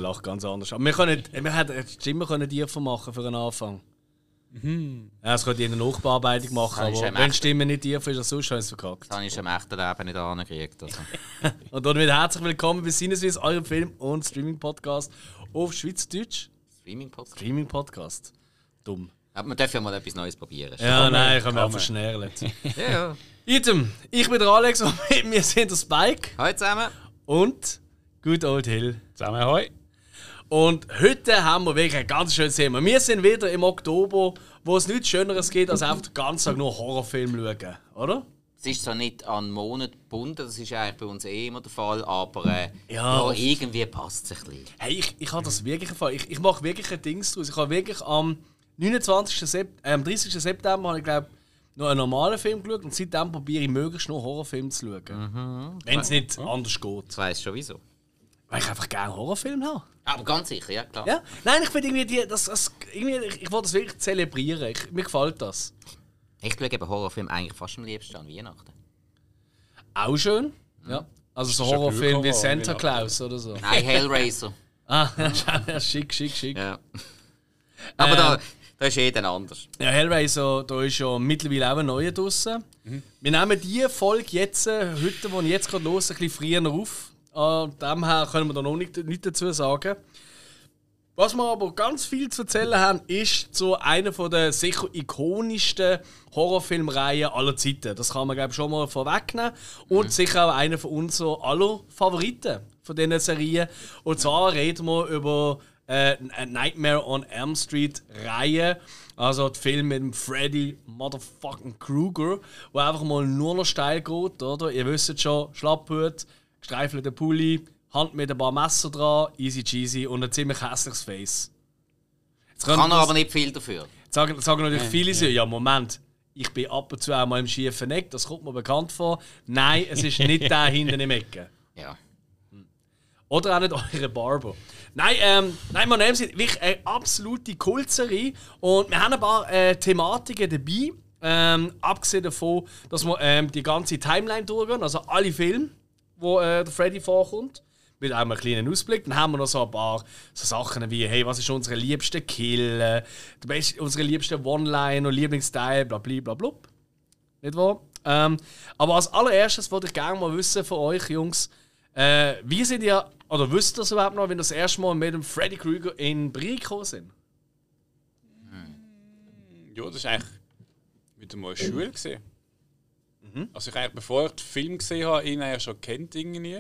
lache ganz anders. Aber wir hätten Stimmen tiefer machen für einen Anfang. Ja, es könnte eine Nachbearbeitung machen, aber wenn die Stimme nicht tiefer ist, als sonst haben sie es verkackt. Das habe ich im echten Leben nicht angekriegt. Also. Und damit herzlich willkommen bei Sinneswiss, eurem Film- und Streaming-Podcast auf Schweizerdeutsch. Streaming-Podcast. Dumm. Aber man darf ja mal etwas Neues probieren. Ja, nein, ich habe mich einfach verschnärlt. Ja. Item, ich bin der Alex und mit mir sind der Spike. Hallo zusammen. Und Good Old Hill. Zusammen, hoi. Und heute haben wir wirklich ein ganz schönes Thema. Wir sind wieder im Oktober, wo es nichts Schöneres gibt, als einfach den ganzen Tag nur Horrorfilm schauen, oder? Es ist zwar nicht an Monat gebunden, das ist eigentlich bei uns immer der Fall, aber ja, irgendwie passt es ein bisschen. Hey, ich habe das wirklich erfahren. Ich mache wirklich ein Ding draus. Ich habe wirklich am 30. September habe ich, glaube noch einen normalen Film geschaut und seitdem probiere ich möglichst noch Horrorfilme zu schauen. Wenn es nicht anders geht. Das weiss schon wieso. Weil ich einfach gerne Horrorfilme habe. Aber ganz sicher, ja klar. Ja? Nein, ich finde irgendwie, ich will das wirklich zelebrieren. Mir gefällt das. Ich schaue eben Horrorfilme eigentlich fast am liebsten an Weihnachten. Auch schön. Ja. Also so Horrorfilme wie Santa Claus oder so. Nein, Hellraiser. Ja, schick. Ja. Aber da ist jeder anders. Ja, Hellraiser, da ist ja mittlerweile auch ein neuer draussen. Wir nehmen diese Folge jetzt, heute, wo ich jetzt gerade los, ein bisschen früher auf. Dem her können wir da noch nichts dazu sagen. Was wir aber ganz viel zu erzählen haben, ist so einer der sicher ikonischsten Horrorfilmreihen aller Zeiten. Das kann man, glaube ich, schon mal vorwegnehmen. Und sicher auch einer von unseren aller Favoriten von diesen Serien. Und zwar reden wir über Nightmare on Elm Street Reihe. Also der Film mit dem Freddy Motherfucking Krueger, wo einfach mal nur noch steil geht, oder? Ihr wisst schon, Schlapphut, gestreifelter Pulli, Hand mit ein paar Messer dran, easy cheesy und ein ziemlich hässliches Face. Kann er aber nicht viel dafür. Sagen natürlich viele so, ja Moment, ich bin ab und zu auch mal im schiefen Eck, das kommt mir bekannt vor. Nein, es ist nicht der hinten im Ecken. Ja. Oder auch nicht eure Barber. Nein, man nennt es wirklich eine absolute Kultserie. Und wir haben ein paar Thematiken dabei. Abgesehen davon, dass wir die ganze Timeline durchgehen, also alle Filme, wo der Freddy vorkommt. Mit einem kleinen Ausblick. Dann haben wir noch so ein paar so Sachen wie, hey, was ist unsere liebste Kill, unsere liebste One-Line und Lieblingsteil, blablabla. Nicht wahr? Aber als allererstes wollte ich gerne mal wissen von euch, Jungs, wie sind ihr, oder wisst ihr das überhaupt noch, wenn ihr das erste Mal mit dem Freddy Krueger in Brie gekommen sind? Ja, das war eigentlich wieder mal eine Schule gesehen. Also ich eigentlich, bevor ich den Film gesehen habe, ihn eigentlich schon kennt irgendwie.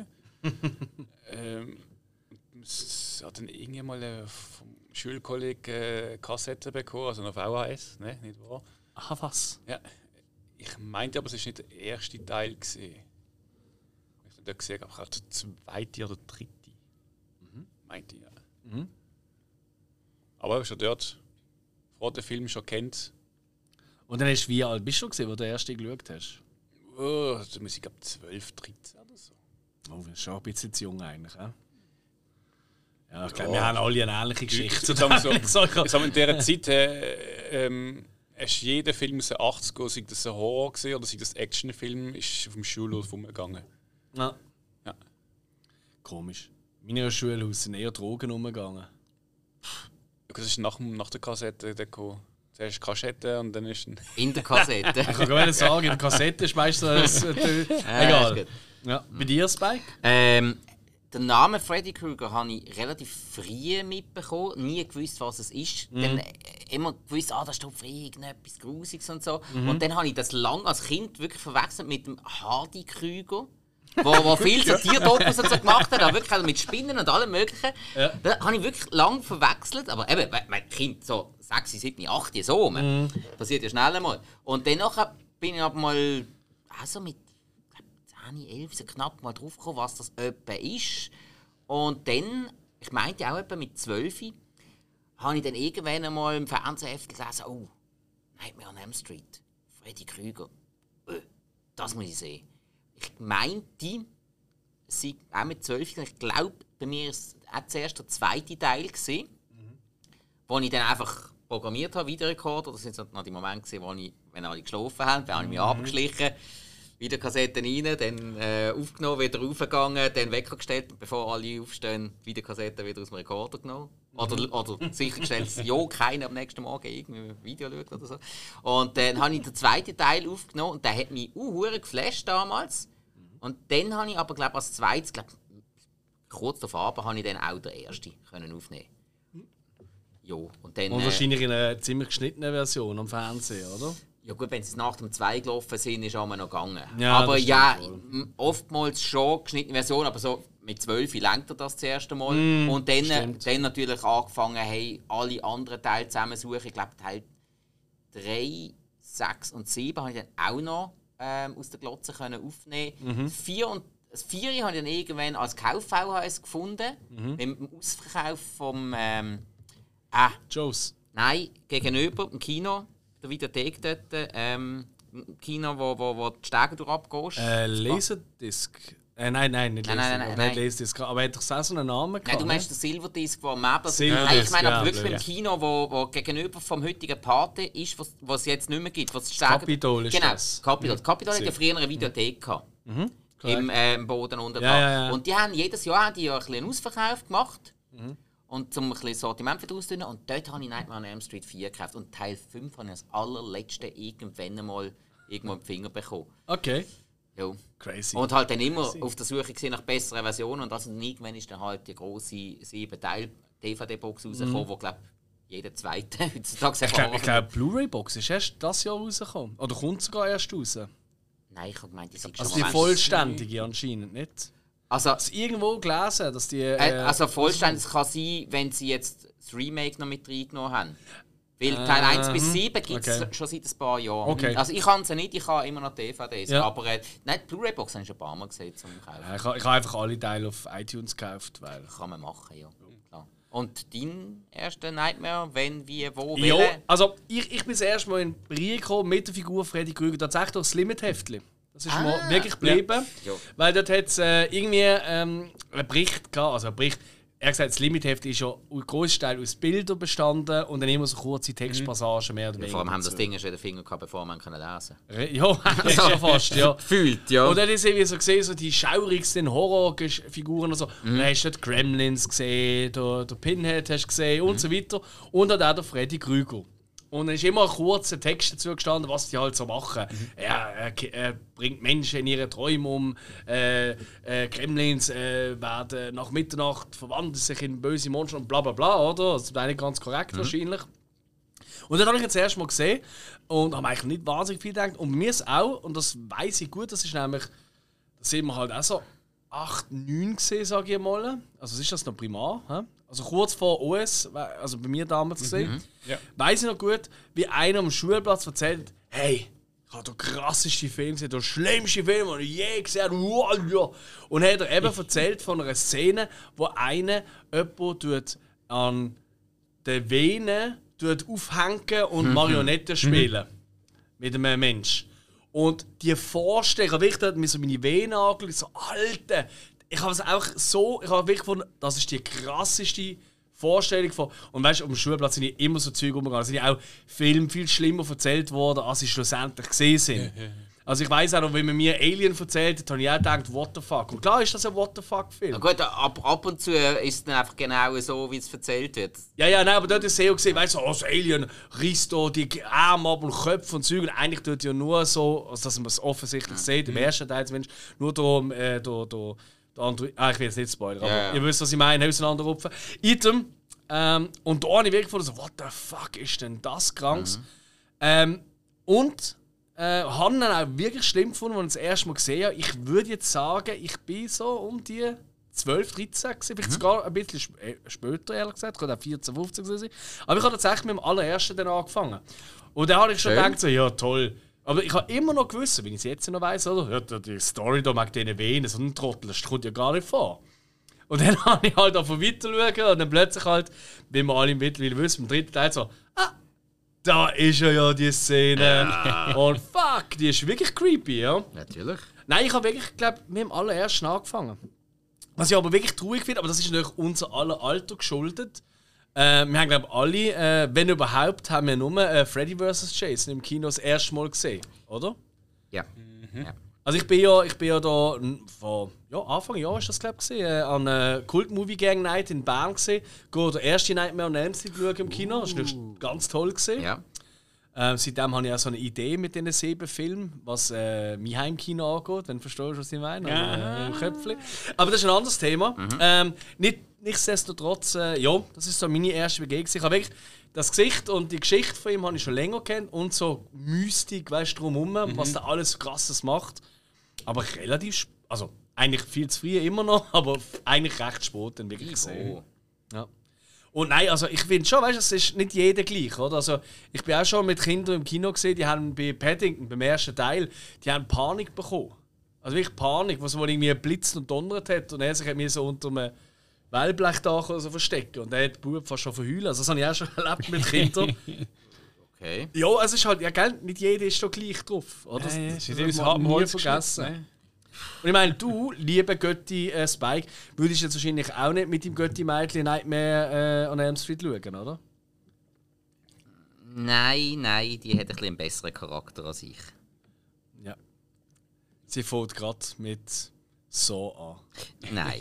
Es hat dann irgendwann vom Schulkollegen Kassette bekommen, also noch VHS, ne, nicht wahr? Aha, was? Ja, ich meinte aber, es war nicht der erste Teil gesehen. Ich habe nicht gesehen, aber auch der zweite oder dritte. Meinte ich, ja. Aber schon dort, vor dem Film schon kennt. Und dann wie alt bist du gewesen, wo du den ersten geschaut hast? Oh, da muss ich glaube 12, 13 oder so. Oh, das ist schon ein bisschen zu jung eigentlich, ja? Ja, ich glaube, wir haben alle eine ähnliche Geschichte. Ich sage, in dieser Zeit hast jeden Film aus den 80ern, sei das ein Horror gesehen oder sei das ein Actionfilm, ist auf dem Schulhof rumgegangen. Ja. Ja. Komisch. In meiner Schulhaus sind eher Drogen umgegangen. Das ist nach der Kassette gekommen. Zuerst Kassette und dann ist ein... In der Kassette. Ich kann gar nicht sagen, in der Kassette ist meistens egal. Ja. Bei dir, Spike? Den Namen Freddy Krueger habe ich relativ früh mitbekommen. Nie gewusst, was es ist. Dann immer gewusst, da steht für irgendetwas Grusiges und so. Und dann habe ich das lange als Kind wirklich verwechselt mit dem Hardy Krüger. Wo viel so Tierdokus und so gemacht hat, auch wirklich mit Spinnen und allem Möglichen. Ja. Das habe ich wirklich lange verwechselt. Aber eben, mein Kind, so 6, 7, 8, so. Passiert ja schnell einmal. Und danach bin ich aber mal also mit 10, 11 so knapp mal drauf gekommen, was das etwa ist. Und dann, ich meinte auch etwa mit 12, habe ich dann irgendwann einmal im Fernsehheft gelesen, oh, Nightmare on Elm Street, Freddy Krueger. Das muss ich sehen. Ich meinte, sie auch mit 12, ich glaube, bei mir war es auch zuerst der zweite Teil, wo ich dann einfach programmiert habe, Videorekorder. Das sind so noch die Momente, wo ich, wenn alle geschlafen haben, habe ich mich abgeschlichen, Videokassetten rein, dann aufgenommen, wieder raufgegangen, dann weggestellt und bevor alle aufstehen, Videokassetten wieder aus dem Rekorder genommen. Oder sichergestellt, dass ja keiner am nächsten Morgen irgendwie ein Video schaut oder so. Und dann habe ich den zweiten Teil aufgenommen und der hat mich geflasht damals. Und dann habe ich aber, glaube als zweites, kurz davor habe ich dann auch den ersten können aufnehmen. Ja, und dann... Und wahrscheinlich in einer ziemlich geschnittenen Version am Fernsehen, oder? Ja gut, wenn sie nach dem 2 gelaufen sind, ist auch noch gegangen. Ja, aber ja, wohl. oftmals schon geschnittene Version, aber so mit 12 lenkt er das zuerst einmal. Und dann natürlich angefangen, hey, alle anderen Teile zusammensuchen. Ich glaube, Teil 3, 6 und 7 habe ich dann auch noch aus der Glotze aufnehmen. 4 habe ich dann irgendwann als Kauf-VHS gefunden. Mit dem Ausverkauf vom... Joes. Nein, gegenüber im Kino. Der Videothek dort, Kino, wo die Stege durch abgehst. Laserdisc. Nein, nicht Laserdisc. Aber hat doch so einen Namen gehabt? Nein, du meinst den Silverdisc, der am Mebel... Ich meine aber wirklich im Kino, wo gegenüber vom heutigen Pate ist, was es jetzt nicht mehr gibt. Was Capitol ist das. Capitol. Capitol hatte früher eine Videothek gehabt. Im Boden unten. Ja. Und die haben jedes Jahr einen kleinen Ausverkauf gemacht. Und zum ein bisschen Sortiment wieder ausdünnen. Und dort habe ich Nightmare on Elm Street 4 gekauft. Und Teil 5 habe ich als allerletzte irgendwann mal irgendwo im Finger bekommen. Okay. Ja. Crazy. Und halt dann immer auf der Suche nach besseren Versionen. Und also irgendwann ist dann halt die grosse 7-Teil-DVD-Box rausgekommen, wo, glaube jeder zweite heutzutage Ich glaube, Blu-ray-Box ist erst das Jahr rausgekommen. Oder kommt sogar erst raus? Nein, ich habe gemeint, die sind schon die vollständige anscheinend nicht. Also, hast du irgendwo gelesen, dass die... also vollständig kann sein, wenn sie jetzt das Remake noch mit reingenommen haben. Weil Teil 1 bis 7 gibt es schon seit ein paar Jahren. Okay. Also ich kann sie nicht, ich habe immer noch DVDs. Ja. Aber nein, die Blu-ray-Box habe ich schon ein paar Mal gesehen zum Kaufen. Ich habe einfach alle Teile auf iTunes gekauft. Weil... Kann man machen, ja. Klar. Und dein erster Nightmare, wenn, wie, wo, ja, welche? also ich bin das erste Mal in Brie gekommen mit der Figur Freddy Krüger, tatsächlich durch das Limit-Heftchen. Das ist mir wirklich geblieben, weil dort hat es irgendwie einen Bericht gehabt, also einen Bericht. Er hat gesagt, das Limit-Heft ist ja großteils aus Bildern bestanden und dann immer so kurze Textpassagen mehr oder weniger. Vor allem haben das Ding schon in den Finger gehabt, bevor man lesen konnte. Ja, das ist ja fast, ja. Gefühlt, ja. Und dann ist irgendwie so gesehen, so die schaurigsten Horrorfiguren und so. Und dann hast du dort Gremlins gesehen, der Pinhead hast du gesehen und so weiter. Und dann auch der Freddy Krüger. Und dann ist immer ein kurzer Text dazu gestanden, was die halt so machen. Er bringt Menschen in ihre Träume um. Gremlins werden nach Mitternacht verwandeln sich in böse Monster und bla bla bla, oder? Das ist nicht ganz korrekt wahrscheinlich. Und dann habe ich jetzt erst mal gesehen und habe eigentlich nicht wahnsinnig viel gedacht. Und bei mir ist auch, und das weiss ich gut, das ist nämlich, da sehen wir halt auch so 8, 9 gesehen, sage ich mal. Also was ist das noch Primar? He? Also kurz vor OS, also bei mir damals gesehen. Ja. Weiss ich noch gut, wie einer am Schulplatz erzählt, hey, ich habe den krassesten Film gesehen, den schlimmsten Film, den ich je gesehen habe. Und hat er eben erzählt von einer Szene, wo einer jemanden an den Venen aufhängen und Marionetten spielen. Mit einem Mensch. Und die Vorstellung, ich habe mir so meine Venen angeschaut, so Alter. Ich habe es auch so, ich habe wirklich gefunden, das ist die krasseste Vorstellung von. Und weißt du, auf dem Schulplatz sind immer so Zeug umgegangen. Es sind ja auch Filme viel schlimmer erzählt worden, als sie schlussendlich gesehen sind. Also ich weiss auch noch, wenn man mir Alien erzählt hat, habe ich auch gedacht, what the fuck. Und klar ist das ein what the fuck Film. Na gut, ab und zu ist es dann einfach genau so, wie es erzählt wird. Ja, nein, aber dort ist es sehr gesehen, weißt du, das Alien reißt da die Arme ab und Köpfe und Züge. Eigentlich tut ja nur so, also dass man es offensichtlich sieht, im ersten Teil zumindest, nur darum, andere, ich will jetzt nicht spoilern, aber ihr wisst, was ich meine, auseinanderrupfen. Item. Und da habe ich wirklich gefunden, so, what the fuck ist denn das Kranks? Und habe dann auch wirklich schlimm gefunden, als ich das erste Mal gesehen habe. Ich würde jetzt sagen, ich bin so um die 12, 13 gewesen, vielleicht sogar ein bisschen später, ehrlich gesagt. Könnte auch 14, 15 sein. Aber ich habe tatsächlich mit dem allerersten dann angefangen. Und dann habe ich schon gedacht, so, ja toll. Aber ich habe immer noch gewusst, wenn ich es jetzt noch weiss, oder? Ja, die Story da mag diesen Venen, so ein Trottel, das kommt ja gar nicht vor. Und dann habe ich halt davon weiter schauen und dann plötzlich halt, wie wir alle mittlerweile wissen, im dritten Teil so, da ist ja die Szene. Und fuck, die ist wirklich creepy, ja? Natürlich. Nein, ich habe wirklich, glaube mit dem allerersten angefangen. Was ich aber wirklich traurig finde, aber das ist natürlich unser aller Alter geschuldet. Wir haben, glaube ich, alle, wenn überhaupt, haben wir nur Freddy vs. Jason im Kino das erste Mal gesehen, oder? Ja. Ja. Also ich bin ja da vor Anfang Jahr ist das glaube ich an einer Kult-Movie Gang Night in Bern gesehen. Der erste Nightmare on Elm Street schauen im Kino. Das war ganz toll gesehen. Ja. Seitdem habe ich auch so eine Idee mit diesen 7 Filmen, was mein Heimkino angeht, wenn du verstehst, was ich meine. Ja. Aber das ist ein anderes Thema. Nichtsdestotrotz, das ist so meine erste Begegnung. Ich habe wirklich das Gesicht und die Geschichte von ihm habe ich schon länger kennt und so Mystik, weißt du, drumherum, was da alles Krasses macht. Aber relativ, also eigentlich viel zu früh immer noch, aber eigentlich recht spät dann wirklich gesehen. Ja. Und nein, also ich finde schon, weißt du, es ist nicht jeder gleich, oder? Also ich bin auch schon mit Kindern im Kino gesehen, die haben bei Paddington, beim ersten Teil, die haben Panik bekommen. Also wirklich Panik, was wohl irgendwie blitzt und donnert hat und er sich mir so unter einem Wellblechdach so verstecken und er hat den Bub fast schon verheulen. Also das habe ich auch schon erlebt mit Kindern. Okay. Ja, es ist halt, ja gell, nicht jeder ist da gleich drauf, oder? Das muss man nie vergessen. Und ich meine, du, lieber Götti Spike, würdest jetzt wahrscheinlich auch nicht mit dem Götti-Mädchen Nightmare on Elm Street schauen, oder? Nein, die hat ein bisschen einen besseren Charakter als ich. Ja. Sie fängt gerade mit so an. Nein.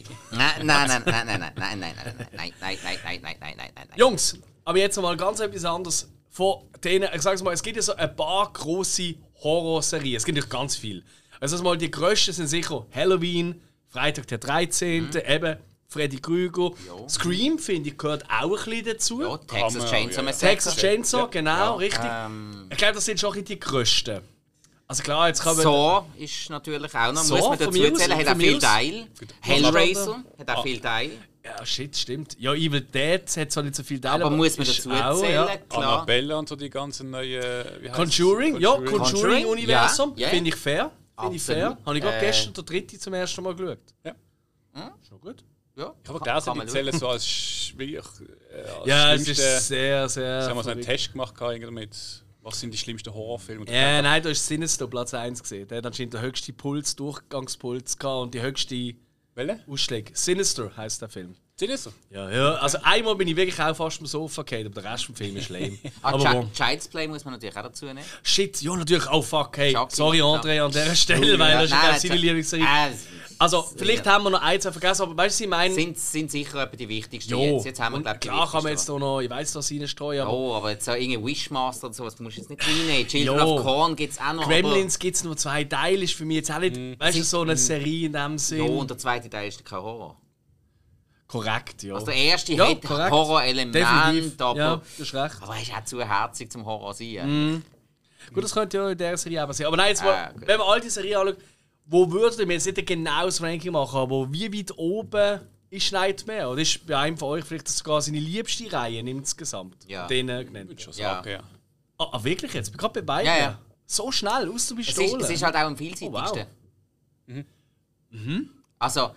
Nein. Jungs, aber jetzt mal ganz etwas anderes. Von denen, ich sag's mal, es gibt ja so ein paar grosse Horrorserien. Es gibt natürlich ganz viele. Also mal die grössten sind sicher Halloween, Freitag der 13., eben Freddy Krüger. Jo. Scream, finde ich, gehört auch ein bisschen dazu. Ja, Texas Chainsaw Massacre. Texas Chainsaw, genau, richtig. Ich glaube, das sind schon die grössten. Also klar, jetzt kann man... Saw ist natürlich auch noch, muss man dazu erzählen, hat auch viel Teil. Hellraiser hat auch viel Teil. Ja, shit, stimmt. Ja, Evil Dead hat zwar nicht so viel Teil, aber muss man dazu erzählen, klar. Annabelle und so die ganzen neuen... Conjuring, ja, Conjuring-Universum, ja. Finde ich fair. Habe ich gerade gestern der 3. zum ersten Mal geschaut. Ja. Schon gut. Ja, ich habe gelesen, die zählen so als schwierig. Ja, es ist sehr, sehr... Sie haben so einen Test gemacht mit, was sind die schlimmsten Horrorfilme. Ja, nein, da ist Sinister Platz 1 gesehen. Der hat anscheinend den höchsten Durchgangspuls gehabt und die höchste Ausschläge. Sinister heisst der Film. Sinister? Ja. Also einmal bin ich wirklich auch fast am Sofa gefallen, aber der Rest des Films ist lame. Aber Child's Play muss man natürlich auch dazu nehmen. Shit, ja natürlich. Oh fuck, hey. Chucky, sorry André an dieser Stelle, weil das ist ja seine Lieblingsserie. Also vielleicht haben wir noch eins vergessen, aber weißt du, ich meine... Sind sicher etwa die wichtigsten jetzt haben wir, glaub, klar kann man jetzt auch noch, ich weiss, was reinstreuen, aber jetzt so irgendwie Wishmaster oder sowas musst du jetzt nicht reinnehmen. Children of Corn gibt es auch noch. Gremlins gibt es nur 2 Teile, ist für mich jetzt auch nicht, weißt du, so eine Serie in dem Sinn. Ja, und der zweite Teil ist kein Horror. Korrekt, ja. Also der erste hat Horror-Element, aber, ja, das ist recht. Aber er ist auch zu herzig zum Horror sein. Gut, das könnte ja in dieser Serie eben sein. Aber nein, jetzt mal, wenn man all die Serien anschaut, wo würdet ihr mir jetzt nicht genau das Ranking machen, aber wie weit oben ist Nightmare? Oder ist bei einem von euch vielleicht sogar seine liebste Reihe insgesamt? Ja. Den genannt. Würde schon sagen, ja. Ah, wirklich jetzt? Gerade bei beiden? Ja. So schnell, aus der Pistole? Es ist halt auch am vielseitigsten. Oh, wow. Also,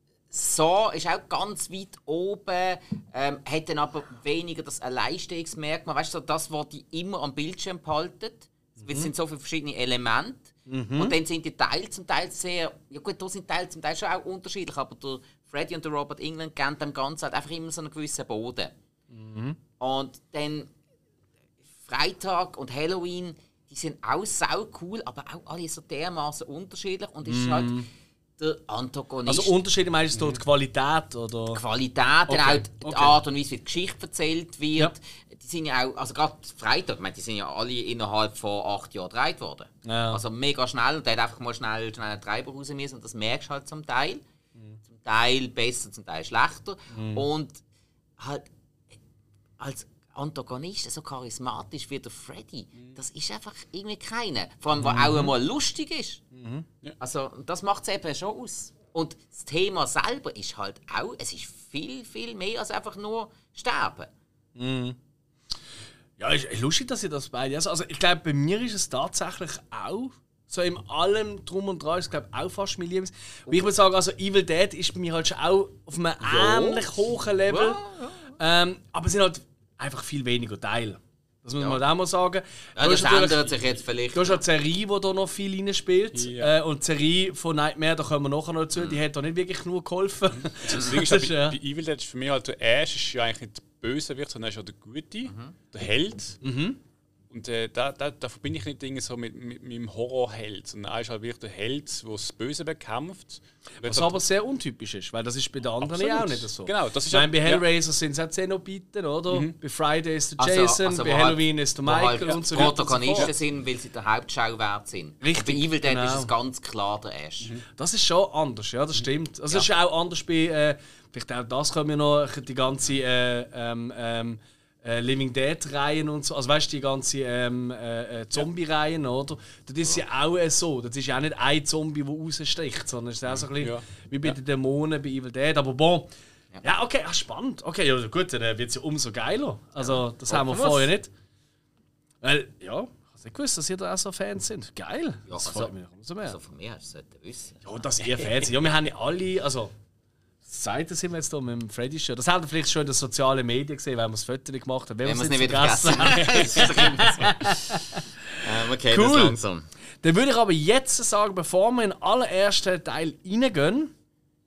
so ist auch ganz weit oben, hat dann aber weniger das Alleinstehungsmerkmal. Weißt du, das, was die immer am Bildschirm behalten. Es sind so viele verschiedene Elemente. Und dann sind die Teile zum Teil sehr. Ja, gut, da sind Teile zum Teil schon auch unterschiedlich, aber der Freddy und der Robert Englund geben dem Ganzen halt einfach immer so einen gewissen Boden. Und dann Freitag und Halloween, die sind auch sau cool, aber auch alle so dermaßen unterschiedlich. Und es ist halt der Antagonist. Also Unterschiede meinst du die Qualität? Oder? Die Qualität, dann auch die Art und Weise, wie die Geschichte erzählt wird. Ja. Die sind ja auch, also gerade Freitag, ich meine, die sind ja alle innerhalb von 8 Jahren gedreht worden. Ja. Also mega schnell, und der hat einfach mal schnell einen Treiber raus müssen, und das merkst du halt zum Teil. Zum Teil besser, zum Teil schlechter. Und halt als Antagonist, so charismatisch wie der Freddy, das ist einfach irgendwie keiner. Vor allem, der auch einmal lustig ist. Ja. Also, das macht es eben schon aus. Und das Thema selber ist halt auch, es ist viel, viel mehr als einfach nur sterben. Ja, ist lustig, dass ihr das beide... Also ich glaube, bei mir ist es tatsächlich auch so in allem Drum und Dran, ist glaube auch fast mein Liebes. Und ich würde sagen, also Evil Dead ist bei mir halt schon auch auf einem ähnlich hohen Level. Aber es sind halt einfach viel weniger Teile. Das muss man halt auch mal sagen. Ja, das ändert sich jetzt vielleicht. Du hast eine Serie, die da noch viel reinspielt. Ja. Und die Serie von Nightmare, da kommen wir nachher noch dazu, die hat da nicht wirklich nur geholfen. Das Ding ist, bei Evil Dead ist für mich halt der Ash ist ja eigentlich nicht der Bösewicht, sondern er ist ja der Gute, der Held. Und Und da verbinde ich nicht Dinge so mit meinem Horrorheld, sondern er ist halt wirklich der Held, der das Böse bekämpft. Was aber sehr untypisch ist, weil das ist bei den anderen Absolut. auch nicht so. Genau, das ist ich meine, bei Hellraiser sind es auch Zenobiten, oder? Bei Friday ist der Jason, Also, bei Halloween ist der Michael und so weiter. Protagonisten sind, weil sie der Hauptschauwert sind. Richtig, und bei Evil Dead genau. ist es ganz klar der Ash. Das ist schon anders, ja, das stimmt. Also es ist auch anders bei, vielleicht auch das können wir noch, die ganze Living Dead-Reihen und so, also weißt du, die ganze Zombie-Reihen, oder? Das ist ja auch so, das ist ja auch nicht ein Zombie, der raussticht, sondern es ist auch so ein bisschen wie bei den Dämonen bei Evil Dead, aber bon. Ja, okay, spannend. Okay, ja gut, dann wird es ja umso geiler. Also, das haben wir vorher nicht. Weil, ja, ich habe nicht gewusst, dass ihr da auch so Fans sind. Geil, das freut mich umso mehr. Also von mir hast du es wissen. Ja, dass ihr Fans sind. Ja, wir haben ja alle, also... Seit sind wir jetzt hier mit dem Freddy schon. Das haben wir vielleicht schon in den sozialen Medien gesehen, weil wir das Foto gemacht haben. Wenn wir es nicht wieder vergessen haben. Okay, cool. das langsam. Dann würde ich aber jetzt sagen, bevor wir in den allerersten Teil reingehen,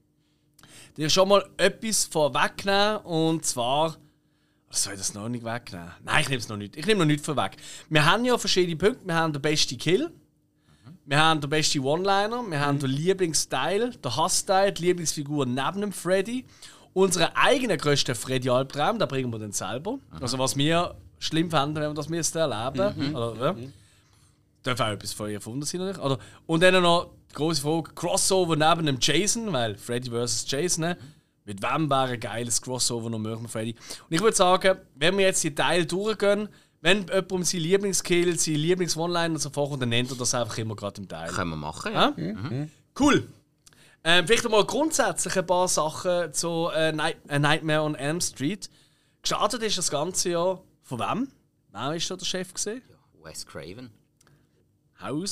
dir schon mal etwas vorwegnehmen. Und zwar. Was soll ich das noch nicht wegnehmen? Nein, ich nehme es noch nicht. Ich nehme noch nicht vorweg. Wir haben ja verschiedene Punkte. Wir haben den besten Kill. Wir haben den besten One-Liner, wir haben den Lieblingsteil, den Hassteil, die Lieblingsfigur neben dem Freddy. Unseren eigenen grössten Freddy-Albtraum, den bringen wir dann selber. Also was wir schlimm fänden, wenn wir das erleben. Oder, ja. Darf auch etwas von ihr erfunden sein, natürlich. Oder, und dann noch die grosse Frage, Crossover neben dem Jason, weil Freddy vs. Jason, ne? Mit wem wäre ein geiles Crossover noch möglich mit Freddy? Und ich würde sagen, wenn wir jetzt die Teile durchgehen, wenn jemand um seinen Lieblingskill, seinen Lieblings-One-Liner und so vorkommt, dann nennt er das einfach immer gerade im Teil. Können wir machen, ja. Cool. Vielleicht mal grundsätzlich ein paar Sachen zu A Nightmare on Elm Street. Gestartet ist das Ganze ja von wem? Wer war da der Chef? Wes Craven. Hau raus.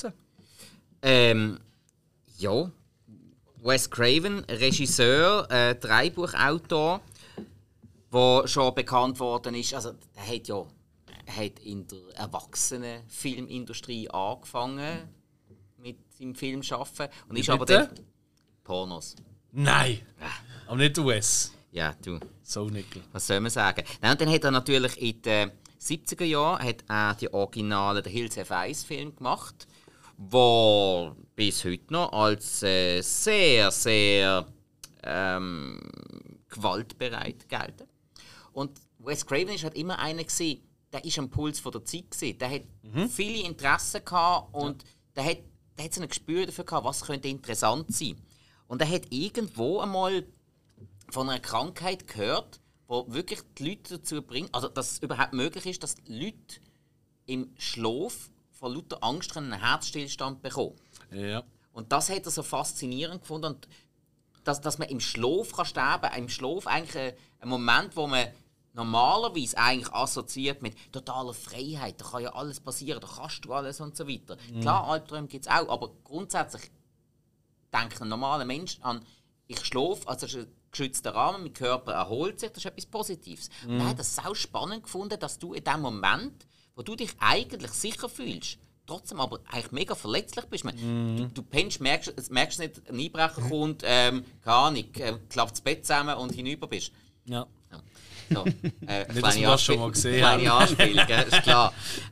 Ja. Wes Craven, Regisseur, Drehbuchautor, der schon bekannt worden ist. Also, der hat in der Erwachsenen-Filmindustrie angefangen mit seinem Filmschaffen. Und ist aber der Pornos. Nein! Aber nicht der Wes. Ja, du. So nickel. Was soll man sagen? Nein, und dann hat er natürlich in den 70er Jahren hat er die originalen The Hills Have Eyes Film gemacht, wo bis heute noch als sehr, sehr gewaltbereit gelten. Und Wes Craven war halt immer einer gewesen, der ist am Puls von der Zeit gewesen. Der hat viele Interessen gehabt und der hat so ein Gespür dafür gehabt, was könnte interessant sein. Und er hat irgendwo einmal von einer Krankheit gehört, die wirklich die Leute dazu bringt, also dass es überhaupt möglich ist, dass die Leute im Schlaf von lauter Angst einen Herzstillstand bekommen. Ja. Und das hat er so faszinierend gefunden. Und dass man im Schlaf kann sterben kann, im Schlaf eigentlich ein Moment, wo man normalerweise eigentlich assoziiert mit totaler Freiheit, da kann ja alles passieren, da kannst du alles und so weiter. Klar, Albträume gibt es auch, aber grundsätzlich denkt ein normaler Mensch an, ich schlafe, also das ist ein geschützter Rahmen, mein Körper erholt sich, das ist etwas Positives. Und er hat das sau spannend gefunden, dass du in dem Moment, wo du dich eigentlich sicher fühlst, trotzdem aber eigentlich mega verletzlich bist. Du pennst, merkst nicht, ein Einbrecher kommt, keine Ahnung, klappt das Bett zusammen und hinüber bist. Ja. So, Nicht, dass wir das schon mal gesehen haben. Kleine Anspielung, gell? Ist klar.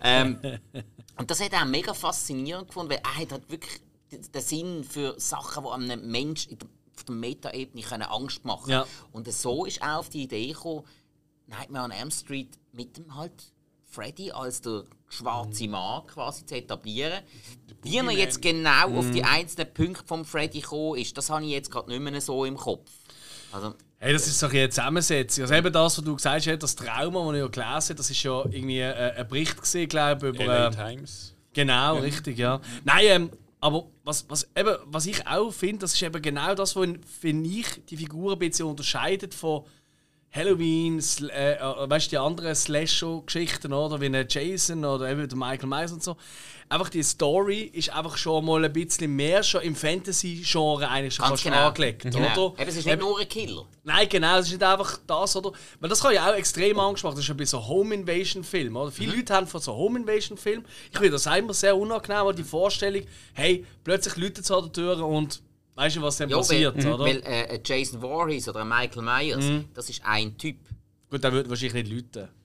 Und das hat er mega faszinierend gefunden, weil er hat wirklich den Sinn für Sachen, die einem Menschen auf der Meta-Ebene Angst machen können. Ja. Und so ist er auf die Idee gekommen, Nightmare on Elm Street mit dem halt Freddy als der schwarze Mann quasi zu etablieren. Wie er jetzt genau auf die einzelnen Punkte vom Freddy gekommen ist, das habe ich jetzt gerade nicht mehr so im Kopf. Also, hey, das ist doch eine Zusammensetzung. Also eben das, was du gesagt hast, das Trauma, das ich ja gelesen habe, das ist ja irgendwie ein Bericht gesehen, glaube ich, über LA Times. Genau, richtig, ja. Nein, aber was ich auch finde, das ist eben genau das, was finde ich die Figur ein bisschen unterscheidet von Halloween, weißt du, die anderen Slasher-Geschichten, oder wie ein Jason oder eben der Michael Myers und so. Einfach die Story ist einfach schon mal ein bisschen mehr schon im Fantasy-Genre eigentlich schon fast angelegt, genau. oder? Eben, es ist nicht nur ein Killer. Nein, genau, es ist nicht einfach das, oder? Weil das kann ja auch extrem Angst machen. Das ist ja bei so Home-Invasion-Filmen, oder? Viele Leute haben von so Home-Invasion-Filmen, ich finde das immer sehr unangenehm, weil die Vorstellung, hey, plötzlich läutet es an der Tür und weißt du, was dann passiert, oder? Weil Jason Voorhees oder Michael Myers, das ist ein Typ. Gut, der würde wahrscheinlich nicht läuten.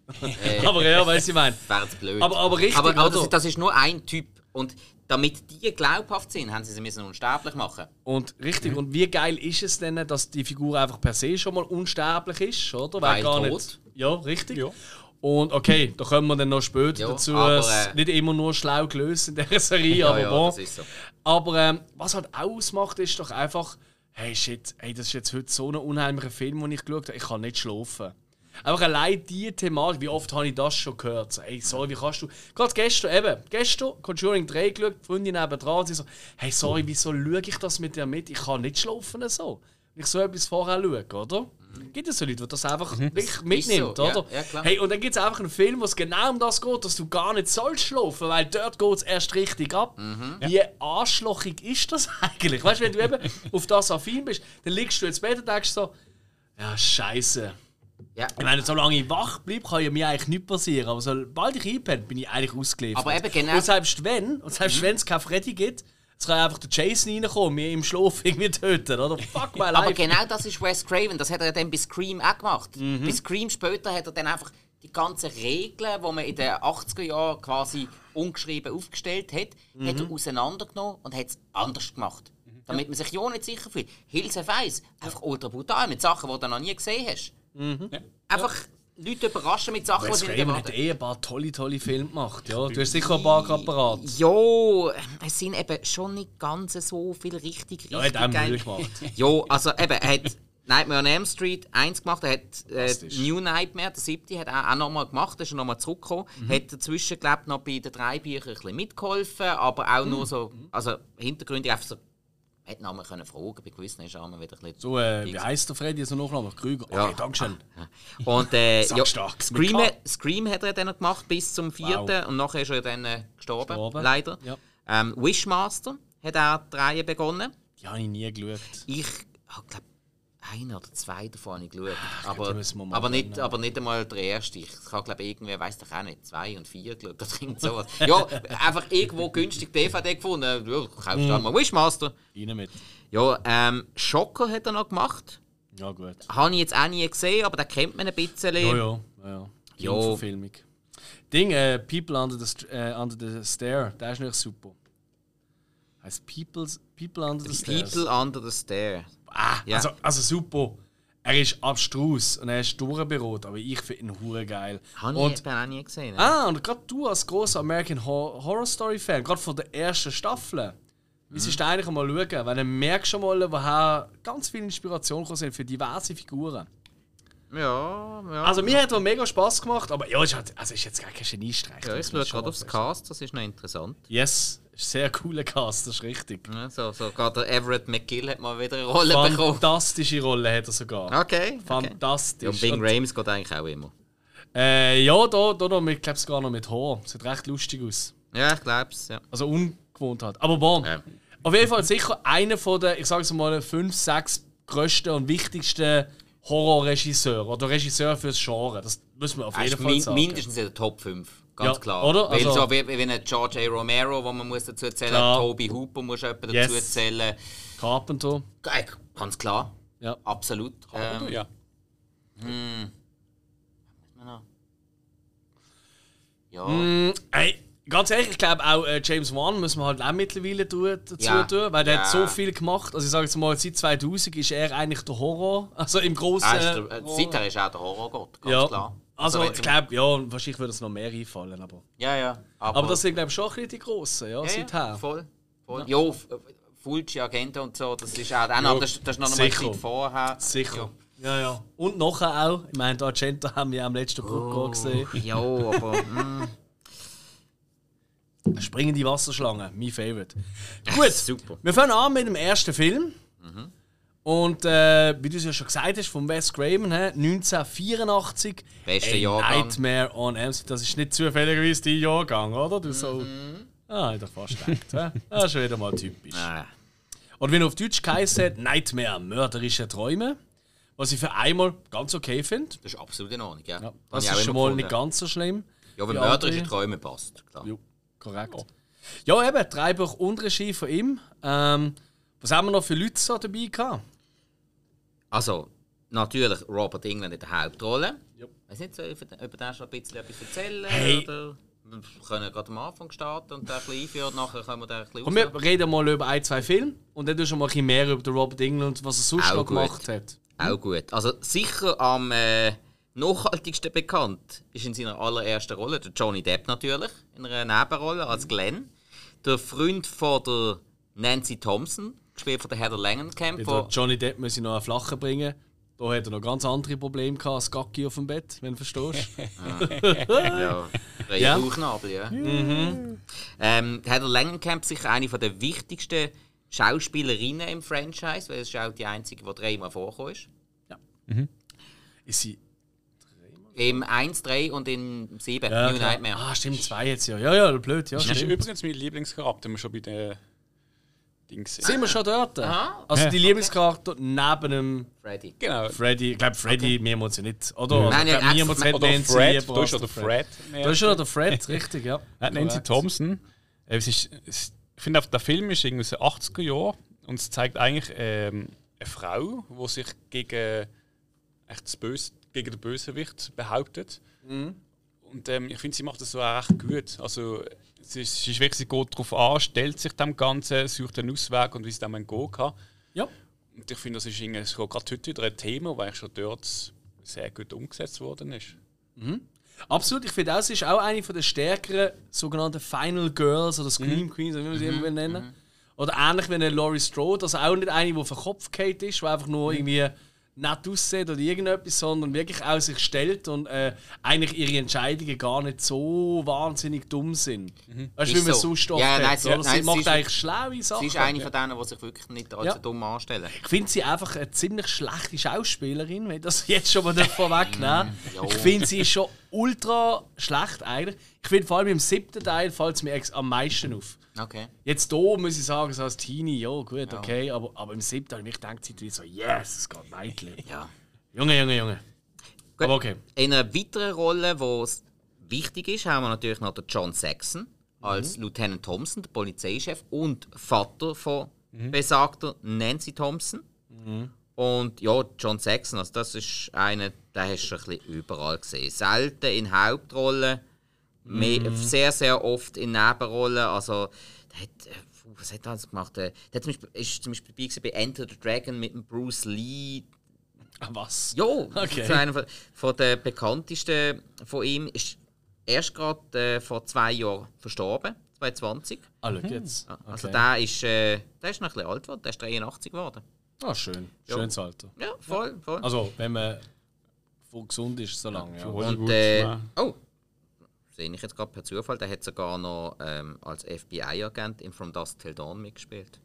Aber ja, weißt du, ich meine. Wäre jetzt blöd. Aber richtig, aber oder? das ist nur ein Typ. Und damit die glaubhaft sind, haben sie müssen unsterblich machen. Und richtig, und wie geil ist es denn, dass die Figur einfach per se schon mal unsterblich ist, oder? Weil gar tot. nicht. Ja, richtig. Ja. Und okay, da kommen wir dann noch später Ja, dazu. aber, Es ist nicht immer nur schlau gelöst in dieser Serie, aber ja, bon. das ist so. Aber was halt auch ausmacht, ist doch einfach, hey shit, hey, das ist jetzt heute so ein unheimlicher Film, den ich geschaut habe, ich kann nicht schlafen. Einfach allein diese Thematik, wie oft habe ich das schon gehört? So, hey, sorry, wie kannst du... Gerade gestern Conjuring 3 geschaut, die Freundin nebendran, sie so, hey, sorry, wieso schaue ich das mit dir mit? Ich kann nicht schlafen so. Wenn ich so etwas vorher schaue, oder? Gibt es so Leute, die das einfach wirklich mitnimmt, so, oder? Ja, klar. Hey, und dann gibt es einfach einen Film, wo es genau um das geht, dass du gar nicht sollst schlafen, weil dort geht es erst richtig ab. Wie arschlochig ist das eigentlich? Weißt du, wenn du eben auf das affin bist, dann liegst du ins Bett und denkst so, ja, Scheiße. Ja. Ich meine, solange ich wach bleibe, kann ja mir eigentlich nichts passieren. Aber sobald ich einpenne, bin ich eigentlich ausgeliefert. Aber eben genau- Und selbst wenn es kein Freddy gibt, es kann einfach der Jason reinkommen, mir im Schlaf irgendwie töten, oder? Fuck my life. Aber genau das ist Wes Craven, das hat er dann bei Scream auch gemacht. Bei Scream später hat er dann einfach die ganzen Regeln, die man in den 80er Jahren quasi ungeschrieben aufgestellt hat, hat er auseinandergenommen und hat es anders gemacht. Damit man sich ja nicht sicher fühlt. Hills Have Eyes, einfach ultra brutal, mit Sachen, die du noch nie gesehen hast. Einfach Leute überraschen mit Sachen, Wes die sie nicht Craven hat erwarten. ein paar tolle Filme gemacht. Ja, du hast sicher ein paar parat. Ja, es sind eben schon nicht ganz so viel richtig Ja, er hat auch geil. Müll gemacht. Ja, also eben, er hat Nightmare on Elm Street 1 gemacht, er hat Fantastisch. New Nightmare, der 7. hat auch nochmal gemacht, ist nochmal zurückgekommen. Hat dazwischen, glaube ich, noch bei den 3 Büchern ein bisschen mitgeholfen, aber auch nur so, also Hintergründe einfach so, hätte noch mal fragen können, bei gewissen ist er wieder ein bisschen... So, wie heisst der Freddy? So Nachname? Krüger? Okay, Ja. dankeschön. Und ja, Sackstark. Scream hat er dann noch gemacht bis zum 4. Wow. Und nachher ist er dann gestorben, Gestorben. leider. Ja. Wishmaster hat auch die Reihe begonnen. Die habe ich nie geschaut. Ich glaube, 1 oder 2 davon habe ich geschaut. die müssen wir mal aber nicht einmal der erste. Ich habe, glaube ich, irgendwer, weiss doch auch nicht, 2 und 4 geschaut oder irgend sowas. Ja, einfach irgendwo günstig DVD gefunden. Ja, kaufst du mal Wishmaster. Rein mit. Ja, Schocker hat er noch gemacht. Ja, gut. Habe ich jetzt auch nie gesehen, aber den kennt man ein bisschen. Ja. Ja. Verfilmung. Ding, People Under the Stair, der ist nicht super. Heißt People Under the Stairs. People Under the Stair. Ja. Also super. Er ist abstrus und er ist durchberot, aber ich finde ihn hure geil. Habe ich eben auch nie gesehen. Und gerade du als grosser American Horror Story Fan, gerade von der ersten Staffel, wie ist eigentlich einmal schauen, weil dann merkst du schon mal, woher ganz viel Inspiration gekommen sind für diverse Figuren. Ja. Also mir hat es mega Spass gemacht, aber ja, es ist jetzt gar kein Geniestreich. Ja, ich schaue gerade aufs Cast, das ist noch interessant. Yes, ist ein sehr cooler Cast, das ist richtig. Ja, so gerade der Everett McGill hat mal wieder eine Rolle bekommen. Fantastische Rolle hat er sogar. Okay. Fantastisch. Ja, und Bing Rames geht eigentlich auch immer. Ja, da noch mit, ich glaube sogar noch mit Horror. Sieht recht lustig aus. Ja, ich glaube es, ja. Also ungewohnt halt. Aber bon. Ja. Auf jeden Fall sicher einer von den, ich sage es mal, 5, 6 grössten und wichtigsten Horrorregisseur oder Regisseur fürs Genre. Das müssen wir auf jeden Fall sagen. Mindestens in der Top 5. Ganz Ja, klar. oder? Weil Also- so wie ein George A. Romero, wo man muss dazu erzählen, Klar. Toby Hooper muss jemand Yes. dazu erzählen. Carpenter. Ganz klar. Ja. Absolut. Ja. Ja. Ey, ganz ehrlich, ich glaube auch James Wan müssen wir halt auch mittlerweile dazu Ja. tun, weil der Ja. hat so viel gemacht. Also ich sage jetzt mal, seit 2000 ist er eigentlich der Horror, also im grossen... Seither ist auch der Horrorgott, ganz ja. klar. Also wenn ich du- glaube, ja, wahrscheinlich würde es noch mehr einfallen, aber... Ja. Aber das sind glaube ich schon ein bisschen die Grossen, ja, seither. Voll. Ja, Fulci, Agenda und so, das ist auch noch, das ist noch mal eine sicher. Zeit vorher. Sicher. Ja. Und nachher auch, ich meine, Argento haben wir am letzten Brücke gesehen. Ja, aber... Springende Wasserschlange, mein Favourite. Gut, Super. wir fangen an mit dem ersten Film. Und wie du es ja schon gesagt hast, von Wes Craven, 1984. Bester A Jahrgang. Nightmare on Elm Street. Das ist nicht zufälligerweise dein Jahrgang, oder? Du so... ich doch fast gedacht. Das ist schon wieder mal typisch. Und wenn er auf Deutsch geheißen hat, Nightmare, mörderische Träume. Was ich für einmal ganz okay finde. Das ist absolut in Ordnung, ja. Ja, Habe das ich auch ist schon immer mal nicht gefunden. ganz so schlimm. Ja, wenn wie mörderische andere. Träume passt, klar. Ja, korrekt. Ja, eben, Drehbuch und Regie von ihm. Was haben wir noch für Leute so dabei gehabt? Also, natürlich Robert Englund in der Hauptrolle. Ja. Weiß nicht, soll ich über den schon ein bisschen etwas erzählen? Hey. Oder? Wir können gerade am Anfang starten und den ein bisschen einführen, nachher können wir den ein bisschen Und wir reden mal über 1-2 Filme und dann tun wir mal ein bisschen mehr über den Robert Englund und was er sonst noch gemacht hat. Auch gut. Also sicher am nachhaltigsten bekannt ist in seiner allerersten Rolle der Johnny Depp natürlich, in einer Nebenrolle als Glenn. Der Freund von der Nancy Thompson, gespielt von der Heather Langenkamp. Bei Johnny Depp muss ich noch einen Flachen bringen. Da hat er noch ganz andere Probleme gehabt als Gacki auf dem Bett, wenn du verstehst. Ja, Bauchnabel, ja. Heather Langenkamp sicher eine der wichtigsten Schauspielerinnen im Franchise, weil es ist auch die einzige, die 3-mal vorgekommen ist. Ja. Ist sie... Im 1, 3 und im 7, Ja, New Nightmare. Ah, stimmt, 2 jetzt ja. Ja, blöd, ja. Das ist Stimmt. übrigens mein Lieblingscharakter, wenn wir schon bei den Dings sind. Sind wir schon dort? Aha. Also die Lieblingscharakter neben dem Freddy. Genau. Freddy. Ich glaube, Freddy, mehr muss ja nicht. Oder? Nein, Ich glaub, ja, niemand hat Oder Nancy Fred, lieber da ist als oder Fred. Da ist schon noch der Fred, richtig, ja. Nancy Korrekt. Thompson. Ich finde, der Film ist irgendwie so 80er Jahre und es zeigt eigentlich eine Frau, die sich gegen den Bösewicht behauptet. Und ich finde, sie macht das so auch recht gut. Also, sie ist wirklich, sie geht darauf an, stellt sich dem Ganzen, sucht einen Ausweg und wie es dann gehen kann. Ja. Und ich finde, das ist irgendwie gerade heute wieder ein Thema, das eigentlich schon dort sehr gut umgesetzt worden ist. Absolut, ich finde auch, sie ist auch eine der stärkeren sogenannten Final Girls oder Scream Queens, wie man sie immer nennen. Oder ähnlich wie eine Laurie Strode, also auch nicht eine, die auf den Kopf gefallen ist, die einfach nur irgendwie nett aussieht oder irgendetwas, sondern wirklich auch sich stellt und eigentlich ihre Entscheidungen gar nicht so wahnsinnig dumm sind. Weißt du, wie man so. sonst oft Ja, hat, nein, oder? Sie macht ist- eigentlich schlaue Sachen. Sie ist eine von denen, die sich wirklich nicht als Ja. dumm anstellen. Ich finde sie einfach eine ziemlich schlechte Schauspielerin, wenn ich das jetzt schon mal vorwegnehmen. Ich finde sie ist schon ultra schlecht eigentlich. Ich finde vor allem im 7. Teil fällt es mir am meisten auf. Okay. Jetzt hier muss ich sagen, so als Teenie, ja gut, okay, aber im 7. habe ich gedacht, sie so, yes, es geht Mädchen. Ja. Junge. Gut. Aber okay. In einer weiteren Rolle, die wichtig ist, haben wir natürlich noch den John Saxon als Lieutenant Thompson, der Polizeichef und Vater von besagter Nancy Thompson. Und ja, John Saxon, also das ist einer, den hast du ein bisschen überall gesehen. Selten in Hauptrollen, sehr, sehr oft in Nebenrollen. Also, der hat, was hat er alles gemacht? Der hat ist zum Beispiel dabei gewesen bei Enter the Dragon mit dem Bruce Lee. Was? Ja, Okay. so einer von der bekanntesten von ihm ist erst gerade vor 2 Jahren verstorben, 2020. Ah, schau jetzt. Okay. Also der ist noch ein bisschen alt geworden, der ist 83 geworden. Ah, schön. Ja. Schönes Alter. Ja, voll. Also, wenn man voll gesund ist, so lange. Ja. Hollywood, Oh, sehe ich jetzt gerade per Zufall, der hat sogar noch als FBI-Agent in From Dusk Till Dawn mitgespielt.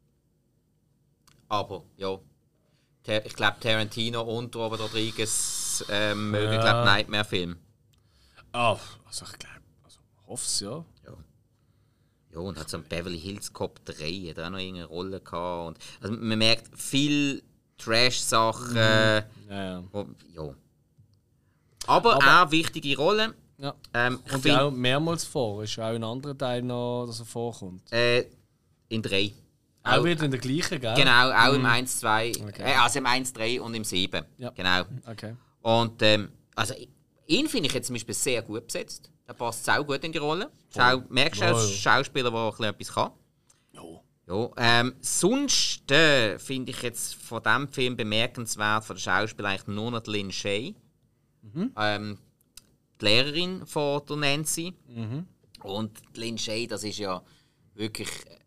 Aber, ja. Ich glaube, Tarantino und Robert Rodriguez mögen, glaube Nightmare-Film. Ah, also ich glaube, ich hoffe es, ja. Ja, und hat so ein Beverly Hills Cop 3 hat auch noch irgendeine Rolle gehabt. Und, also man merkt viel Trash-Sachen. Ja. Ja. Aber auch wichtige Rollen. Ja. Ich Kommt find, ja auch mehrmals vor. Ist auch in anderen Teilen noch, dass er vorkommt. in 3. Auch wieder in der gleichen, gell? Genau, auch im 1, 2. Okay. Also im 1, 3 und im 7. Ja. Genau. Okay. Und also ihn finde ich jetzt zum Beispiel sehr gut besetzt. Er passt auch gut in die Rolle. Merkst du als Schauspieler, der ein bisschen etwas kann. Ja. Sonst finde ich jetzt von diesem Film bemerkenswert von der Schauspielerin eigentlich nur noch Lynn Shay. Die Lehrerin von der Nancy. Und Lynn Shay, das ist ja wirklich...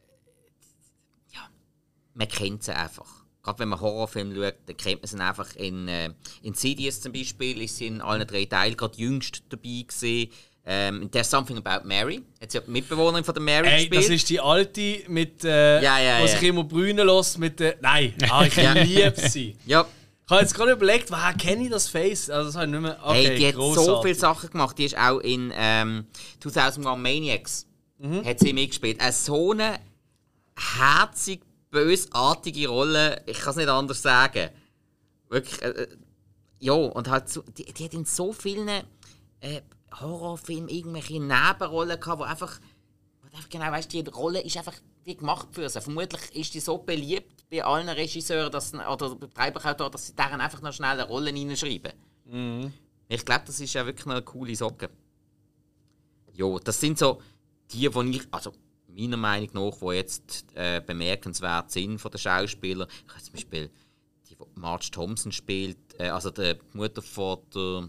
man kennt sie einfach. Gerade wenn man Horrorfilme schaut, dann kennt man sie einfach. In Insidious zum Beispiel ist sie in allen 3 Teilen gerade jüngst dabei gewesen. In There's Something About Mary hat sie ja die Mitbewohnerin von der Mary gespielt. Das ist die alte mit, ja. sich immer brünen lässt mit der... Nein, ich liebe sie. Ja. Ich habe jetzt gerade überlegt, woher kenne ich das Face? Also das habe ich nicht mehr... Okay, Hey, die hat so grossartig. viele Sachen gemacht. Die ist auch in 2001 Maniacs hat sie mitgespielt. So eine herzig bösartige Rolle, ich kann es nicht anders sagen. Wirklich, ja, und halt so, die hat in so vielen Horrorfilmen irgendwelche Nebenrollen gehabt, wo einfach genau weißt, die Rolle ist einfach wie gemacht für sie. Vermutlich ist die so beliebt bei allen Regisseuren oder Treibautoren, dass sie deren einfach noch schnell eine Rolle reinschreiben. Ich glaube, das ist ja wirklich eine coole Socke. Ja, das sind so die ich, also meiner Meinung nach, die jetzt bemerkenswert sind von den Schauspielern. Ich habe zum Beispiel die Marge Thompson spielt, also die Mutter von der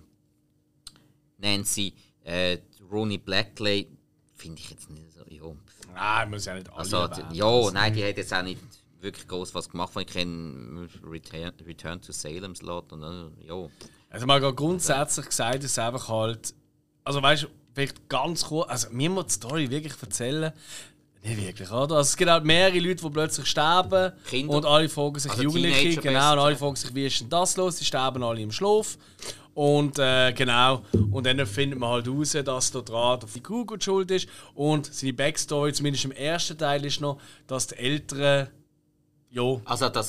Nancy, Ronnie Blackley, finde ich jetzt nicht so. Ja. Nein, muss ja nicht alle Nein, die hat jetzt auch nicht wirklich groß was gemacht. Ich kenne Return to Salem's Lot und ja. Also mal grundsätzlich gesagt, ist es einfach halt, also weißt du, vielleicht ganz kurz, also mir muss die Story wirklich erzählen. Nicht wirklich, oder? Also es gibt halt mehrere Leute, die plötzlich sterben. Kinder. Und alle fragen sich, Also Jugendliche, Teenager genau, und alle best, fragen sich, wie ist denn das los? Die sterben alle im Schlaf. Und genau, und dann findet man halt raus, dass der Draht auf die Kugel schuld ist. Und seine Backstory, zumindest im ersten Teil, ist noch, dass die Eltern, ja... Also, dass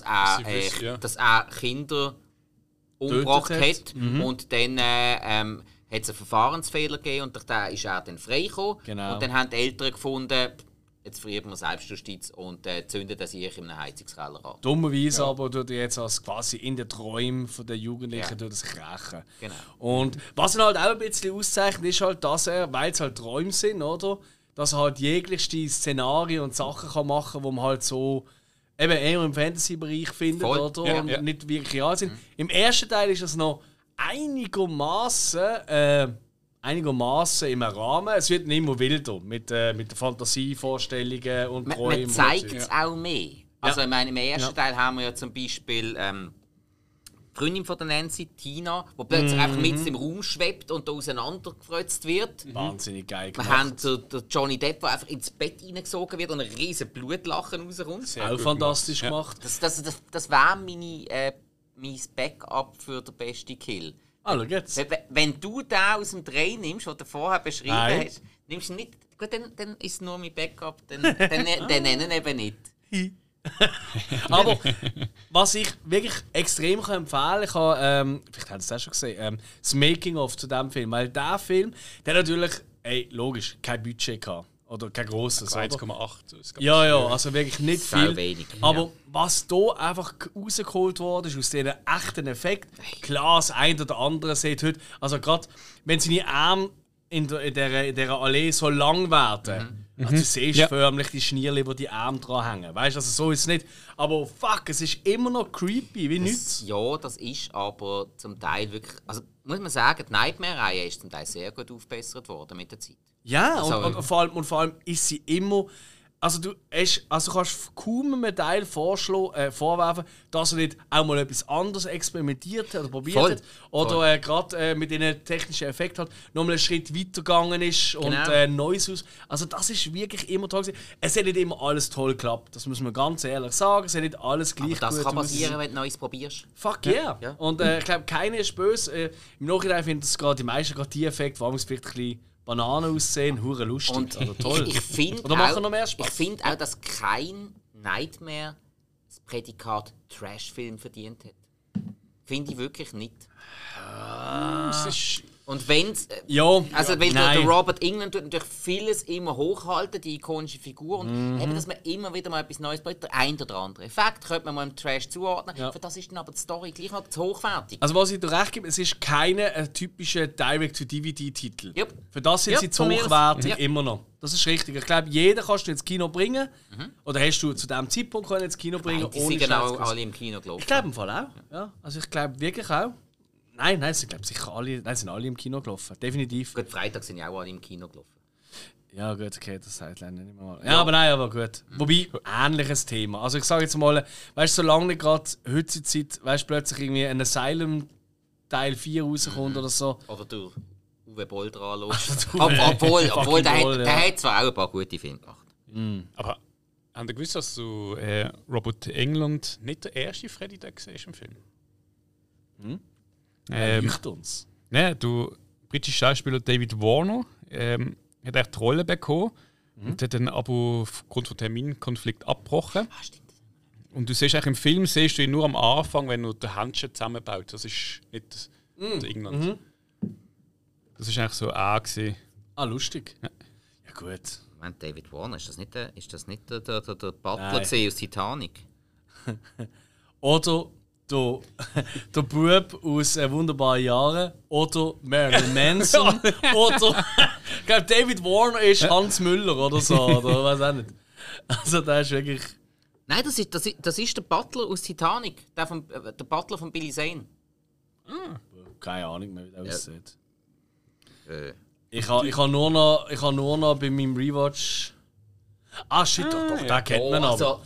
er Kinder umgebracht hat. Und dann hat es einen Verfahrensfehler gegeben und durch den ist er dann freigekommen. Genau. Und dann haben die Eltern gefunden, jetzt friert man Selbstjustiz und zündet er sich in einem Heizungskeller an. Dummerweise aber tut er jetzt als quasi in den Träumen der Jugendlichen tut er sich rächen. Genau. Und was ihn halt auch ein bisschen auszeichnet, ist halt, dass er, weil es halt Träume sind, oder? Dass er halt jeglichste Szenarien und Sachen kann machen kann, die man halt so eben eher im Fantasy-Bereich findet, Voll. oder? Ja, und ja. nicht wirklich real sind. Im ersten Teil ist das noch einigermaßen im Rahmen. Es wird nicht immer wilder mit den Fantasievorstellungen und Träumen. Man zeigt es auch mehr. Also ich meine, im ersten Teil haben wir ja zum Beispiel die Freundin von der Nancy, Tina, die plötzlich einfach mit im Raum schwebt und da auseinandergefrotzt wird. Wahnsinnig geil Wir gemacht. haben den Johnny Depp, der einfach ins Bett hineingesogen wird und ein riesen Blutlachen rauskommt. Sehr Auch gut fantastisch gemacht. gemacht. Das wäre mein Backup für den besten Kill. Ah, schau jetzt. Wenn du den aus dem Dreh nimmst, den du vorher beschrieben Nein. hast, nimmst du ihn nicht. Gut, dann ist es nur mein Backup. Dann nennen eben nicht. Aber was ich wirklich extrem empfehlen kann, ich habe, vielleicht habt ihr es auch schon gesehen, das Making-of zu diesem Film. Weil dieser Film, der natürlich, logisch, kein Budget gehabt. Oder kein grosses, oder? 1,8. Ja, also wirklich nicht Sau viel. wenig. Aber was hier einfach rausgeholt wurde, ist aus diesen echten Effekten. Klar, das eine oder andere sieht heute, also gerade wenn seine Arme in dieser Allee so lang werden, also du siehst förmlich die Schnierli, wo die Arme dran hängen. Weißt du, also so ist es nicht. Aber fuck, es ist immer noch creepy, wie nichts. Ja, das ist aber zum Teil wirklich. Also muss man sagen, die Nightmare-Reihe ist zum Teil sehr gut aufgebessert worden mit der Zeit. Ja, Also, und vor allem ist sie immer. Also du kannst kaum einem Teil vorwerfen, dass er nicht auch mal etwas anderes experimentiert hat oder probiert Voll. hat. Oder gerade mit diesen technischen Effekten halt nochmal einen Schritt weiter gegangen ist und Genau. Neues aus. Also das ist wirklich immer toll gewesen. Es hat nicht immer alles toll geklappt, das muss man ganz ehrlich sagen. Es hat nicht alles gleich Aber das gut kann ausgesehen. passieren, wenn du Neues probierst. Fuck yeah. Ja. Und ich glaube, keiner ist böse. Im Nachhinein finden das gerade die meisten gerade die Effekte, warum es vielleicht ein bisschen Bananen aussehen, hure lustig. Und also toll. ich finde Oder machen noch mehr Spaß? Ich finde auch, dass kein Nightmare das Prädikat Trashfilm verdient hat. Finde ich wirklich nicht. Es ist Und wenn's, Ja, also weil nein. der Robert Englund tut natürlich vieles immer hochhalten, die ikonische Figur. Und eben, dass man immer wieder mal etwas Neues bringt. Der ein oder andere Effekt könnte man mal im Trash zuordnen. Ja. Für das ist dann aber die Story gleich noch zu hochwertig. Also was ich dir recht gebe, es ist keine typische Direct-to-DVD-Titel. Yep. Für das sind Yep, sie zu von mir aus. hochwertig, Ja. immer noch. Das ist richtig. Ich glaube, jeder kannst du ins Kino bringen. Oder hast du zu diesem Zeitpunkt können ins Kino bringen, Die sind Scheiß auch gewesen. alle im Kino gelaufen. Ich glaube im Fall auch. Ja. Also ich glaube wirklich auch. Nein, sie glaube sicher alle, sind alle im Kino gelaufen. Definitiv. Gut, Freitag sind ja auch alle im Kino gelaufen. Ja gut, okay, das sagt leider nicht mehr. Ja, aber nein, aber gut. Wobei, ähnliches Thema. Also ich sage jetzt mal, weißt du, solange nicht gerade heutzutage, weißt du, plötzlich irgendwie ein Asylum Teil 4 rauskommt oder so. Oder du Uwe Boll dran los. Uwe obwohl fucking der, Boll, der hat zwar auch ein paar gute Filme gemacht. Aber haben ihr gewusst, dass du Robert Englund nicht der erste Freddy der gesehen hast im Film? Leucht uns. Ne, du britischer Schauspieler David Warner hat echt die Rolle bekommen und hat dann aber aufgrund von Terminkonflikt abgebrochen. Ah, stimmt. Und du siehst eigentlich im Film siehst du ihn nur am Anfang, wenn er den Handschuh zusammenbaut. Das ist nicht der England. Das ist eigentlich so gewesen. Ah, lustig. Ja gut. Moment, David Warner, ist das nicht der Butler Nein. gewesen aus Titanic? Oder der Bub aus wunderbaren Jahren oder Marilyn Manson oder ich glaube David Warner ist Hans Müller oder so oder weiß auch nicht. Also der ist wirklich... Nein, das ist der Butler aus Titanic, der Butler von Billy Zane. Keine Ahnung mehr, wie der aussieht. Ich Äh. habe nur noch bei meinem Rewatch... Ah shit, doch, den kennt man aber.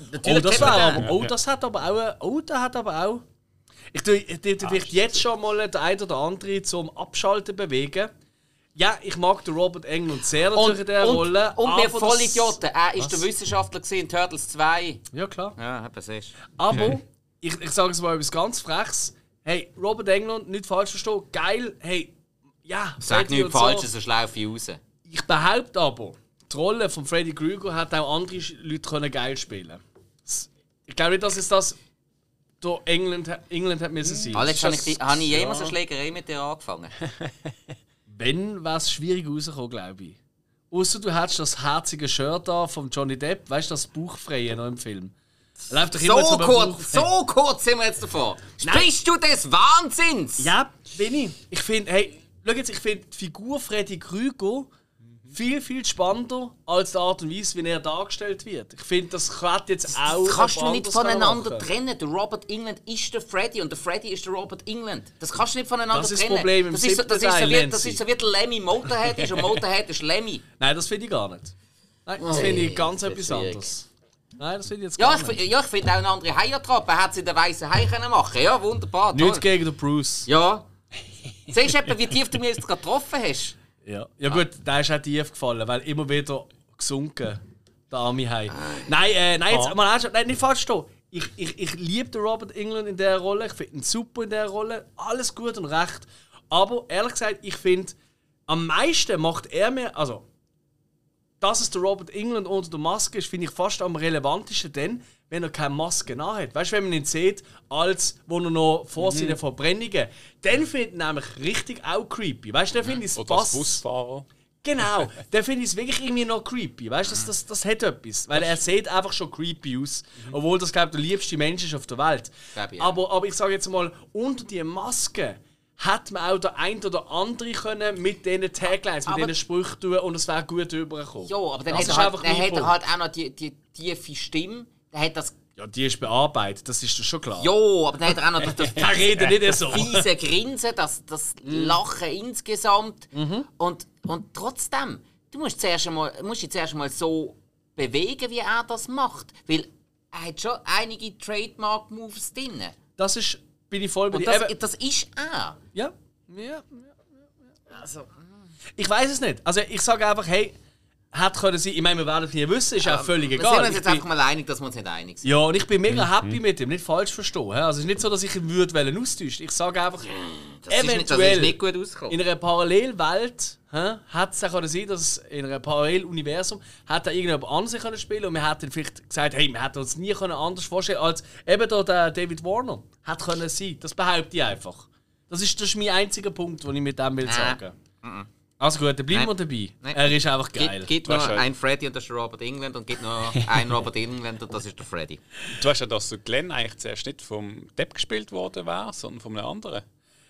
Das hat aber auch... Ich tue vielleicht jetzt schon mal den einen oder anderen zum Abschalten bewegen. Ja, ich mag den Robert Englund sehr natürlich in dieser Rolle. Und wir Vollidioten, er ist der Wissenschaftler in Turtles 2. Ja, klar. Ja, eben siehst. Aber, ich sage es mal etwas ganz Freches. Hey, Robert Englund, nicht falsch verstehen, geil, hey, ja. Sag nichts Falsches, so schlaufe ich raus. Ich behaupte aber, die Rolle von Freddy Krueger hat auch andere Leute geil spielen. Ich glaube nicht, dass es das durch England hat müssen sein. Alex, habe ich jemals eine Schlägerei mit dir angefangen? Wenn, wäre es schwierig rausgekommen, glaube ich. Außer du hättest das herzige Shirt da von Johnny Depp, weißt du, das Bauchfreie noch im Film. Läuft doch immer so kurz sind wir jetzt davor. Sprichst du des Wahnsinns? Ja, bin ich. Ich finde, hey, schau jetzt, ich finde die Figur Freddy Krueger viel, viel spannender als die Art und Weise, wie er dargestellt wird. Ich finde, das kann jetzt auch. Das kannst du nicht voneinander trennen. Der Robert Englund ist der Freddy und der Freddy ist der Robert Englund. Das kannst du nicht voneinander trennen. Das ist das Problem im siebten Teil, das ist so wie der Lemmy Motorhead ist und Motorhead ist Lemmy. Nein, das finde ich gar nicht. Nein, das finde ich ganz etwas anderes. Nein, das finde ich jetzt gar nicht. Ich finde auch eine andere Hai-Attrappe. Er hätte sie in der weißen Hai machen können. Ja, wunderbar. Nichts gegen den Bruce. Ja. Siehst du etwa, wie tief du mich jetzt gerade getroffen hast? Ja gut, der ist auch tief gefallen, weil immer wieder gesunken, der arme Hai. Nein, jetzt mal nicht falsch stehen. Ich liebe den Robert Englund in dieser Rolle, ich finde ihn super in dieser Rolle, alles gut und recht. Aber ehrlich gesagt, ich finde, am meisten macht er mir, also, dass es der Robert Englund unter der Maske ist, finde ich fast am relevantesten, denn wenn er keine Maske hat. Weißt du, wenn man ihn sieht, als wo er noch vor seinen Verbrennungen, dann finde ich ihn nämlich richtig auch creepy. Weißt du, dann finde ich es oder als Busfahrer. Genau, dann finde ich es wirklich irgendwie noch creepy. Weißt du, das hat etwas. Weil er sieht einfach schon creepy aus. Obwohl das, glaube ich, der liebste Mensch ist auf der Welt. Aber ich sage jetzt mal, unter die Maske hätte man auch der ein oder andere können mit diesen Taglines, mit diesen Sprüchen tun und es wäre gut rübergekommen. Ja, aber dann hat er halt auch noch die tiefe Stimme. Der hat das. Ja, die ist bearbeitet, das ist schon klar. Ja, aber dann hat er auch noch das nicht so. fiese Grinsen, das Lachen insgesamt. Und trotzdem, du musst dich zuerst einmal so bewegen, wie er das macht. Weil er hat schon einige Trademark-Moves drin. Bin ich voll bei dir. Das ist er. Ja. Also, ich weiß es nicht. Also ich sage einfach, hey, hätte können sein. Ich meine, wir werden es nie wissen, ist auch völlig egal. Wir sind uns jetzt einfach mal einig, dass wir uns nicht einig sind. Ja, und ich bin mega happy mit ihm, nicht falsch verstehen. Also es ist nicht so, dass ich ihn austauschen. Ich sage einfach, eventuell ist nicht gut ausgekommen. In einer Parallelwelt hätte es auch sein können, dass in einem Paralleluniversum hätte irgendjemand anders spielen können und wir hätten vielleicht gesagt, hey, wir hätten uns nie anders vorstellen als eben da der David Warner. Hätte können sein. Das behaupte ich einfach. Das ist mein einziger Punkt, den ich mit dem will sagen. Also gut, dann bleiben wir dabei. Nein. Er ist einfach geil. Gibt noch einen Freddy und das ist der Robert Englund und gibt noch einen Robert Englund und das ist der Freddy. Du hast ja, dass Glenn eigentlich zuerst nicht vom Depp gespielt worden wäre, sondern von einem anderen.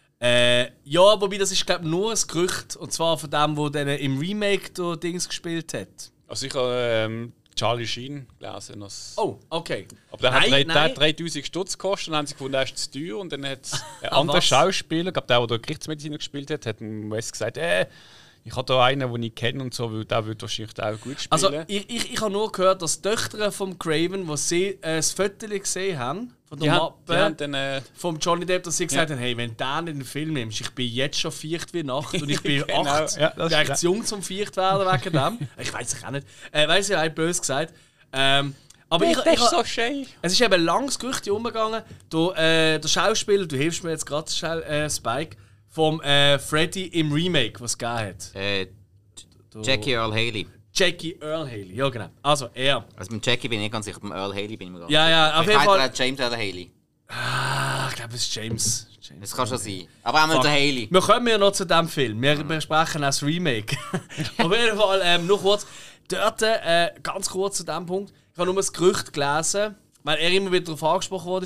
Ja, wobei das ist glaube ich nur ein Gerücht. Und zwar von dem, der dann im Remake der Dings gespielt hat. Also ich habe Charlie Sheen gelesen. Oh, okay. Aber der hat 3000 Stutz gekostet und dann haben sie gefunden, er ist zu teuer. Und dann hat ein anderer Schauspieler, ich glaube der der Gerichtsmediziner gespielt hat, dem West gesagt, ich habe da einen, den ich kenne und so, weil der wird wahrscheinlich auch gut spielen. Also ich habe nur gehört, dass die Töchter von Craven, die sie das Foto gesehen haben, von der Mappe vom Johnny Depp, dass sie gesagt haben, hey, wenn du den in den Film nimmst, ich bin jetzt schon Viercht wie Nacht und ich bin 8, ich bin eigentlich zu jung zum Viercht werden wegen dem. Ich weiß es auch nicht. Weiß ich halt böse gesagt. Aber das ist so schön. Es ist eben langes Gerücht umgegangen, der Schauspieler, du hilfst mir jetzt gerade, Spike, vom Freddy im Remake, was es gegeben hat. Jackie Earl Haley. Jackie Earl Haley, ja genau. Also er. Also mit Jackie bin ich nicht ganz sicher, beim Earl Haley bin ich mir ganz sicher. Ja, auf jeden Fall. James Earl Haley. Ich glaube, es ist James. Das kann schon sein. Aber auch mit der Haley. Wir kommen ja noch zu diesem Film. Wir besprechen das Remake. Auf jeden Fall, noch kurz. Dort, ganz kurz zu diesem Punkt. Ich habe nur das Gerücht gelesen, weil er immer wieder darauf angesprochen wurde.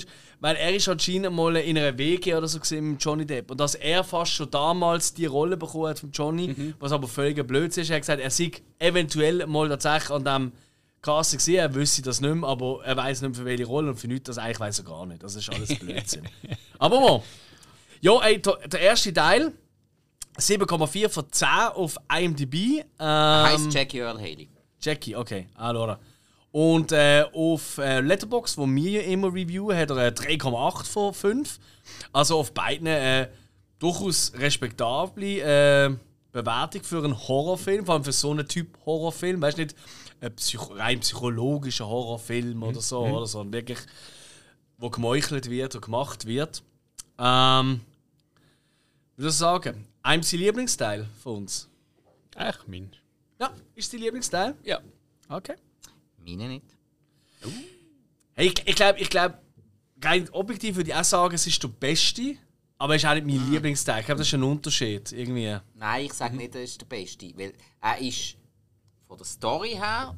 Weil er ist anscheinend mal in einer WG oder so gesehen mit Johnny Depp. Und dass er fast schon damals die Rolle bekommen hat von Johnny, was aber völlig Blödsinn ist. Er hat gesagt, er sei eventuell mal tatsächlich an dem Casting gesehen, er wüsste das nicht mehr, aber er weiß nicht mehr für welche Rolle und für nichts, das eigentlich weiß er gar nicht. Das ist alles Blödsinn. Aber mal. Ja, ey, der erste Teil, 7,4 von 10 auf IMDb. Heißt Jackie Earl Haley. Jackie, okay. Allora. Und auf Letterboxd, wo wir immer reviewen, hat er 3,8 von 5. Also auf beiden durchaus respektable Bewertung für einen Horrorfilm, vor allem für so einen Typ Horrorfilm. Weißt du, nicht ein rein psychologischer Horrorfilm oder so, oder so, wirklich, wo gemeuchelt wird und gemacht wird. Würde ich sagen, einem sein Lieblingsteil von uns? Echt mein. Ja, ist dein Lieblingsteil? Ja. Okay. Meine nicht. Hey, ich glaube, rein objektiv würde ich auch sagen, es ist der beste, aber es ist auch nicht mein Lieblingsteil. Ich glaube, das ist ein Unterschied. Irgendwie. Nein, ich sage nicht, er ist der Beste. Weil er ist von der Story her,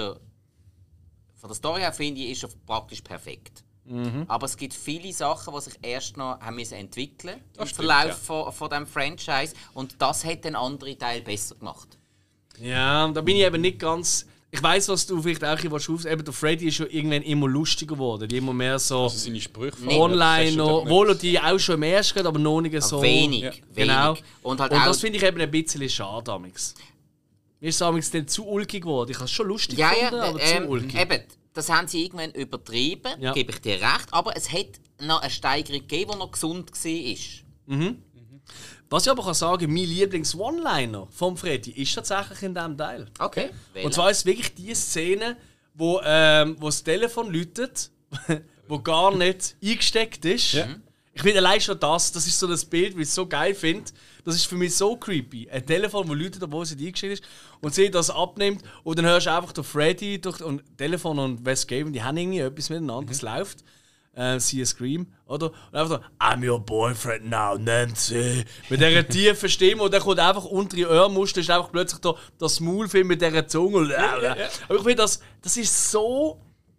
finde ich, ist er praktisch perfekt. Aber es gibt viele Sachen, die sich erst noch haben müssen entwickeln im Verlauf von diesem Franchise. Und das hat den anderen Teil besser gemacht. Ja, da bin ich eben nicht ganz. Ich weiss, was du vielleicht auch aufschreibst. Eben, der Freddy ist schon irgendwann immer lustiger geworden. Immer mehr so Also seine Sprüche online noch. Obwohl die auch schon im ersten geht, aber noch nicht so. Wenig. Genau. Und, halt und auch das finde ich eben ein bisschen schade. Amix. Mir ist es dann zu ulkig geworden. Ich habe es schon lustig gefunden, aber zu ulkig. Eben, das haben sie irgendwann übertrieben, gebe ich dir recht. Aber es hat noch eine Steigerung gegeben, die noch gesund war. Was ich aber kann sagen, mein Lieblings-One-Liner vom Freddy ist tatsächlich in diesem Teil. Okay. Und zwar ist es wirklich die Szene, wo das Telefon läutet, wo gar nicht eingesteckt ist. Ja. Ich finde allein schon das ist so das Bild, wie ich es so geil finde. Das ist für mich so creepy. Ein Telefon, das läutet, obwohl sie eingesteckt ist, und sie das abnimmt und dann hörst du einfach den Freddy und Telefon und Wes Craven, die haben irgendwie etwas miteinander, es läuft. See a Scream, oder? Und einfach so, I'm your boyfriend now, Nancy. Mit dieser tiefen Stimme und dann kommt einfach unter die Ohrmuschel, ist einfach plötzlich das Maulfilm mit dieser Zunge. Aber ich finde, das ist so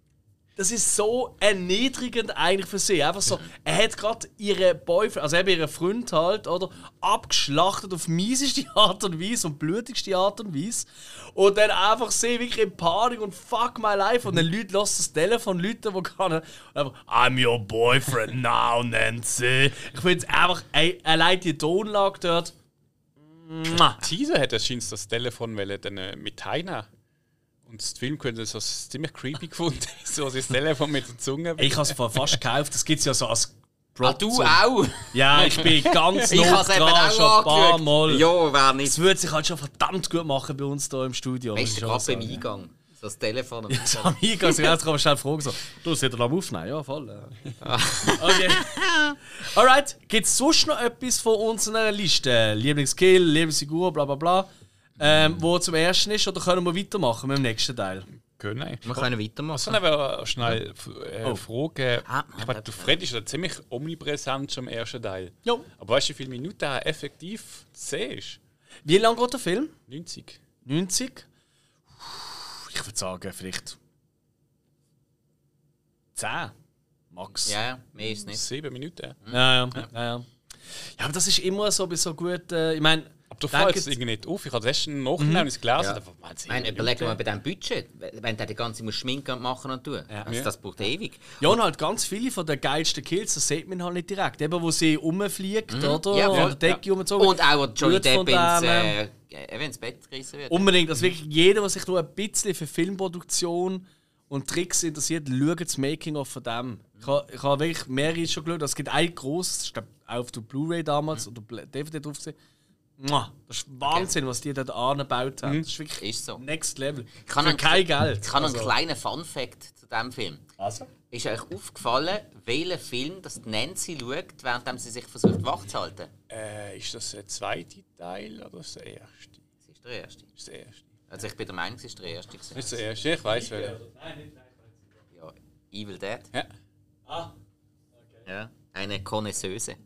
erniedrigend eigentlich für sie. Einfach so, er hat gerade ihren Boyfriend, also eben ihren Freund halt, oder, abgeschlachtet auf mieseste Art und Weise und blutigste Art und Weise. Und dann einfach sie wirklich in Panik und fuck my life. Und dann Leute lassen das Telefon läuten, wo kann er. Und einfach, I'm your boyfriend now, Nancy. Ich finde es einfach, allein die Tonlage dort. Teaser hat anscheinend das Telefon dann mit heimnehmen. Und das Film könnte das ziemlich creepy gefunden, so das Telefon mit der Zunge. Ich habe es fast gekauft, das gibt es ja so als Drop. Du auch? Ja, ich bin ganz Ich habe es eben auch schon ein paar Mal. Ja, wer nicht. Es würde sich halt schon verdammt gut machen bei uns hier im Studio. Weißt du, gerade beim Eingang. So das Telefon. Ja, am Eingang, jetzt kann man schnell fragen, so, du, sollst du am Aufnehmen? Ja, voll. Okay. Alright, gibt es sonst noch etwas von unserer Liste? Lieblingskill, Lieblingsfigur, bla bla bla. Wo zum ersten ist, oder können wir weitermachen mit dem nächsten Teil? Wir können weitermachen. Ich kann aber schnell fragen. Ich meine, der Fred ist ja ziemlich omnipräsent schon im ersten Teil. Ja. Aber weißt du, wie viele Minuten er effektiv siehst? Wie lang geht der Film? 90. 90? Ich würde sagen, vielleicht 10. Max. Ja, mehr ist nicht. 7 Minuten. Ja, aber das ist immer so bei so gut. Ich meine, aber du fällst es irgendwie nicht auf. Ich habe das erst nachhinein und es gelesen. Überleg mal bei diesem Budget, wenn der die ganze muss schminken machen und tun. Also das braucht ewig. Ja, und halt ganz viele von den geilsten Kills, das sieht man halt nicht direkt. Eben, wo sie rumfliegt, oder? Ja, und der Decke rumgezogen. Und auch, wo Johnny Depp ins Bett gerissen wird. Unbedingt. Also wirklich jeder, der sich nur ein bisschen für Filmproduktion und Tricks interessiert, schaut das Making-of von dem. Ich habe wirklich mehrere schon geschaut. Es gibt ein grosses, ich glaube auch auf der Blu-ray damals, oder DVD drauf gesehen. Das ist Wahnsinn, was die dort angebaut haben. Das ist wirklich so. Next Level. Für kein Geld. Ich habe einen kleinen Fun-Fact zu diesem Film. Also? Ist euch aufgefallen, welchen Film das Nancy schaut, während sie sich versucht wach zu halten? Ist das der zweite Teil oder ist der erste? Es ist der erste. Ist der erste. Also ich bin der Meinung, es ist der erste. Ist der erste? Ich weiß welcher. Ja, Evil Dead. Ja. Ah, okay. Ja, eine Connoisseuse.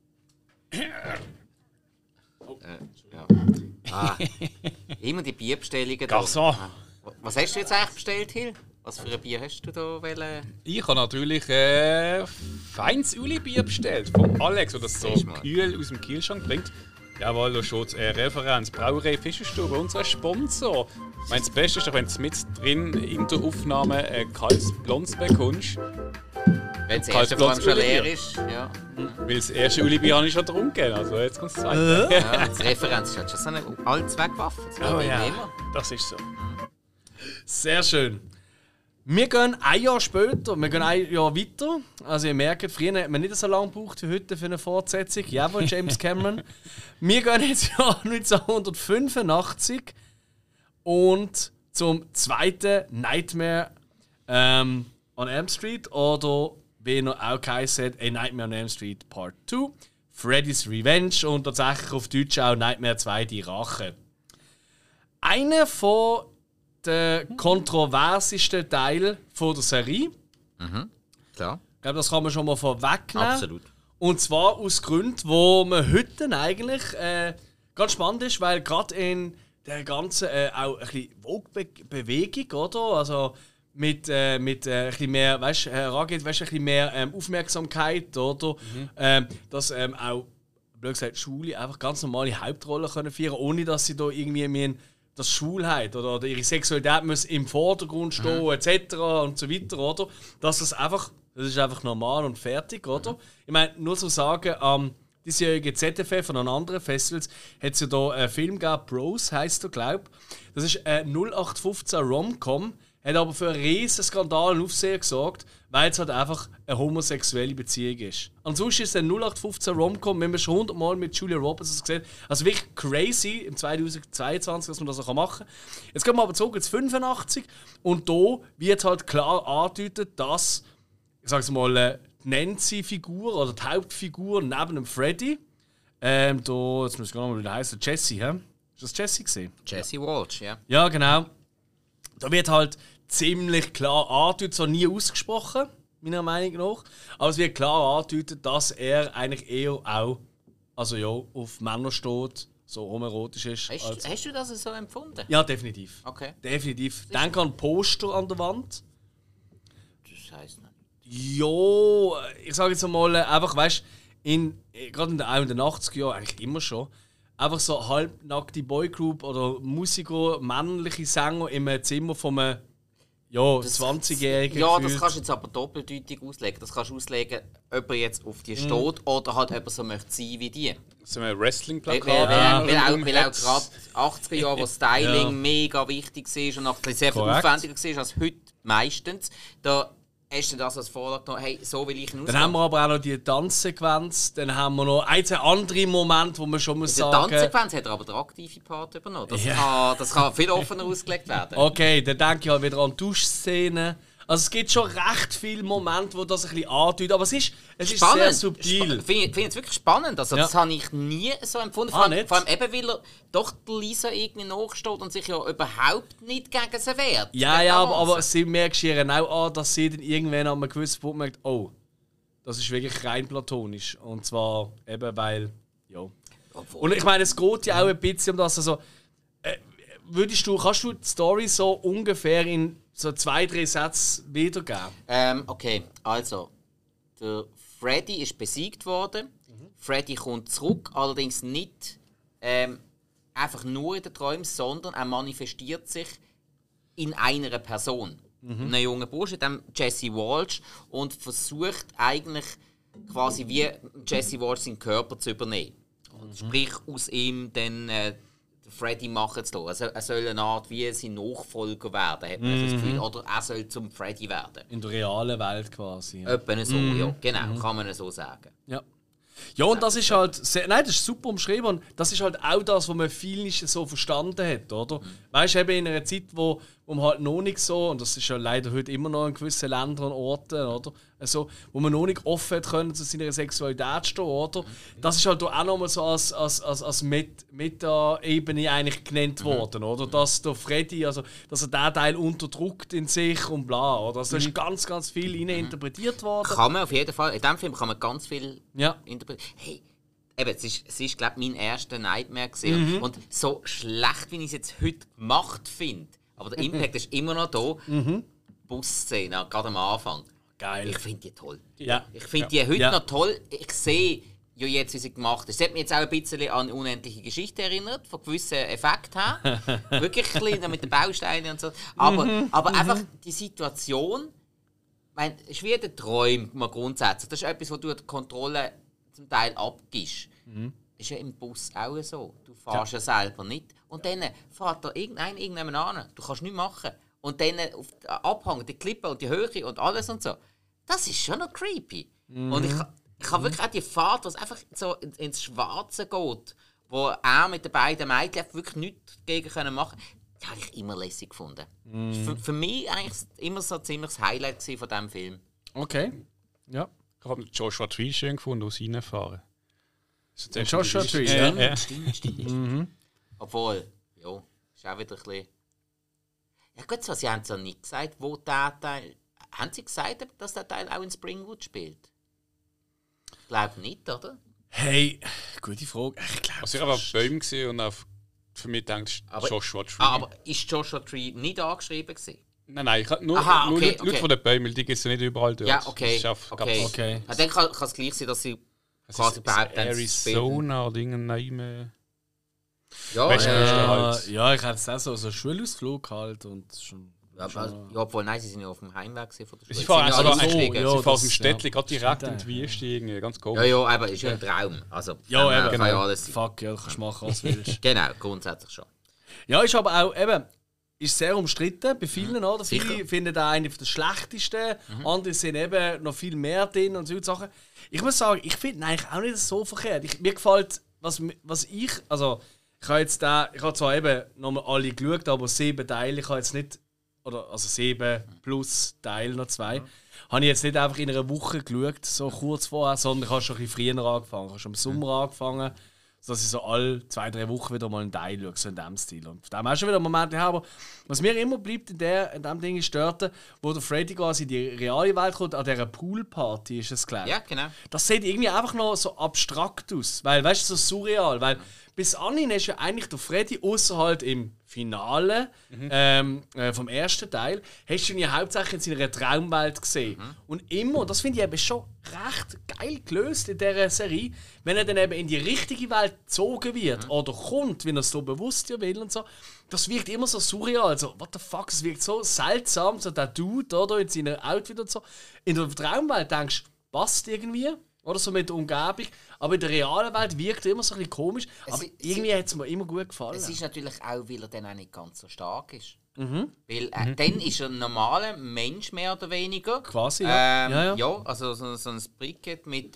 Immer die Bierbestellungen. Ach so. Was hast du jetzt eigentlich bestellt, Hill? Was für ein Bier hast du da wollen? Ich habe natürlich feines Uli-Bier bestellt vom Alex, der das so kühl aus dem Kühlschrank bringt. Jawohl, da steht Referenz. Brauerei Fischerstube, unser Sponsor. Ich meine, das Beste ist doch, wenn du mit drin in der Aufnahme ein kaltes Blondes bekommst. Wenn das erste vor allem schon leer ist, ja. Weil das erste Uli-Bier habe ich schon getrunken, also jetzt kommt das zweite. Ja, das Referenz ist halt schon so eine Allzweckwaffe. Oh ja, das ist so. Sehr schön. Wir gehen ein Jahr später, wir gehen ein Jahr weiter. Also ihr merkt, früher hat man nicht so lange gebraucht wie heute für eine Fortsetzung. Jawohl, James Cameron. Wir gehen jetzt Jahr 1985 und zum zweiten Nightmare on Elm Street oder wie noch auch geheißen hat, A Nightmare on Elm Street Part 2, Freddy's Revenge und tatsächlich auf Deutsch auch Nightmare 2, die Rache. Einer von der kontroversesten Teil von der Serie. Klar. Ich glaube, das kann man schon mal vorwegnehmen. Absolut. Und zwar aus Gründen, wo man heute eigentlich ganz spannend ist, weil gerade in der ganzen auch ein bisschen Vogue-Bewegung, oder? Also mit ein bisschen mehr, weißt, herangeht, weißt, ein bisschen mehr Aufmerksamkeit, oder? Dass auch, blöd gesagt, Schule einfach ganz normale Hauptrollen können führen, ohne dass sie da irgendwie das Schulheit oder ihre Sexualität muss im Vordergrund stehen, etc. und so weiter, oder? Dass das ist einfach normal und fertig, oder? Ich meine, nur zu sagen, am diesjährigen ZFF und an anderen Festivals hat es ja da einen Film gegeben, Bros heisst er, glaube ich. Das ist ein 0815 Rom-Com, hat aber für einen riesen Skandal und Aufsehen gesorgt, weil es halt einfach eine homosexuelle Beziehung ist. Ansonsten ist es ein 0815 Rom-Com, wenn man schon 100-mal mit Julia Roberts gesehen. Also wirklich crazy im 2022, dass man das auch machen kann. Jetzt gehen wir aber zurück ins 85 und da wird halt klar angedeutet, dass, ich sag's mal, die Nancy-Figur oder die Hauptfigur neben dem Freddy, da, jetzt muss ich gar noch mal, wie der heißt, Jesse, hä? Ist das Jesse gesehen? Jesse Walsh, ja. Ja, genau. Da wird halt ziemlich klar angedeutet, so nie ausgesprochen, meiner Meinung nach. Aber es wird klar angedeutet, dass er eigentlich eher auch, also ja, auf Männer steht, so homoerotisch ist. Hast du das so empfunden? Ja, definitiv. Okay. Definitiv. Denk an Poster an der Wand. Das heisst nicht. Ja, ich sage jetzt mal, einfach, weißt du, gerade in den 80er Jahren, eigentlich immer schon, einfach so halbnackte Boygroup oder Musiker, männliche Sänger in einem Zimmer von einem 20-Jährigen. Ja, gefühlt. das kannst du jetzt aber doppeldeutig auslegen. Das kannst du auslegen, ob er jetzt auf die steht oder halt jemand so möchte sein wie die. So ein Wrestling-Plakat. Weil auch gerade 80er Jahre, wo Styling mega wichtig war und auch sehr viel aufwendiger war als heute meistens, da hast du das als Vorlage genommen, hey, so will ich ihn Dann haben wir aber auch noch die Tanzsequenz, dann haben wir noch ein, zwei andere Momente, wo man schon muss sagen... Die Tanzsequenz hat er aber den aktiven Part übernommen. Das kann viel offener ausgelegt werden. Okay, dann denke ich halt wieder an Duschszenen. Also es gibt schon recht viele Momente, wo das ein bisschen andeuten, aber es ist sehr subtil. Finde ich wirklich spannend. Also, das habe ich nie so empfunden. Vor allem eben, weil er doch Lisa irgendwie nachsteht und sich ja überhaupt nicht gegen sie wehrt. Ja, aber sie merkt ihr auch an, dass sie dann irgendwann an einem gewissen Punkt merkt, oh, das ist wirklich rein platonisch. Und zwar eben, weil, ja. Und ich meine, es geht ja auch ein bisschen um das, also kannst du die Story so ungefähr in so 2-3 Sätzen wiedergeben? Okay, also der Freddy ist besiegt worden. Freddy kommt zurück, allerdings nicht einfach nur in den Träumen, sondern er manifestiert sich in einer Person. Einem jungen Burschen, dem Jesse Walsh, und versucht eigentlich quasi wie Jesse Walsh seinen Körper zu übernehmen. Und sprich aus ihm dann Freddy machen zu lassen. Also er soll eine Art wie sein Nachfolger werden, hat man das Gefühl. Oder er soll zum Freddy werden. In der realen Welt quasi. Ja. Etwa so, ja. Genau, kann man so sagen. Ja. Ja, und das ist halt das ist super umschrieben und das ist halt auch das, was man viel nicht so verstanden hat, oder? Weißt du, eben in einer Zeit, wo man halt noch nicht so, und das ist ja leider heute immer noch in gewissen Ländern und Orten, oder? Also, wo man noch nicht offen hat können zu seiner Sexualität stehen, oder? Das ist halt auch nochmal so als Meta-Ebene eigentlich genannt worden, oder? Dass der Freddy, also, dass er diesen Teil unterdrückt in sich und bla, oder? Also, da ist ganz, ganz viel interpretiert worden. Kann man auf jeden Fall, in diesem Film kann man ganz viel interpretieren. Hey, eben, es ist glaube ich, mein erster Nightmare gewesen. Und so schlecht, wie ich es jetzt heute gemacht finde, aber der Impact ist immer noch da. Busszene, gerade am Anfang. Geil. Ich finde die toll. Ja. Ich finde die heute noch toll. Ich sehe ja jetzt, wie sie gemacht ist. Das hat mich jetzt auch ein bisschen an unendliche Geschichte erinnert, von gewissen Effekten her. Wirklich ein bisschen mit den Bausteinen und so. Aber einfach die Situation, ich meine, es ist wie der Träum mal grundsätzlich. Das ist etwas, wo du die Kontrolle zum Teil abgibst. Ist ja im Bus auch so. Du fährst ja selber nicht. Und dann fährt da irgendjemand an. Du kannst nichts machen. Und dann auf den Abhang, die Klippe und die Höhe und alles und so. Das ist schon noch creepy. Und ich habe wirklich auch die Fahrt, was einfach so ins Schwarze geht, wo er mit den beiden Mädchen wirklich nichts dagegen machen können, das habe ich immer lässig gefunden. Für mich eigentlich immer so ziemlich das Highlight von diesem Film. Okay. Ja. Ich habe Joshua Tree schön gefunden, aus reinfahren. Joshua Tree, ja. Stimmt. Obwohl, ja, ist auch wieder ein bisschen... Ja gut, was sie haben es ja nicht gesagt, wo der Teil... Haben sie gesagt, dass der Teil auch in Springwood spielt? Ich glaube nicht, oder? Hey, gute Frage. Ich glaube, Also ich habe auf Bäumen gesehen und auf für mich denkt Joshua Tree. Aber ist Joshua Tree nicht angeschrieben gewesen? Nein, ich habe nur von den Bäumen, die gibt es ja nicht überall dort. Ja, okay. Ja, dann kann es gleich sein, dass sie quasi behaupten, Arizona oder irgendein ja, ja, ich hatte es auch so einen Schulausflug halt und schon... obwohl, nein, sie sind ja auf dem Heimweg von der Schule. Sie fahren sie aus dem Städtchen gerade direkt in die Wüste, irgendwie, ganz komisch. Ja, aber ist ja ein Traum. Also, ja, eben, kann ja alles sein. Fuck, ja, du kannst machen, was du willst. Genau, grundsätzlich schon. Ja, ist aber auch, eben, ist sehr umstritten bei vielen, oder? Viele finden da eine der schlechtesten, andere sehen eben noch viel mehr drin und solche Sachen. Ich muss sagen, ich finde eigentlich auch nicht so verkehrt. Mir gefällt, was ich, also, ich habe zwar eben nochmal alle geschaut, aber 7 Teile, ich habe jetzt nicht, also 7 plus Teil noch 2, habe ich jetzt nicht einfach in einer Woche geschaut, so kurz vorher, sondern ich habe schon ein bisschen früher angefangen. Ich habe schon im Sommer angefangen, sodass ich so alle 2-3 Wochen wieder mal einen Teil schaue, so in diesem Stil. Und da haben wir auch schon wieder Momente gehabt, aber was mir immer bleibt in diesem Ding ist dort, wo der Freddy quasi in die reale Welt kommt, an dieser Poolparty ist es, glaube ich. Ja, genau. Das sieht irgendwie einfach noch so abstrakt aus, weil, weißt du, so surreal, weil bis anhin ist ja eigentlich der Freddy, außer halt im Finale vom ersten Teil, hast du ihn ja hauptsächlich in seiner Traumwelt gesehen. Und immer, das finde ich eben schon recht geil gelöst in dieser Serie, wenn er dann eben in die richtige Welt gezogen wird oder kommt, wenn er es so bewusst ja will und so, das wirkt immer so surreal. Also, what the fuck, es wirkt so seltsam, so der Dude oder, in seiner Outfit und so. In der Traumwelt denkst du, passt irgendwie. Oder so mit der Umgebung. Aber in der realen Welt wirkt er immer so ein bisschen komisch. Aber irgendwie hat es mir immer gut gefallen. Es ist natürlich auch, weil er dann auch nicht ganz so stark ist. Weil dann ist er ein normaler Mensch, mehr oder weniger. Quasi, ja. Ja, also so ein Bricket mit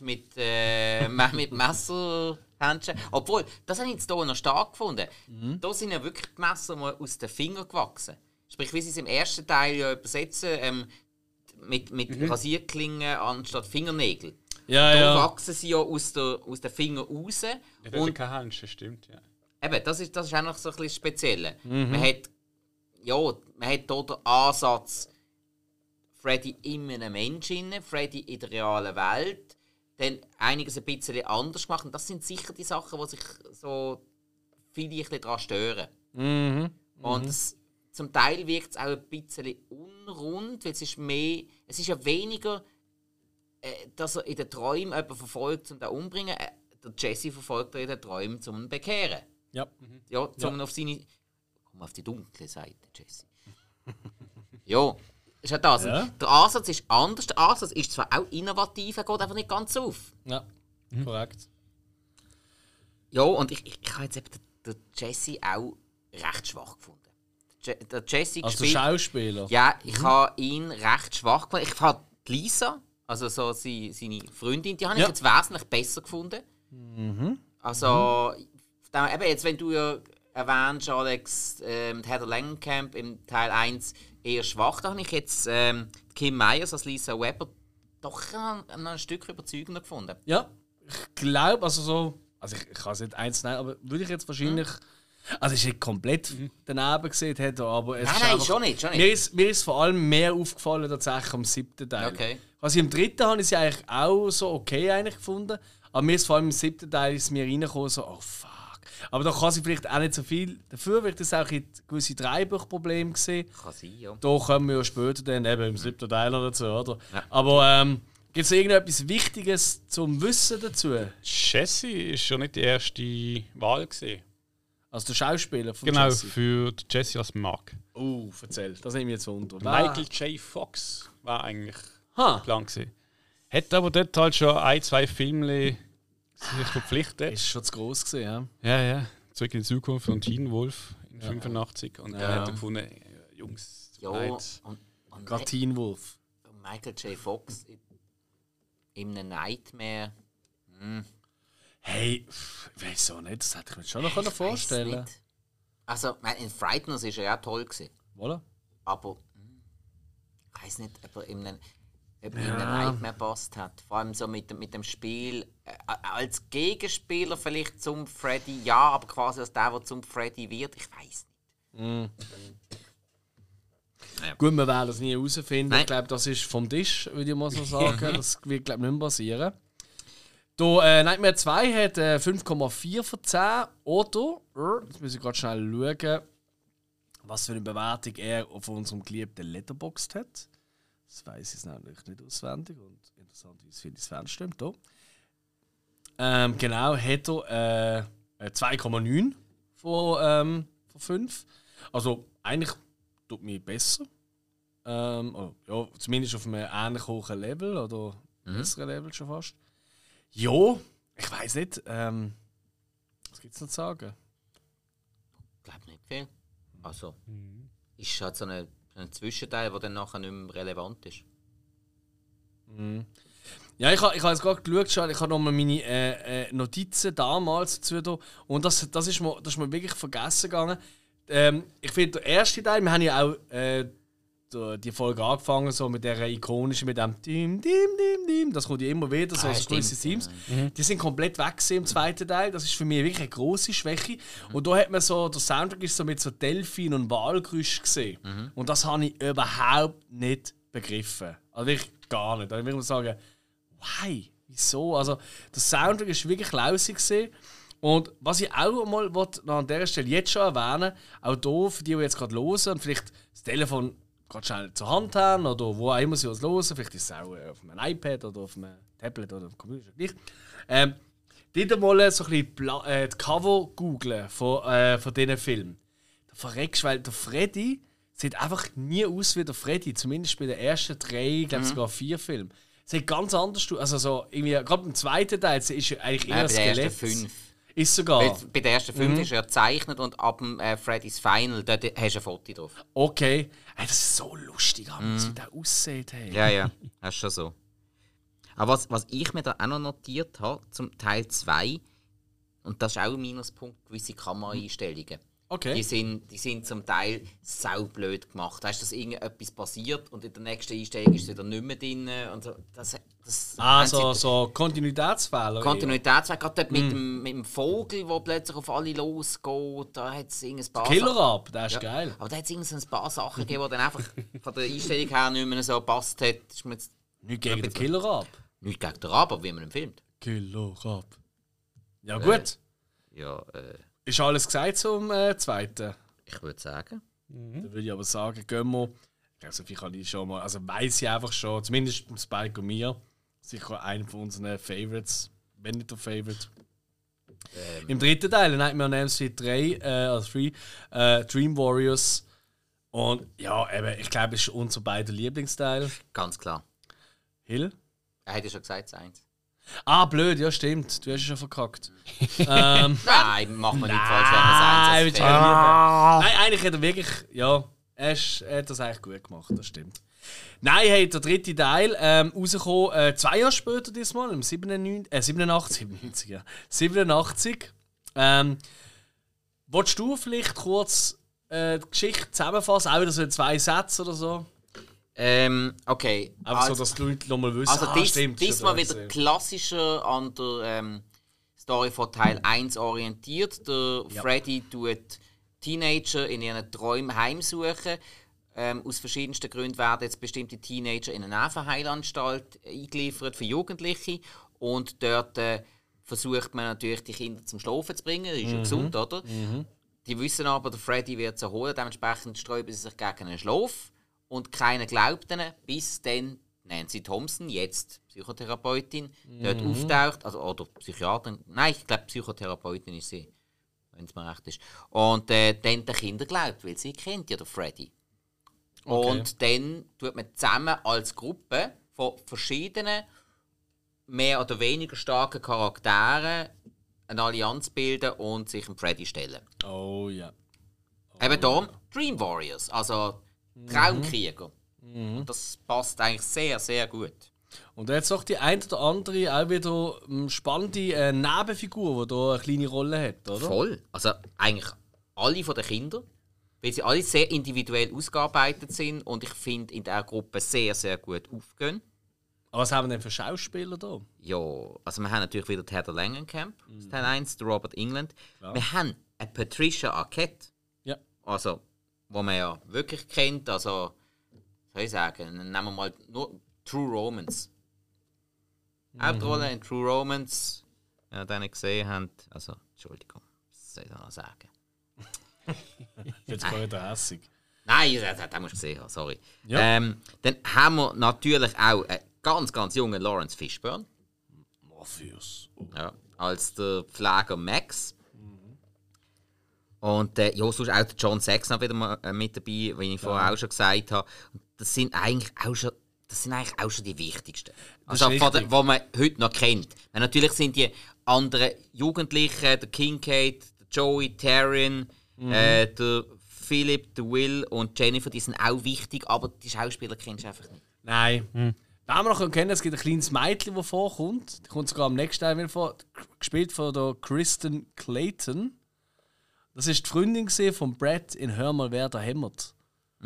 Messerhändchen. Obwohl, das habe ich jetzt hier noch stark gefunden. Da sind ja wirklich die Messer mal aus den Fingern gewachsen. Sprich, wie sie es im ersten Teil ja übersetzen, mit Rasierklingen anstatt Fingernägel. Da wachsen sie ja aus den Fingern raus. Ja, das ist kein Händchen, stimmt, ja. Eben, das ist auch noch so ein bisschen speziell. Man hat hier den Ansatz, Freddy in einem Menschen, Freddy in der realen Welt, dann einiges ein bisschen anders gemacht. Und das sind sicher die Sachen, die sich so viele ein bisschen daran stören. Und zum Teil wirkt es auch ein bisschen unrund, weil es ist ja weniger, dass er in den Träumen jemanden verfolgt, um ihn umzubringen. Der Jesse verfolgt er in den Träumen, um ihn zu bekehren. Ja. Ja, auf seine... Komm auf die dunkle Seite, Jesse. Ja, ist ja das. Ja. Der Ansatz ist anders. Der Ansatz ist zwar auch innovativ, er geht einfach nicht ganz auf. Ja, korrekt. Ja, und ich habe jetzt eben den Jesse auch recht schwach gefunden. Der Jesse Also der Schauspieler? Ja, ich habe ihn recht schwach gefunden. Ich habe Lisa, also so seine Freundin, die habe ich jetzt wesentlich besser gefunden. Also, eben jetzt, wenn du ja erwähnst, Alex, Heather Langenkamp im Teil 1 eher schwach, da habe ich jetzt Kim Myers als Lisa Webber doch ein Stück überzeugender gefunden. Ja, ich glaube, also ich kann es nicht eins nennen, aber würde ich jetzt wahrscheinlich... Also es ist nicht komplett daneben gesehen, aber es Nein, ist schon nicht. Mir ist vor allem mehr aufgefallen tatsächlich am 7. Teil. Okay. Also im 3. habe ich sie eigentlich auch so okay eigentlich gefunden, aber mir ist vor allem im 7. Teil ist mir reingekommen so, oh fuck, Aber da kann sie vielleicht auch nicht so viel dafür, weil das auch ein gewisse Drehbuchprobleme gesehen. Kann sein, ja. Da kommen wir ja später dann eben im 7. Teil noch dazu, oder? Ja. Aber gibt es irgendetwas Wichtiges zum Wissen dazu? Jessie ist schon nicht die erste Wahl gewesen. Also der Schauspieler von Genau, Jessie? für die Jessie als Mark. Erzähl, das nehme ich jetzt unter. Michael J. Fox war eigentlich Ha, Plan gewesen. Hätte aber dort halt schon 1-2 Filme sich verpflichtet. ist schon zu gross gewesen, ja? Ja, ja. Zurück in die Zukunft von Teen Wolf in 85. Und er hat gefunden, Jungs, Ja, leid. und Gerade Teen Wolf. Michael J. Fox in einem Nightmare. Hey, weiß auch nicht, das hätte ich mir schon noch vorstellen können. Also, in Frighteners war er ja toll gewesen, Voilà. aber ich weiß nicht, ob er in einem Nightmare passt hat. Vor allem so mit dem Spiel als Gegenspieler vielleicht zum Freddy, ja, aber quasi als der zum Freddy wird, ich weiß nicht. Gut, wir werden das nie herausfinden. Nein. Ich glaube, das ist vom Tisch, würde ich mal so sagen. Das wird, glaube ich, nicht mehr passieren. Da, Nightmare 2 hat 5,4 von 10. Oder, jetzt muss ich gerade schnell schauen, was für eine Bewertung er auf unserem geliebten Letterboxd hat. Das weiß ich nämlich nicht auswendig und interessanterweise finde ich es fernstimmt. Genau, hat er 2,9 von 5. Also eigentlich tut mir besser. Ja, zumindest auf einem ähnlich hohen Level oder besseren Level schon fast. Ja, ich weiß nicht. Was gibt es noch zu sagen? Ich glaube nicht viel. Also, ist halt so ein Zwischenteil, der dann nachher nicht mehr relevant ist. Ja, ich habe jetzt gerade geschaut, ich habe nochmal meine Notizen damals dazu da, und das ist mir wirklich vergessen gegangen. Ich finde, der erste Teil, wir haben ja auch die Folge angefangen so mit der ikonischen, mit dem Dim, Dim, Dim, Dim, das kommt ja immer wieder, so gewisse Themes. Die sind komplett weg im zweiten Teil, das ist für mich wirklich eine grosse Schwäche. Und da hat man so, der Soundtrack ist so mit so Delfin und Walgeräusch gesehen. Und das habe ich überhaupt nicht begriffen. Also wirklich gar nicht. Da würde ich sagen, why? Wieso? Also der Soundtrack ist wirklich lausig gesehen. Und was ich auch mal an dieser Stelle jetzt schon erwähnen, auch hier, für die jetzt gerade hören und vielleicht das Telefon gerade schnell zur Hand haben oder wo auch immer sie was hören, vielleicht ist es auch auf einem iPad oder auf einem Tablet oder auf dem Computer, gleich. Dort mal so ein bisschen die Cover googlen von diesen Filmen. Da verreckst du, weil der Freddy sieht einfach nie aus wie der Freddy, zumindest bei den ersten 3, ich glaube sogar 4 Filmen. Sieht ganz anders aus, also so irgendwie, gerade im zweiten Teil ist ja eigentlich eher ein Skelett. Bei den ersten 5. Ist sogar. Bei den ersten 5 ist er gezeichnet und ab dem Freddy's Final dort hast du ein Foto drauf. Okay. Hey, das ist so lustig, wie der aussieht. Hey. Ja, das ist schon so. Aber was ich mir da auch noch notiert habe, zum Teil 2, und das ist auch ein Minuspunkt, gewisse Kameraeinstellungen. Okay. Die sind zum Teil saublöd gemacht. Weißt du, dass irgendetwas passiert und in der nächsten Einstellung ist es wieder nicht mehr drin. Und so. So Kontinuitätsfehler. Kontinuitätsfehler, gerade dort mit dem Vogel, der plötzlich auf alle losgeht, da hat es ein paar Killer-Up, das ist geil. Aber da hat es ein paar Sachen gegeben, die dann einfach von der Einstellung her nicht mehr so gepasst hat. Nicht gegen den Killer-Up. Nicht gegen den Rabe, wie man ihn filmt. Killer-Up. Ja gut. Ja, Ist alles gesagt zum zweiten? ich würde sagen. Dann würde ich aber sagen, gehen wir. Ich glaube, so viel kann ich schon mal. Also weiss ich einfach schon, zumindest beim Spike und mir. Sicher einer von unseren Favorites, wenn nicht der Favorite. Im dritten Teil, Nightmare on Elm Street 3, Dream Warriors. Und ja, eben, ich glaube, es ist unser beider Lieblingsteil. Ganz klar. Hill? Er hat ja schon gesagt, das eins. Ah, blöd, ja, stimmt. Du hast es schon verkackt. Nein, macht man nicht falsch, wenn man es eins Nein, eigentlich hat er wirklich. Ja, er hat das eigentlich gut gemacht, das stimmt. Nein, hey, der dritte Teil rausgekommen, 2 Jahre später diesmal, im 87. Ja. 87. Wolltest du vielleicht kurz die Geschichte zusammenfassen? Auch wieder so in 2 Sätzen oder so? Okay. Einfach so, dass die Leute nochmal wissen, also stimmt. Diesmal wieder klassischer an der Story von Teil 1 orientiert. Der Freddy tut Teenager in ihren Träumen heimsuchen. Aus verschiedensten Gründen werden jetzt bestimmte Teenager in eine Nervenheilanstalt eingeliefert für Jugendliche. Und dort versucht man natürlich, die Kinder zum Schlafen zu bringen. Das ist ja gesund, oder? Die wissen aber, der Freddy wird sie holen, dementsprechend sträuben sie sich gegen einen Schlaf. Und keiner glaubt ihnen, bis dann Nancy Thompson, jetzt Psychotherapeutin, dort auftaucht. Also, oder Psychiaterin. Nein, ich glaube, Psychotherapeutin ist sie, wenn es mir recht ist. Und dann den Kindern glaubt, weil sie kennt ja den Freddy. Okay. Und dann tut man zusammen als Gruppe von verschiedenen, mehr oder weniger starken Charakteren eine Allianz bilden und sich dem Freddy stellen. Oh ja. Eben darum Dream Warriors, also Traumkrieger. Und das passt eigentlich sehr, sehr gut. Und jetzt auch die ein oder andere auch wieder spannende Nebenfigur, die hier eine kleine Rolle hat, oder? Voll. Also eigentlich alle von den Kindern, weil sie alle sehr individuell ausgearbeitet sind und ich finde in dieser Gruppe sehr, sehr gut aufgehen. Aber was haben wir denn für Schauspieler da? Ja, also wir haben natürlich wieder Heather Langenkamp, Teil 1, der Robert England. Klar. Wir haben eine Patricia Arquette, also, wo man ja wirklich kennt, also, soll ich sagen, nehmen wir mal nur True Romance. Hauptrolle in True Romance, wenn ihr den gesehen habt, also, Entschuldigung, was soll ich da noch sagen? Jetzt gar nicht hässig. Nein, das musst du gesehen haben, sorry. Ja. Dann haben wir natürlich auch einen ganz, ganz jungen Lawrence Fishburne. Morpheus. Oh. Ja, als der Pfleger Max. Und ja, sonst auch der John Saxon wieder mal, mit dabei, wie ich vorher auch schon gesagt habe. Und das sind eigentlich auch schon die wichtigsten. Also, die man heute noch kennt. Weil natürlich sind die anderen Jugendlichen, der Kincaid, der Joey, Taryn, der Philip, der Will und Jennifer, die sind auch wichtig, aber die Schauspieler kennst du einfach nicht. Nein. Wenn wir noch kennen, es gibt ein kleines Mädchen, das vorkommt. Die kommt sogar am nächsten Teil wieder vor. Gespielt von der Kristen Clayton. Das war die Freundin von Brad in Hör mal, wer da hämmert.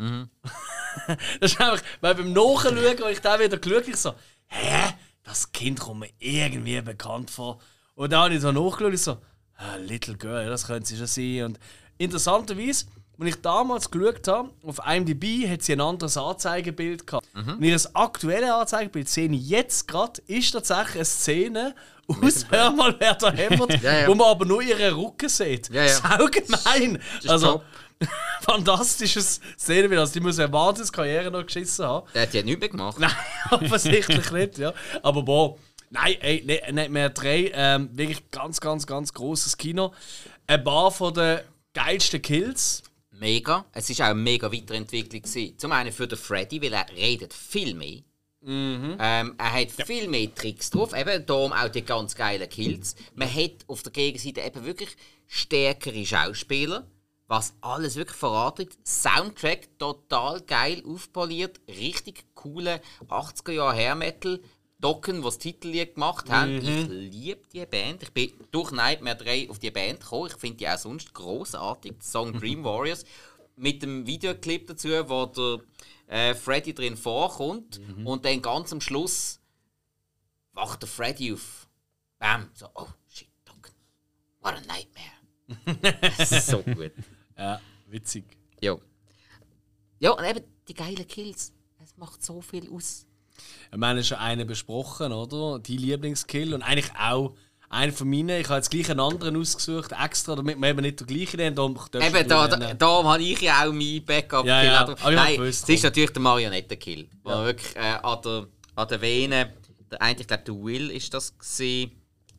Das ist einfach, weil beim Nachschauen, als ich da wieder geschaut habe, ich so, hä? Das Kind kommt mir irgendwie bekannt vor. Und dann habe ich so nachgeschaut, ich so, Little Girl, das könnte sie schon sein. Und interessanterweise, als ich damals geschaut habe, auf IMDb hat sie ein anderes Anzeigebild gehabt. Und ihr aktuelles Anzeigebild sehe ich jetzt gerade, ist tatsächlich eine Szene aus Hör mal, wer da hämmert, wo man aber nur ihren Rücken sieht. Sau gemein. Also, fantastisches Szene, also die muss eine Wahnsinnskarriere noch geschissen haben. Die hat nichts mehr gemacht. Nein, offensichtlich nicht, ja. Aber boah, nein, nicht mehr drei. Wirklich ganz, ganz, ganz grosses Kino. Ein paar von den geilsten Kills. Mega. Es war auch eine mega Weiterentwicklung gewesen. Zum einen für den Freddy, weil er redet viel mehr. Er hat viel mehr Tricks drauf, eben darum auch die ganz geilen Kills. Man hat auf der Gegenseite eben wirklich stärkere Schauspieler, was alles wirklich verratet. Soundtrack total geil aufpoliert, richtig coole 80er Jahre Hair Metal. Dokken, die das Titellied gemacht haben. Ich liebe diese Band. Ich bin durch Nightmare 3 auf die Band gekommen. Ich finde die auch sonst grossartig. Der Song Dream Warriors. Mit dem Videoclip dazu, wo der Freddy drin vorkommt. Und dann ganz am Schluss wacht der Freddy auf. Bam. So, oh shit, Dokken. What a nightmare. Das ist so gut. Ja, witzig. Ja. Ja, und eben die geilen Kills. Es macht so viel aus. Wir haben schon einen besprochen, oder? Die Lieblingskill und eigentlich auch einer von meinen. Ich habe jetzt gleich einen anderen ausgesucht, extra, damit wir eben nicht den gleichen haben. Eben, darum habe ich ja auch meinen Backup-Kill. Ja. Nein, es ist natürlich der Marionettenkill. Wo wirklich an der Vene, ich glaube, der Will ist das gesehen.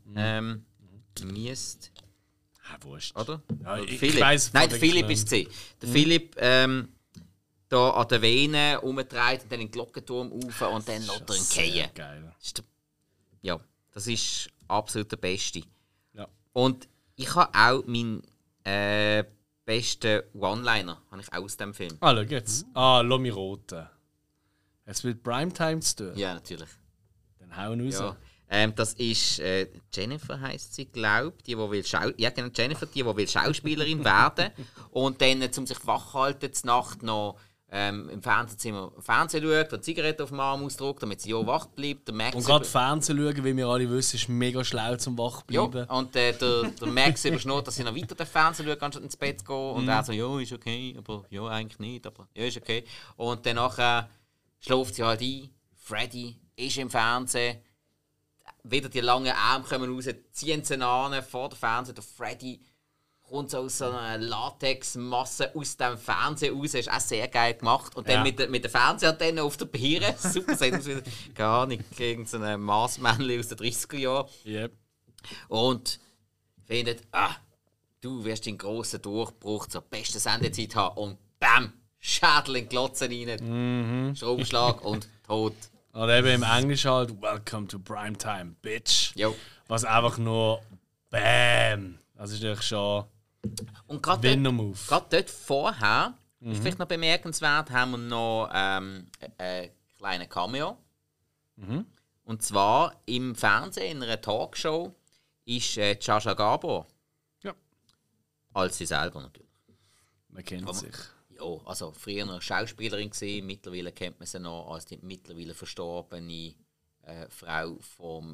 Miest. Wurscht. Oder? Ja, Philipp. Nein, der Philipp ist es. Der Philipp da an der Vene umdreht und dann in den Glockenturm rauf und dann lässt er ihn fallen. Geil. Ja, das ist absolut der Beste. Ja. Und ich habe auch meinen besten One-Liner habe ich auch aus dem Film. Schau jetzt. Lass mich roten. Es wird Primetime zu tun. Ja, natürlich. Dann hauen wir raus. Ja. Das ist Jennifer, heisst sie, glaube ich. Jennifer, die will Schauspielerin werden. Und dann, um sich wach halten, zur Nacht noch im Fernsehzimmer Fernsehen schaut und Zigaretten auf dem Arm ausdruckt, damit sie ja wach bleibt. Der Max und gerade Fernsehen schauen, wie wir alle wissen, ist mega schlau zum wach bleiben. Ja, und der Max überschnurrt, dass sie noch weiter Fernsehen schaut, anstatt ins Bett zu gehen. Und er so, ja, ist okay, aber ja, eigentlich nicht, aber ja, ist okay. Und dann nachher schläft sie halt ein. Freddy ist im Fernsehen. wieder die langen Arme kommen raus, ziehen sie an vor der Fernseher. Der Freddy kommt so aus so einer Latexmasse aus dem Fernseher raus. Das ist auch sehr geil gemacht. Und dann mit der Fernsehantenne auf der Biere. Super, sieht aus wie gar nicht irgendein Marsmännchen aus den 30er Jahren. Yep. Und findet, du wirst den grossen Durchbruch zur besten Sendezeit haben. Und bam! Schädel in die Glotze rein. Stromschlag und tot. Oder eben im Englischen halt, Welcome to Primetime, Bitch. Jo. Was einfach nur BAM! Das ist natürlich schon Und gerade dort vorher, ist vielleicht noch bemerkenswert, haben wir noch einen kleinen Cameo. Und zwar im Fernsehen, in einer Talkshow, ist Jaja Gabor. Ja. Als sie selber natürlich. Man kennt sich. Ja, also früher noch Schauspielerin gewesen, mittlerweile kennt man sie noch als die mittlerweile verstorbene Frau vom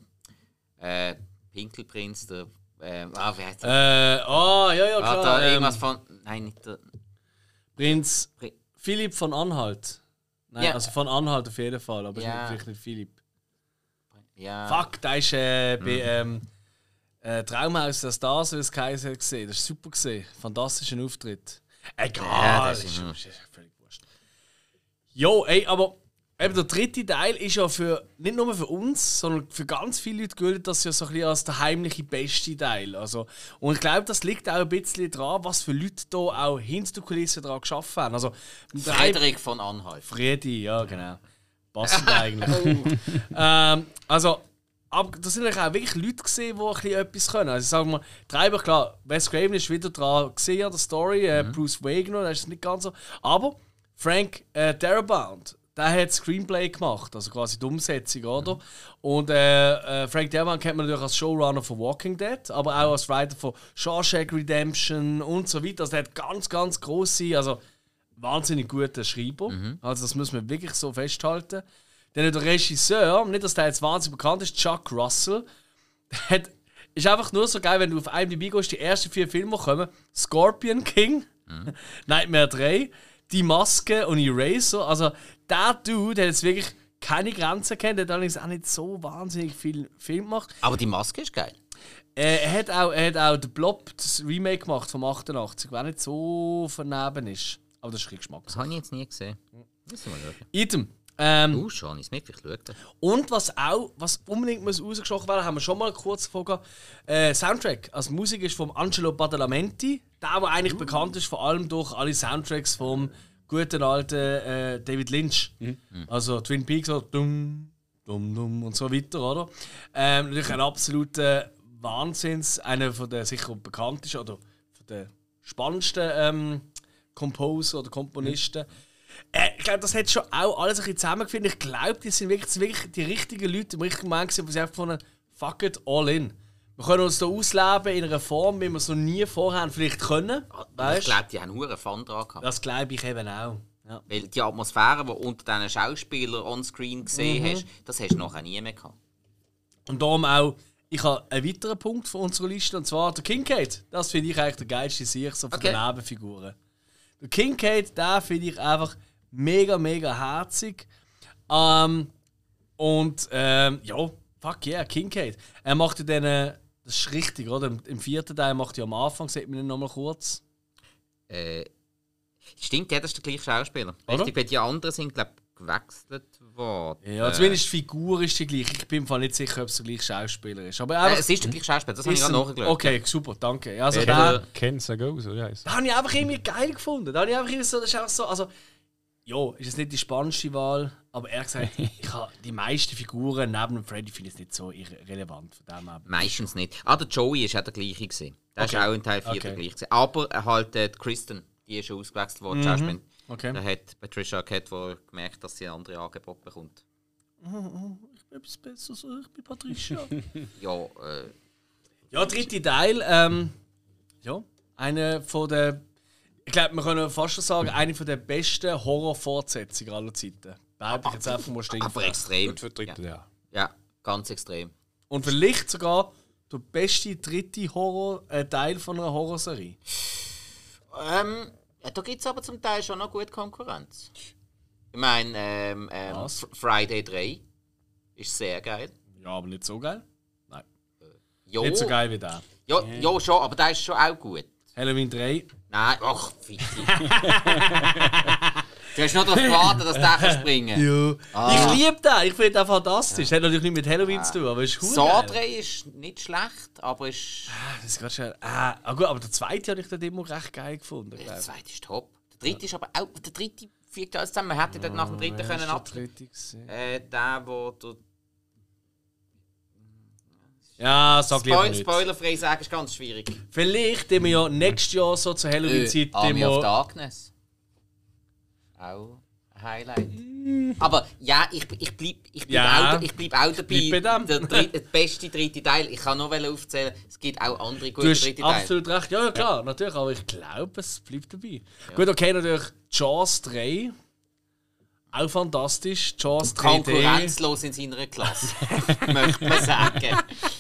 Pinkelprinz, der wie heißt der? Ja, klar. Da irgendwas von. Nein, nicht der. Prinz Philipp von Anhalt. Nein, Ja. also von Anhalt auf jeden Fall, aber Ja. vielleicht nicht Philipp. Ja. Fuck, da ist bei Traumhaus der Stars, wie es geheißen hat, gesehen. Das war super gesehen. Fantastischer Auftritt. Egal, Ja, das ist völlig wurscht. Jo, ey, aber eben der dritte Teil ist ja für nicht nur für uns, sondern für ganz viele Leute gilt das ja so ein bisschen als der heimliche beste Teil. Also, und ich glaube, das liegt auch ein bisschen dran, was für Leute da auch hinter der Kulisse dran geschaffen haben. Also, Frederik von Anhalt. Freddy, ja, genau. Passend eigentlich. Also, aber das sind natürlich auch wirklich Leute gesehen, die ein bisschen etwas können. Also, sagen wir, Treiber, klar, Wes Craven ist wieder dran gesehen an der Story, Bruce Wagner, das ist nicht ganz so. Aber Frank Darabont, der hat das Screenplay gemacht, also quasi die Umsetzung, oder? Und Frank Darabont kennt man natürlich als Showrunner von Walking Dead, aber auch als Writer von Shawshank Redemption und so weiter. Also, der hat ganz, ganz grosse, also wahnsinnig guten Schreiber. Also, das muss man wirklich so festhalten. Dann der Regisseur, nicht dass der jetzt wahnsinnig bekannt ist, Chuck Russell, der ist einfach nur so geil, wenn du auf IMDb gehst, die ersten 4 Filme kommen: Scorpion King, Nightmare 3, Die Maske und Eraser. Also, der Dude hat jetzt wirklich keine Grenzen kennt, der hat allerdings auch nicht so wahnsinnig viel Film gemacht. Aber die Maske ist geil. Er hat auch The Blob, das Remake gemacht vom 88, was nicht so verneben ist. Aber das ist kein Geschmack. Das habe ich jetzt nie gesehen. Müssen wir schauen. Item. Schon, ich vielleicht schauen. Und was unbedingt muss rausgestochen werden, haben wir schon mal kurz vorgehabt. Soundtrack. Also die Musik ist von Angelo Badalamenti, der eigentlich bekannt ist vor allem durch alle Soundtracks vom guten alten David Lynch. Also Twin Peaks, so dumm, dumm, dumm und so weiter, oder? Natürlich ein absoluter Wahnsinns, einer von der sicher bekanntesten oder von der spannendsten Composer oder Komponisten. Ich glaube, das hat schon auch alles ein bisschen zusammengefunden. Ich glaube, das sind wirklich die richtigen Leute im richtigen Moment, die sich einfach gefunden haben, fuck it, all in. Wir können uns hier ausleben in einer Form, wie wir es noch nie vorher vielleicht können. Ich glaube, die haben einen Fun dran gehabt. Das glaube ich eben auch. Ja. Weil die Atmosphäre, die du unter diesen Schauspielern on-screen gesehen hast, das hast du nachher nie mehr gehabt. Und darum auch, ich habe einen weiteren Punkt von unserer Liste, und zwar der Kincaid. Das finde ich eigentlich der geilste Sieg so von den Nebenfiguren. Der Kincaid, den finde ich einfach mega, mega herzig. Ja, fuck yeah, Kincaid. Er macht ja dann, das ist richtig, oder? Im 4. Teil macht er am Anfang, sieht man ihn nochmal kurz. Stimmt, ja, das ist der gleiche Schauspieler. Richtig, weil die anderen sind, glaube ich, gewechselt worden. Ja, zumindest die Figur ist die gleiche. Ich bin mir nicht sicher, ob es der gleiche Schauspieler ist. Aber einfach, es ist der gleiche Schauspieler, das habe ich gerade nachgeschaut. Okay, super, danke. Also, Ken Sago, so heißt. Da habe ich einfach irgendwie geil gefunden. Da habe ich einfach irgendwie so, das ist auch so, also, ja, ist es nicht die spannendste Wahl, aber ehrlich gesagt, ich habe die meisten Figuren neben Freddy finde ich nicht so irrelevant von dem her. Meistens nicht. Der Joey ist auch der gleiche gewesen. Der ist auch in Teil 4 der gleiche gewesen. Aber halt die Kristen, die ist schon ausgewechselt worden, Schauspielerin. Okay. Da hat Patricia Arquette wohl gemerkt, dass sie ein anderes Angebot bekommt. Ich bin etwas Besseres, ich bin Patricia. Ja, dritte Teil, ja, eine von der, ich glaube, wir können fast schon sagen, eine von der besten Horror-Fortsetzungen aller Zeiten. Behaupte ich jetzt einfach mal stinken. Aber extrem. Gut für dritte, ja. Ja, ganz extrem. Und vielleicht sogar der beste dritte Teil von einer Horrorserie. Da gibt es aber zum Teil schon noch gute Konkurrenz. Ich meine, Friday 3 ist sehr geil. Ja, aber nicht so geil. Nein. Jo. Nicht so geil wie der. Ja, schon, aber der ist schon auch gut. Halloween 3. Nein, ach, ficky. Du hast nur darauf gewartet, dass der springen kann. Ja. Ich liebe den, ich finde den fantastisch. Das hat natürlich nicht mit Halloween zu tun, aber ist cool. Saw 3 ist nicht schlecht, aber ist... Das ist ganz schön. Gut, aber der zweite habe ich dann immer recht geil gefunden. Der zweite ist top. Der dritte ist aber auch... Der dritte fügt alles zusammen. Man hätte dann nach dem dritten können ab... Der, wo du... Ja, sag lieber nicht. Spoilerfrei sagen ist ganz schwierig. Vielleicht wir ja nächstes Jahr so zur Halloween-Zeit... Army of Darkness. Auch ein Highlight. Aber ja, ich bleib auch dabei. Der beste dritte Teil. Ich kann noch aufzählen, es gibt auch andere gute dritte Teile. Absolut recht. Ja, klar, natürlich. Aber ich glaube, es bleibt dabei. Ja. Gut, okay, natürlich Jaws 3. Auch fantastisch. Jaws 3D. Konkurrenzlos in seiner Klasse. Möchte man sagen.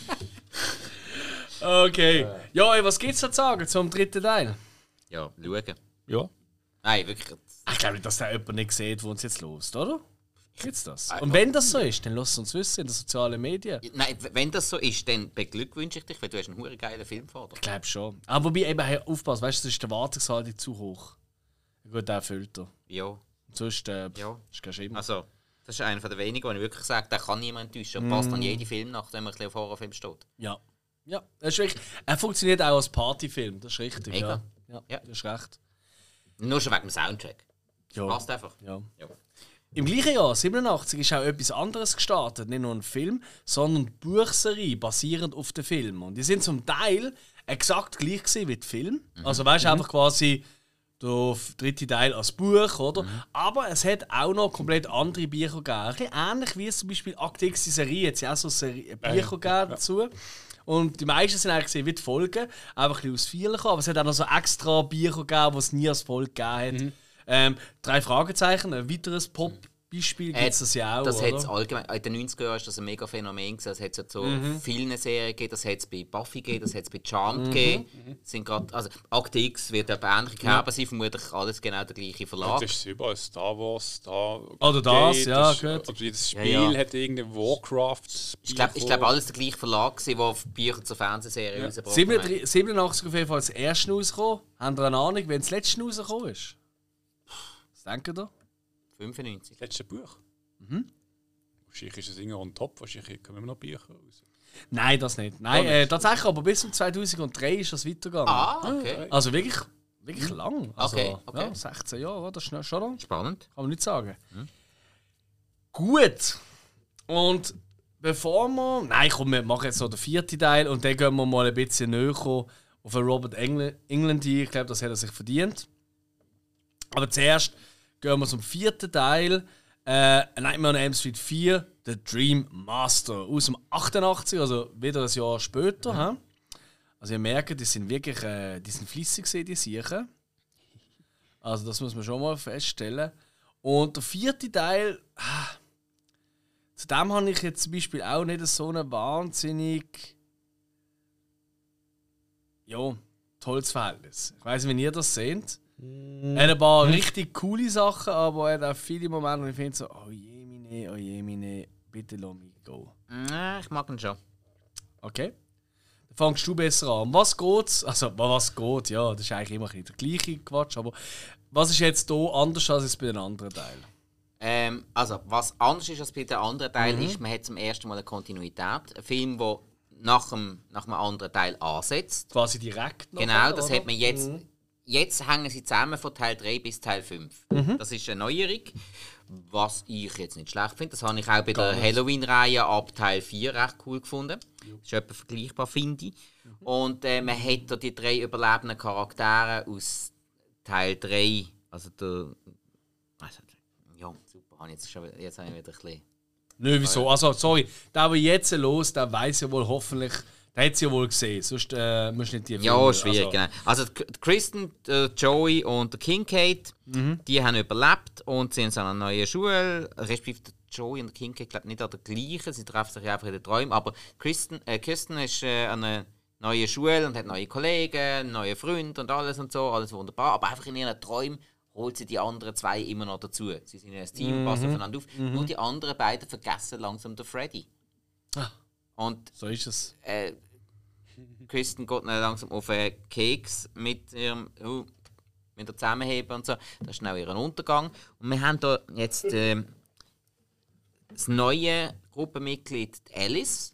Okay. Ja, ey, was gibt's zu sagen zum dritten Teil? Ja, schauen. Ja. Nein, wirklich. Ich glaube nicht, dass da jemand nicht sieht, wo uns jetzt lost, oder? Gibt's das? Und wenn das so ist, dann lass es uns wissen in den sozialen Medien. Nein, wenn das so ist, dann beglückwünsche ich dich, weil du hast einen hure geilen Film vor dir. Ich glaube schon. Aber wobei eben, hey, aufpassen, weißt du, ist die Erwartungshaltung zu hoch. Gut, der erfüllt er. Ja. Sonst ist kein Schimmer. Also, das ist einer der wenigen, wo ich wirklich sage, der kann niemand enttäuschen und passt an jede Filmnacht, wenn man ein bisschen auf Horrorfilm steht. Ja. Ja, das ist richtig. Er funktioniert auch als Partyfilm, das ist richtig. Mega. Ja, das ist recht. Nur schon wegen dem Soundtrack. Ja. Passt einfach. Ja. Im gleichen Jahr, 87, ist auch etwas anderes gestartet. Nicht nur ein Film, sondern eine Buchserie basierend auf dem Film. Und die sind zum Teil exakt gleich gewesen wie der Film. Also weißt du, einfach quasi der dritte Teil als Buch, oder? Aber es hat auch noch komplett andere Bücher gegeben. Ein bisschen ähnlich wie es zum Beispiel Akte X, die Serie, jetzt ja auch so Bücher gegeben dazu. Und die meisten sind eigentlich wie die Folgen, einfach ein bisschen ausführlicher. Aber es hat auch noch so extra Bücher gegeben, die es nie als Folge gegeben hat. 3 Fragezeichen, ein weiteres Pop-Beispiel gibt es das ja auch. Das hat es allgemein. In den 90er Jahren ist das ein mega Phänomen. Das hat es ja so vielen Serien gegeben, das hat es bei Buffy gegeben, das hat es bei Charmed gegeben. Also Akte X wird etwa ähnlich gehabt sein, vermutlich alles genau der gleiche Verlag. Das ist überall Star Wars, Star oder das, ja, gut. Also jedes Spiel hat irgendeine Warcraft. Ich glaube, alles der gleiche Verlag, der Bücher zur Fernsehserie rausgebracht hat. 87 auf jeden Fall das erste rausgekommen. Habt ihr eine Ahnung, wenn das letzte rausgekommen ist? Was denkt ihr? 95. Das letzte Buch? Wahrscheinlich ist es irgendwie on top, wahrscheinlich kommen immer noch Bücher raus. Nein, das nicht. Nein, tatsächlich, aber bis zum 2003 ist das weitergegangen. Okay. Also wirklich lang. Also, Okay. Ja, 16 Jahre, oder? Das ist schon noch. Spannend. Kann man nicht sagen. Gut. Und bevor wir... Nein, komm, wir machen jetzt noch den 4. Teil und dann gehen wir mal ein bisschen näher auf Robert Englund ein. Ich glaube, das hat er sich verdient. Aber zuerst gehen wir zum 4. Teil. Nightmare on Elm Street 4, The Dream Master. Aus dem 88, also wieder ein Jahr später. Also ihr merkt, die sind wirklich die sind fleissig gewesen, die Siechen. Also das muss man schon mal feststellen. Und der 4. Teil, zu dem habe ich jetzt zum Beispiel auch nicht so eine wahnsinnig tolles Verhältnis. Ich weiss nicht, wie ihr das seht. Er hat ein paar richtig coole Sachen, aber er hat auch viele Momente, wo ich finde so, oh je meine, bitte lass mich gehen. Ich mag ihn schon. Okay. Dann fängst du besser an. Was geht's? Also, was geht? Ja, das ist eigentlich immer ein bisschen der gleiche Quatsch, aber was ist jetzt hier anders als bei den anderen Teilen? Also, was anders ist als bei den anderen Teilen, ist, man hat zum ersten Mal eine Kontinuität. Ein Film, der nach einem anderen Teil ansetzt. Quasi direkt noch. Genau, das hat man jetzt. Jetzt hängen sie zusammen von Teil 3 bis Teil 5. Das ist eine Neuerung, was ich jetzt nicht schlecht finde. Das habe ich auch bei der Halloween-Reihe ab Teil 4 recht cool gefunden. Das ist etwa vergleichbar, finde ich. Und man hat da die 3 überlebenden Charaktere aus Teil 3. Also der... ja, super. Jetzt habe ich wieder ein bisschen... Nö, wieso? Also, sorry. Der jetzt los, der weiß ja wohl hoffentlich... Der hat es ja wohl gesehen, sonst musst du nicht die Ja, schwierig, genau. Also Kristen, Joey und der Kincaid, die haben überlebt und sind an einer neuen Schule. Respektive der Joey und der Kincaid, glaube nicht an der gleichen, sie treffen sich einfach in den Träumen. Aber Kristen ist an einer neuen Schule und hat neue Kollegen, neue Freunde und alles und so, alles wunderbar. Aber einfach in ihren Träumen holt sie die anderen 2 immer noch dazu. Sie sind in ein Team, passen aufeinander auf. Nur die anderen beiden vergessen langsam den Freddy. Und so ist es. Kristen geht dann langsam auf einen Keks mit ihrem mit der Zusammenheben und so. Das ist genau ihr Untergang. Und wir haben hier jetzt das neue Gruppenmitglied Alice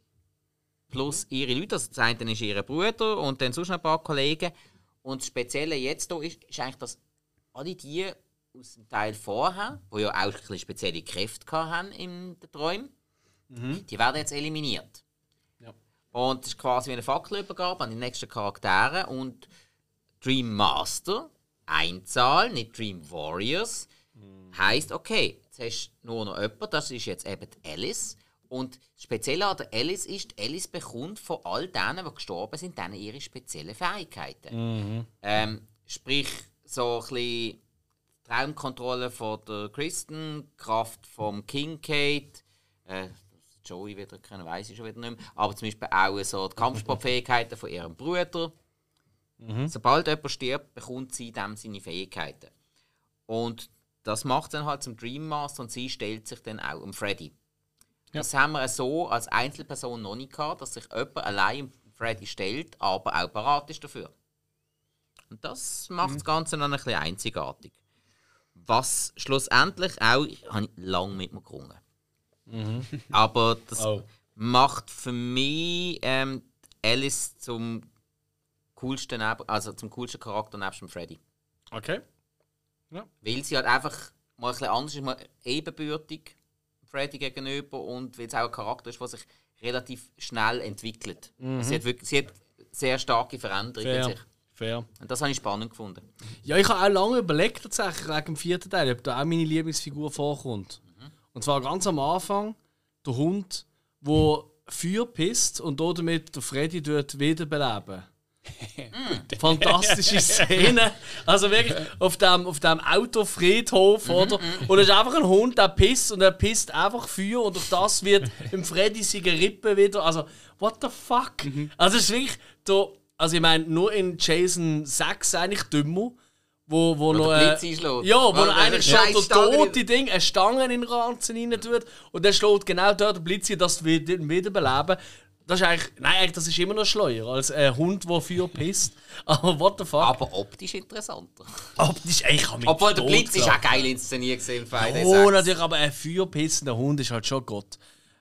plus ihre Leute. Also das eine ist ihr Bruder und dann sonst noch ein paar Kollegen. Und das Spezielle jetzt hier ist eigentlich, dass alle die aus dem Teil vorher, die ja auch ein bisschen spezielle Kräfte hatten in den Träumen, die werden jetzt eliminiert. Ja. Und das ist quasi wie eine Fackelübergabe an die nächsten Charaktere. Und Dream Master, Einzahl, nicht Dream Warriors, heisst, okay, jetzt hast du nur noch jemanden, das ist jetzt eben die Alice. Und das Spezielle an der Alice ist, die Alice bekommt von all denen, die gestorben sind, dann ihre speziellen Fähigkeiten. Sprich, so ein bisschen Traumkontrolle von der Kristen, Kraft vom Kincaid, Joey wieder können, weiss ich schon wieder nicht mehr. Aber zum Beispiel auch so die Kampfsportfähigkeiten von ihrem Bruder. Sobald jemand stirbt, bekommt sie dem seine Fähigkeiten. Und das macht dann halt zum Dream Master und sie stellt sich dann auch um Freddy. Ja. Das haben wir so als Einzelperson noch nicht gehabt, dass sich jemand allein um Freddy stellt, aber auch parat ist dafür. Und das macht das Ganze dann ein bisschen einzigartig. Was schlussendlich auch, ich habe lange mit mir gerungen. Aber das macht für mich Alice zum coolsten Charakter nebst dem Freddy. Okay. Ja. Weil sie halt einfach mal ein bisschen anders ist, mal ebenbürtig Freddy gegenüber und weil es auch ein Charakter ist, der sich relativ schnell entwickelt. Sie hat sehr starke Veränderungen in sich. Fair. Und das habe ich spannend gefunden. Ja, ich habe auch lange überlegt, tatsächlich wegen dem 4. Teil, ob da auch meine Lieblingsfigur vorkommt. Und zwar ganz am Anfang der Hund, der Feuer pisst und damit der Freddy wiederbeleben. Fantastische Szene. Also wirklich auf dem Autofriedhof, oder? Und es ist einfach ein Hund, der pisst und er pisst einfach Feuer und durch das wird im Freddy seine Rippe wieder. Also, what the fuck? Also, es ist wirklich. Also, ich meine, nur in Jason 6 eigentlich dümmer. Wo noch der Blitz einschlägt. Ja, wo er eigentlich schon der tote Ding, eine Stange in den Ranzen rein tut und dann schlägt genau dort der Blitz, das wiederbeleben. Das ist eigentlich, das ist immer noch schleuer als ein Hund, der Feuer pisst. Aber what the fuck? Aber optisch interessanter. Optisch, ich kann mich obwohl der Blitz ist auch geil inszeniert im Friday Oh, 6. natürlich, aber ein feuerpissender Hund ist halt schon Gott.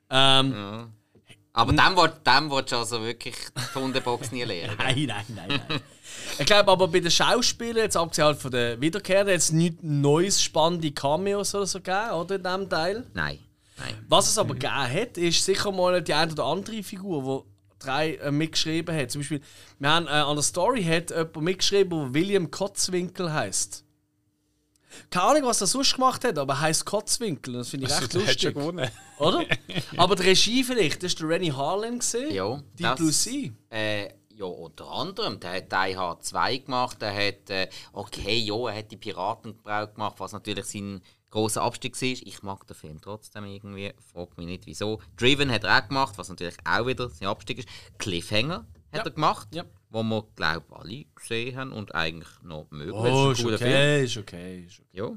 Aber dem willst du also wirklich die Hundebox nie lernen. Nein. Ich glaube aber bei den Schauspielern, jetzt abgesehen halt von den Wiederkehrern, jetzt nichts neues, spannende Cameos oder so gegeben, oder in diesem Teil? Nein. Was es aber gegeben hat, ist sicher mal die eine oder andere Figur, die 3 mitgeschrieben hat. Zum Beispiel, wir haben an der Story hat jemand mitgeschrieben, der William Kotzwinkel heisst. Keine Ahnung, was er sonst gemacht hat, aber er heisst Kotzwinkel. Das finde ich echt lustig. Schon gewonnen. Oder? Aber die Regie vielleicht, das war der Rennie Harlan. Ja, die Blue Sea. Ja, unter anderem. Der hat Die Hard 2 gemacht. Der hat, er hat die Piratengebrauch gemacht, was natürlich sein grosser Abstieg war. Ich mag den Film trotzdem irgendwie. Frag mich nicht, wieso. Driven hat er auch gemacht, was natürlich auch wieder sein Abstieg ist. Cliffhanger hat er gemacht, wo wir, glaube ich, alle gesehen haben und eigentlich noch möglich. Oh, ist okay. Ja.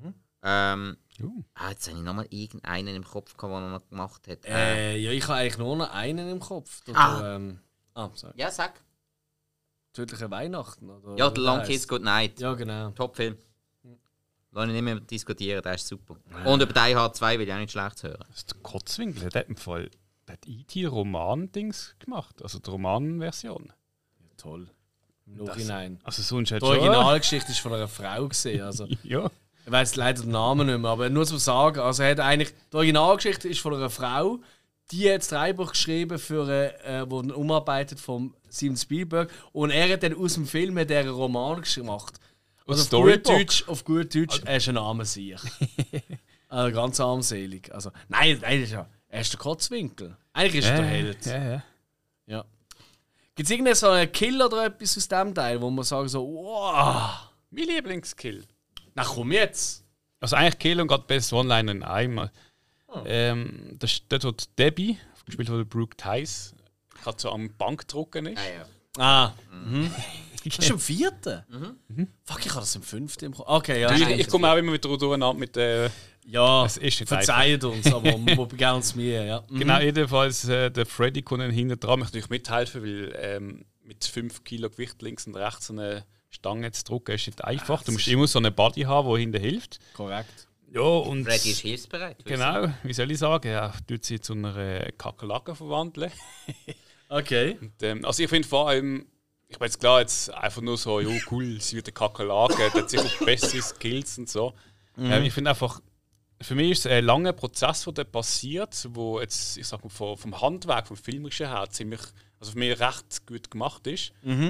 Jetzt habe ich noch mal irgendeinen im Kopf gehabt, den er noch gemacht hat. Ja, ich habe eigentlich nur noch einen im Kopf. Sorry. Ja, sag. Tödliche Weihnachten, oder? Ja, The Long Kiss Goodnight. Ja, genau. Top-Film. Lass ich nicht mehr diskutieren, der ist super. Und über Die Hard 2 will ich auch nicht schlecht hören. Das ist der Kotzwinkel, der hat im Fall E.T. Roman-Dings gemacht, also die Roman-Version. Ja, toll. Im Nachhinein. Also sonst hat die Originalgeschichte ist von einer Frau gesehen. Also. Ja. Ich weiss leider den Namen nicht mehr, aber nur zum Sagen, also hat eigentlich, die Originalgeschichte ist von einer Frau, die hat das Drehbuch geschrieben, wo umarbeitet von Steven Spielberg, und er hat dann aus dem Film einen Roman gemacht. Also auf gut Deutsch, er ist ein armer Sieg. Also ganz armselig. Also, nein, er ist der Kotzwinkel. Eigentlich ist er der Held. Ja. Gibt es irgendeinen so einen Kill oder etwas aus dem Teil, wo man sagen so, wow. Mein Lieblingskill. Na komm jetzt! Also eigentlich Kill und gerade Best One-Liner in einem. Das ist dort, wo Debbie, gespielt von Brooke Tice, gerade so am Bankdrucken ist. Das ist im 4. Fuck, ich habe das im 5. im Kopf. Okay, ja. Ich komme auch immer wieder durcheinander mit Ja, es ist nicht verzeiht uns, aber wir begeben uns mir. Ja. Genau, jedenfalls der Freddy kommt dann hinten dran, möchte natürlich mithelfen, weil mit 5 Kilo Gewicht links und rechts so eine Stange zu drücken ist nicht einfach. Du musst immer so eine Body haben, die hinten hilft. Korrekt. Ja, und Freddy ist hilfsbereit. genau, wie soll ich sagen, er tut sie zu einer Kakerlake verwandeln. Okay. Und, also ich finde vor allem, ich bin jetzt klar, jetzt einfach nur so, jo cool, sie wird eine Kakerlake, der hat sicher bessere Skills und so. Ich finde einfach, für mich ist es ein langer Prozess, der passiert, wo jetzt, ich sag mal, vom Handwerk, vom Filmerischen her ziemlich, also für mich recht gut gemacht ist.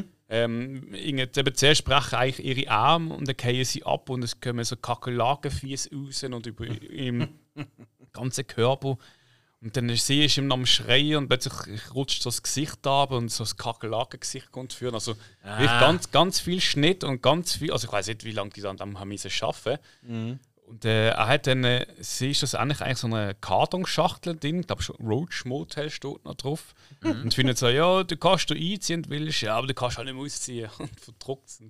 Eben zuerst sprechen eigentlich ihre Arme und dann fallen sie ab und es kommen so Kakerlakenfies raus und über im ganzen Körper. Und dann ist sie ihm am Schreien und plötzlich rutscht so das Gesicht ab und so das Kakerlakengesicht kommt führen. Also wirklich ganz, ganz viel Schnitt und ganz viel. Also ich weiß nicht, wie lange die dann haben müssen arbeiten. Und er hat dann, sie ist das eigentlich so eine Kartonschachtel drin, ich glaube schon Roach Motel steht noch drauf. Und findet so, ja, du kannst du einziehen, wenn du willst, ja, aber du kannst auch nicht mehr ausziehen. Und verdruckt es.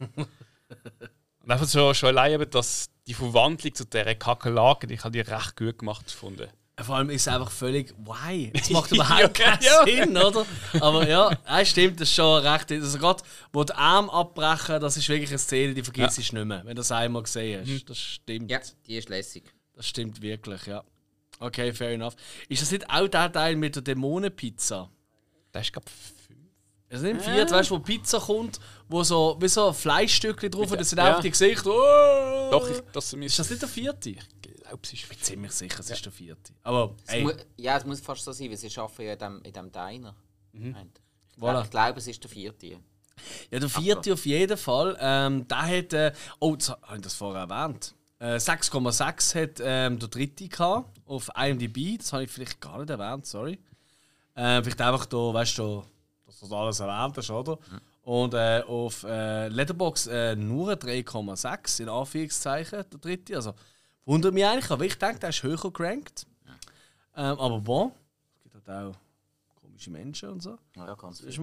Und einfach schon allein, dass die Verwandlung zu dieser Kakerlake, die habe die recht gut gemacht gefunden. Vor allem ist es einfach völlig, why? Das macht überhaupt keinen Sinn, oder? Aber ja, stimmt, das ist schon recht. Also gerade, wo die Arme abbrechen, das ist wirklich eine Szene, die vergisst du nicht mehr, wenn du das einmal gesehen hast. Das stimmt. Ja, die ist lässig. Das stimmt wirklich, ja. Okay, fair enough. Ist das nicht auch der Teil mit der Dämonenpizza? Das ist, glaube ich, 5. Es sind 4, weißt du, wo Pizza kommt, wo so wie so Fleischstückchen drauf und das sind einfach die Gesichter. Oh! Doch, ist das nicht der 4.? Ich glaube, es ist. Ich bin ziemlich sicher, es ist der 4. Aber ey. Es muss fast so sein, weil sie arbeiten ja in diesem Diner. Voilà. Ich glaube, es ist der 4. Ja, der 4. auf jeden Fall. Der hat. Oh, habe ich das vorher erwähnt? 6,6 hat der 3. gehabt auf IMDb. Das habe ich vielleicht gar nicht erwähnt, sorry. Vielleicht einfach da, weißt du, dass du das alles erwähnt hast, oder? Und auf Letterboxd nur ein 3,6 in Anführungszeichen, der 3. Also wundert mich eigentlich, aber ich denke, der ist höher gerankt. Aber bon, es gibt halt auch komische Menschen und so. Ja, ganz Was willst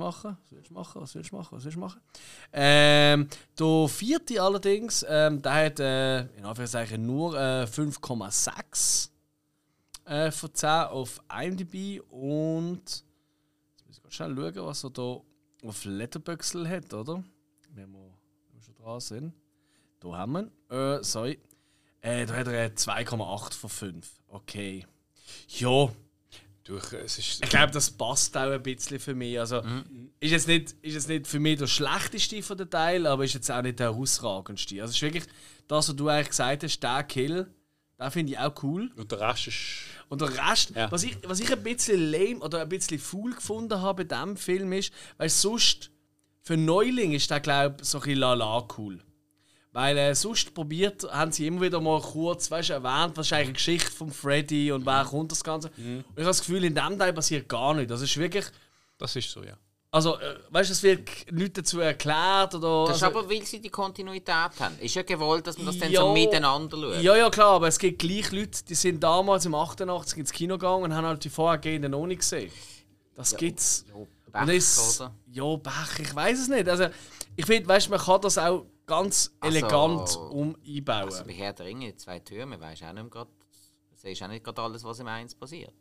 du machen? Der 4. allerdings, der hat in Anführungszeichen nur 5,6 von 10 auf IMDb und jetzt muss ich ganz schnell schauen, was er da auf Letterboxd hat, oder? Wenn wir schon dran sind. Da haben wir sorry. Da hat er 2,8 von 5. Okay. Ja. Ich glaube, das passt auch ein bisschen für mich. Also, ist jetzt nicht für mich der schlechteste von den Teilen, aber ist jetzt auch nicht der herausragendste. Also, es ist wirklich das, was du eigentlich gesagt hast, der Kill, den finde ich auch cool. Und der Rest ist. Und der Rest, ja. was ich ein bisschen lame oder ein bisschen faul gefunden habe bei diesem Film ist, weil sonst für Neuling ist der, glaube ich, so ein bisschen lala cool. Weil sonst haben sie immer wieder mal kurz erwähnt, was ist eigentlich eine Geschichte von Freddy und wer kommt das Ganze. Und ich habe das Gefühl, in diesem Teil passiert gar nichts. Das ist wirklich. Das ist so, ja. Also, weißt du, es wird nichts dazu erklärt. Oder, das ist also, aber, weil sie die Kontinuität haben. Ist ja gewollt, dass man das dann so miteinander schaut. Ja, klar, aber es gibt gleich Leute, die sind damals im 88 ins Kino gegangen und haben halt die vorhergehenden noch nicht gesehen. Das gibt's. Ja, Bech, oder? Ja, Bech, ich weiß es nicht. Also, ich finde, weißt du, man kann das auch ganz elegant einbauen. Also bei Herr der Ringe, 2 Türme, weisst auch nicht gerade, siehst auch nicht gerade alles, was im 1 passiert.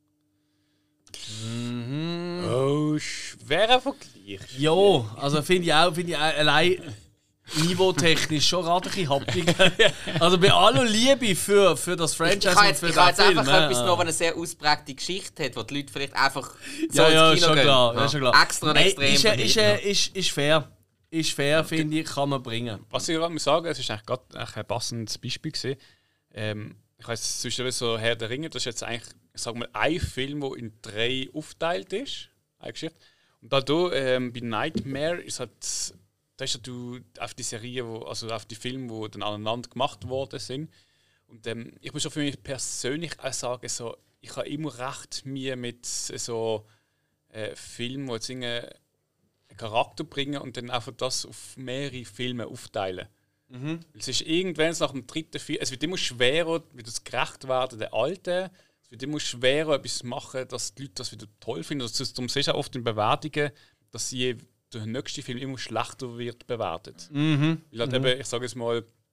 Oh, schwerer Vergleich. Ja, also finde ich auch allein niveautechnisch schon gerade ein bisschen happig. Also bei aller Liebe für das Franchise und für den Film. Ich kann jetzt einfach etwas noch, was eine sehr ausprägte Geschichte hat, wo die Leute vielleicht einfach so ins Kino schon gehen. Klar, ja, schon klar. Extra und extrem. Ist fair. Ist fair, finde ich, kann man bringen. Was ich gerade muss sagen, es war eigentlich gerade ein passendes Beispiel gewesen. Ich weiss, zwischen so Herr der Ringe, das ist jetzt eigentlich, ich sag mal, ein Film, der in 3 aufgeteilt ist. Eine Geschichte. Und da bei Nightmare ist halt, da ist ja du auf die Serie, also auf die Filme, die dann aneinander gemacht worden sind. Und ich muss auch für mich persönlich auch sagen, so, ich habe immer recht mir mit so Filmen, die jetzt einen Charakter bringen und dann einfach das auf mehrere Filme aufteilen. Es ist irgendwann nach dem 3., 4., es wird immer schwerer, wieder das gerecht werden der Alten. Es wird immer schwerer, etwas zu machen, dass die Leute das wieder toll finden. Also, darum siehst du auch oft in Bewertungen, dass der nächste Film immer schlechter wird bewertet. Weil halt eben, ich sage jetzt mal,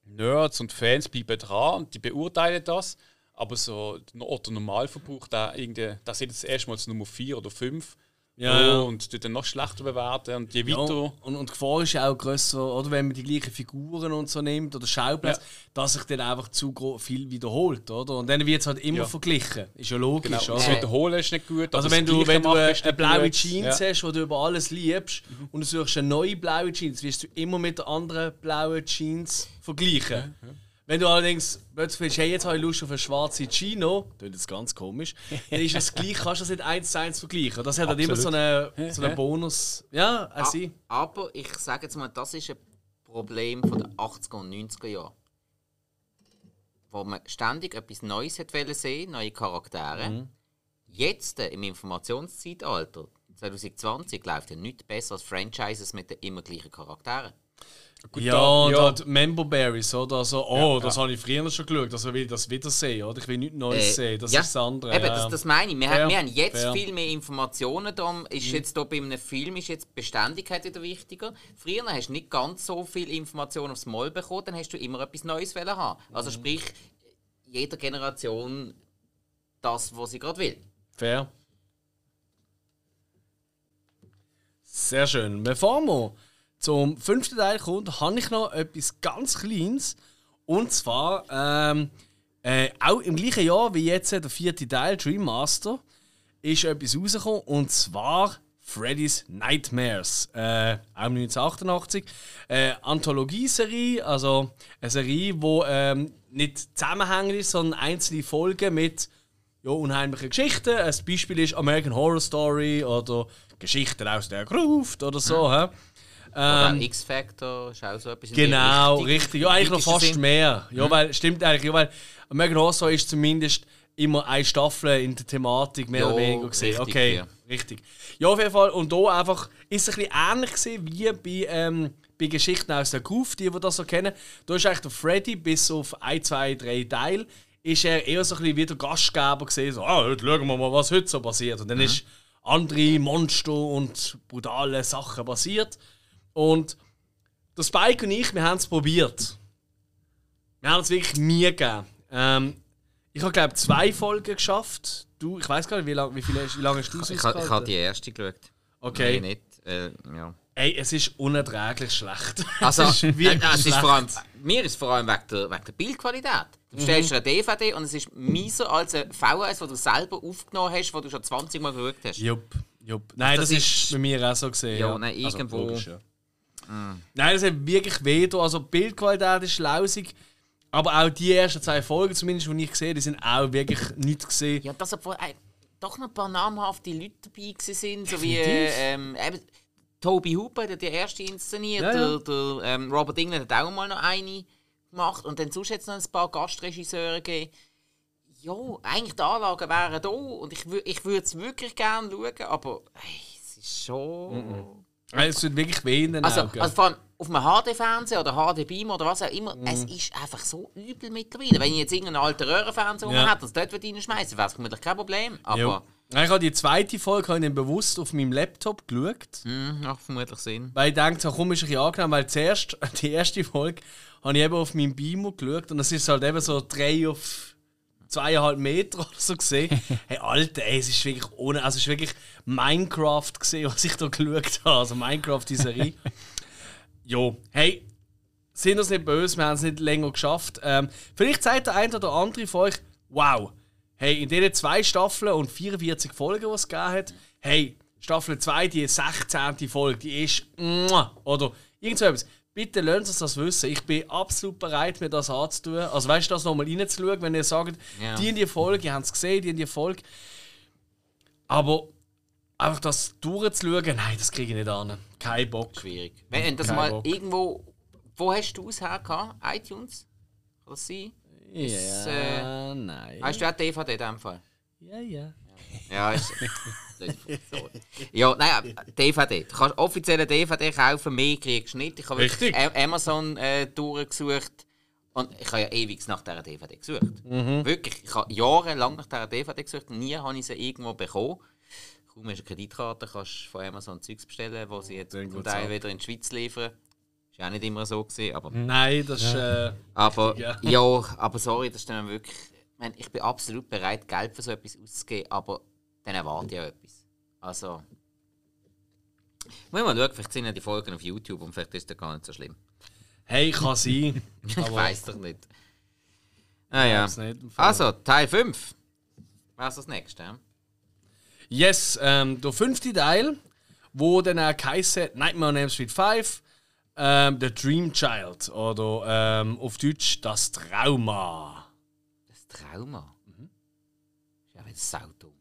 Nerds und Fans bleiben dran und die beurteilen das. Aber so der Normalverbrauch, der sieht das erstmal als Nummer 4 oder 5. Und tut dann noch schlechter bewerten und je weiter. Und die Gefahr ist auch grösser, oder wenn man die gleichen Figuren und so nimmt oder Schauplätze, dass sich dann einfach zu viel wiederholt, oder? Und dann wird es halt immer verglichen. Ist ja logisch. Genau. Also, das Wiederholen ist nicht gut. Also wenn du eine blaue Jeans hast, die du über alles liebst, und du suchst eine neue blaue Jeans, wirst du immer mit der anderen blauen Jeans vergleichen. Wenn du allerdings plötzlich findest, hey, jetzt habe ich Lust auf eine schwarze Chino, das ist jetzt ganz komisch, dann ist es gleich, kannst du das nicht 1:1 vergleichen. Das hat halt immer so einen Bonus. Ja, aber ich sage jetzt mal, das ist ein Problem von den 80er und 90er Jahren. Wo man ständig etwas Neues wollte sehen, neue Charaktere. Jetzt, im Informationszeitalter, 2020, läuft ja nichts besser als Franchises mit den immer gleichen Charakteren. Gut, und Member Berries, oder? Also, das habe ich früher schon geschaut, also will ich das wieder sehen, oder? Ich will nichts Neues sehen, das ist das andere. Eben, das meine ich. Wir haben jetzt viel mehr Informationen, darum ist jetzt hier bei einem Film ist jetzt Beständigkeit wieder wichtiger. Früher hast du nicht ganz so viel Informationen aufs Mal bekommen, dann hast du immer etwas Neues haben. Also sprich, jeder Generation das, was sie gerade will. Fair. Sehr schön. Bevor wir zum 5. Teil kommt, habe ich noch etwas ganz Kleines. Und zwar, auch im gleichen Jahr wie jetzt der 4. Teil, Dream Master, ist etwas rausgekommen. Und zwar Freddy's Nightmares. Auch 1988. Anthologieserie, also eine Serie, die nicht zusammenhängend ist, sondern einzelne Folgen mit unheimlichen Geschichten. Ein Beispiel ist American Horror Story oder Geschichten aus der Gruft oder so. Oder X-Factor ist auch so etwas. Genau, richtig. Ja, eigentlich noch fast mehr. Ja, weil, stimmt eigentlich. Ja, weil American Horror Story ist zumindest immer eine Staffel in der Thematik mehr oder weniger gesehen. Richtig, okay, ja. Richtig. Ja, auf jeden Fall. Und hier einfach ist es ein bisschen ähnlich gewesen, wie bei Geschichten aus der Gruft, die das so kennen. Da ist eigentlich der Freddy bis auf 1, 2, 3 Teile ist er eher so ein bisschen wie der Gastgeber gesehen. So, heute schauen wir mal, was heute so passiert. Und dann ist andere Monster und brutale Sachen passiert. Und der Spike und ich, wir haben es probiert. Wir haben es wirklich nie gegeben. Ich habe, glaube ich, 2 Folgen geschafft. Du, ich weiß gar nicht, wie lange hast du es Ich habe die erste geschaut. Okay. Nein, nicht. Ja. Ey, es ist unerträglich schlecht. Also, es ist wirklich es ist schlecht. vor allem, mir ist es vor allem wegen der Bildqualität. Du stellst dir eine DVD und es ist mieser als ein VHS, das du selber aufgenommen hast, das du schon 20 Mal geschaut hast. Jupp. Nein, das ist bei mir auch so gesehen. Ja, nein, irgendwo. Also, logisch, ja. Nein, das hat wirklich weh. Also die Bildqualität ist lausig. Aber auch die ersten 2 Folgen, zumindest, die ich sehe, die sind auch wirklich nicht gesehen. Ja, dass obwohl doch noch ein paar namhafte Leute dabei waren, so wie Toby Hooper, der die erste inszeniert, Ja. der Robert Englund hat auch mal noch eine gemacht und dann sonst jetzt noch ein paar Gastregisseure gegeben. Ja, eigentlich die Anlagen wären da und ich würde es wirklich gerne schauen, aber es ist schon... Es tut wirklich weh in den Augen. Also vor allem auf einem HD-Fernseher oder HD-Beamer oder was auch immer, es ist einfach so übel mittlerweile. Wenn ich jetzt irgendeinen alten Röhrenfernseher hätte und dort reinschmeißen, wäre es vermutlich kein Problem. Aber ich habe die 2. Folge dann bewusst auf meinem Laptop geschaut. macht vermutlich Sinn. Weil ich dachte, komm, ist ein bisschen angenehm, weil zuerst, die erste Folge, habe ich eben auf meinem Beamer geschaut und es ist halt eben so 3 auf 2,5 Meter oder so gesehen. Hey, Alter, es ist wirklich es ist wirklich Minecraft gesehen, was ich da geschaut habe. Also Minecraft, die Serie. Jo, hey, sind uns nicht böse, wir haben es nicht länger geschafft. Vielleicht sagt der eine oder andere von euch, wow, hey, in diesen 2 Staffeln und 44 Folgen, die es gegeben hat, hey, Staffel 2, die 16. Folge, die ist oder irgend so etwas. Bitte lasst uns das wissen. Ich bin absolut bereit, mir das anzutun. Also weißt du, das nochmal reinzuschauen, wenn ihr sagt, die in die Folge, ihr habt es gesehen, die in die Folge. Aber einfach das durchzuschauen, nein, das kriege ich nicht an. Kein Bock. Schwierig. Wenn das mal irgendwo... Wo hast du es her gehabt? iTunes? Kann das sein? Ja, nein. Hast du auch DVD in dem Fall? Ja. Ja, ist... Ja, nein, DVD. Du kannst offizielle DVD kaufen, mehr kriegst du nicht. Ich habe wirklich Amazon durchgesucht und ich habe ja ewig nach dieser DVD gesucht. Wirklich, ich habe jahrelang nach dieser DVD gesucht und nie habe ich sie irgendwo bekommen. Kaum hast du eine Kreditkarte, kannst du von Amazon Zeugs bestellen, die sie jetzt zum Teil wieder in die Schweiz liefern. Ist auch nicht immer so gewesen, aber... Nein, das ist... aber, richtig, ja, aber sorry, das ist dann wirklich... Ich bin absolut bereit, Geld für so etwas auszugeben, aber dann erwarte ich auch etwas. Also... Muss mal schauen, vielleicht sind ja die Folgen auf YouTube und vielleicht ist das gar nicht so schlimm. Hey, kann sein. Ich weiß doch nicht. Ah ja. Nicht Also, Teil 5. Was ist das nächste? Ja? Yes, der 5. Teil, wo dann auch geheißen hat, Nightmare on Elm Street 5, The Dream Child oder auf Deutsch Das Trauma. Das Trauma? Ist ja wieder saudumm.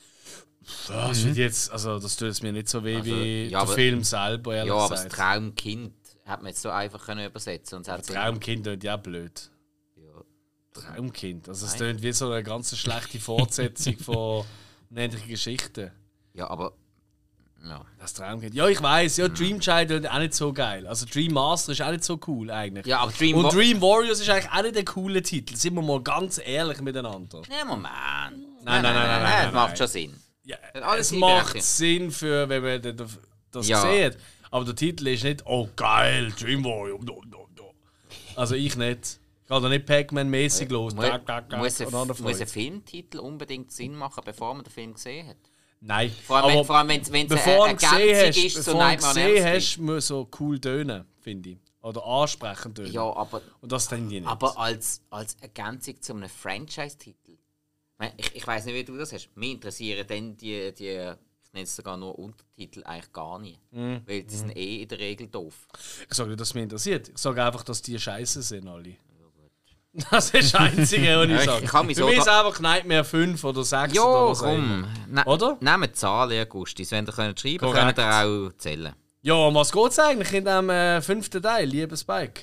Das wird jetzt, also das tut es mir nicht so weh wie der Film selber, ehrlich aber gesagt. das Traumkind hat man jetzt so einfach können übersetzen und Das Traumkind klingt ja blöd. Ja. Traumkind, also es klingt wie so eine ganz schlechte Fortsetzung von unendlichen Geschichten. Ja, aber... Ja. Das Traumkind. Ja, ich weiss, ja, Dream Child ist auch nicht so geil. Also Dream Master ist auch nicht so cool eigentlich. Ja, aber Dream Warriors ist eigentlich auch nicht ein cooler Titel. Sind wir mal ganz ehrlich miteinander. Nee, Moment. Nein. Das macht schon Sinn. Ja, alles es macht Gleiche. Sinn, für, wenn man das sieht. Aber der Titel ist nicht, oh geil, Dream Warrior. Also ich nicht. Ich gehe da nicht Pac-Man-mäßig los. Muss ein Filmtitel unbedingt Sinn machen, bevor man den Film gesehen hat? Nein. Vor allem wenn es bevor eine Ergänzung ist zu Nightmare on Elm Street. Street. Hast, muss so cool tönen, finde ich. Oder ansprechend tönen. Ja, aber... Und das denke ich nicht. Aber als Ergänzung zu einem Franchise-Titel. Ich weiss nicht, wie du das hast. Mich interessieren dann die ich nenne es sogar nur Untertitel, eigentlich gar nicht. Weil die sind in der Regel doof. Ich sage nicht, dass es mich interessiert. Ich sage einfach, dass die scheiße sind, alle. Das ist das Einzige, was ich sage. Für mich ist einfach Nightmare 5 oder 6 ja, oder was komm. Oder? Nehmt Zahlen, Augustis. Wenn ihr schreiben könnt, könnt ihr auch zählen. Ja, um was geht es eigentlich in dem 5. Teil, lieber Spike?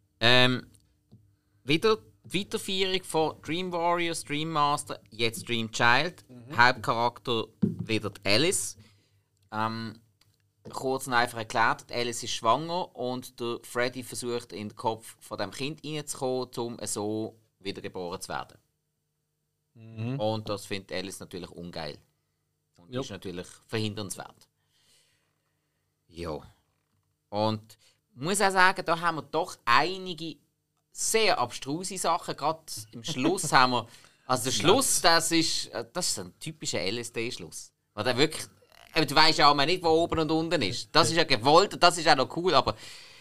Wieder die Weiterführung von Dream Warriors, Dream Master, jetzt Dream Child. Hauptcharakter wieder die Alice. Kurz und einfach erklärt, die Alice ist schwanger und der Freddy versucht in den Kopf von dem Kind reinzukommen, um so wiedergeboren zu werden. Und das findet Alice natürlich ungeil. Und ist natürlich verhindernswert. Ja. Und ich muss auch sagen, da haben wir doch einige sehr abstruse Sachen. Gerade im Schluss haben wir... Also der Schluss, das ist ein typischer LSD-Schluss. Weil der wirklich... Du weißt ja auch mal nicht, wo oben und unten ist. Das ist ja gewollt und das ist auch noch cool, aber...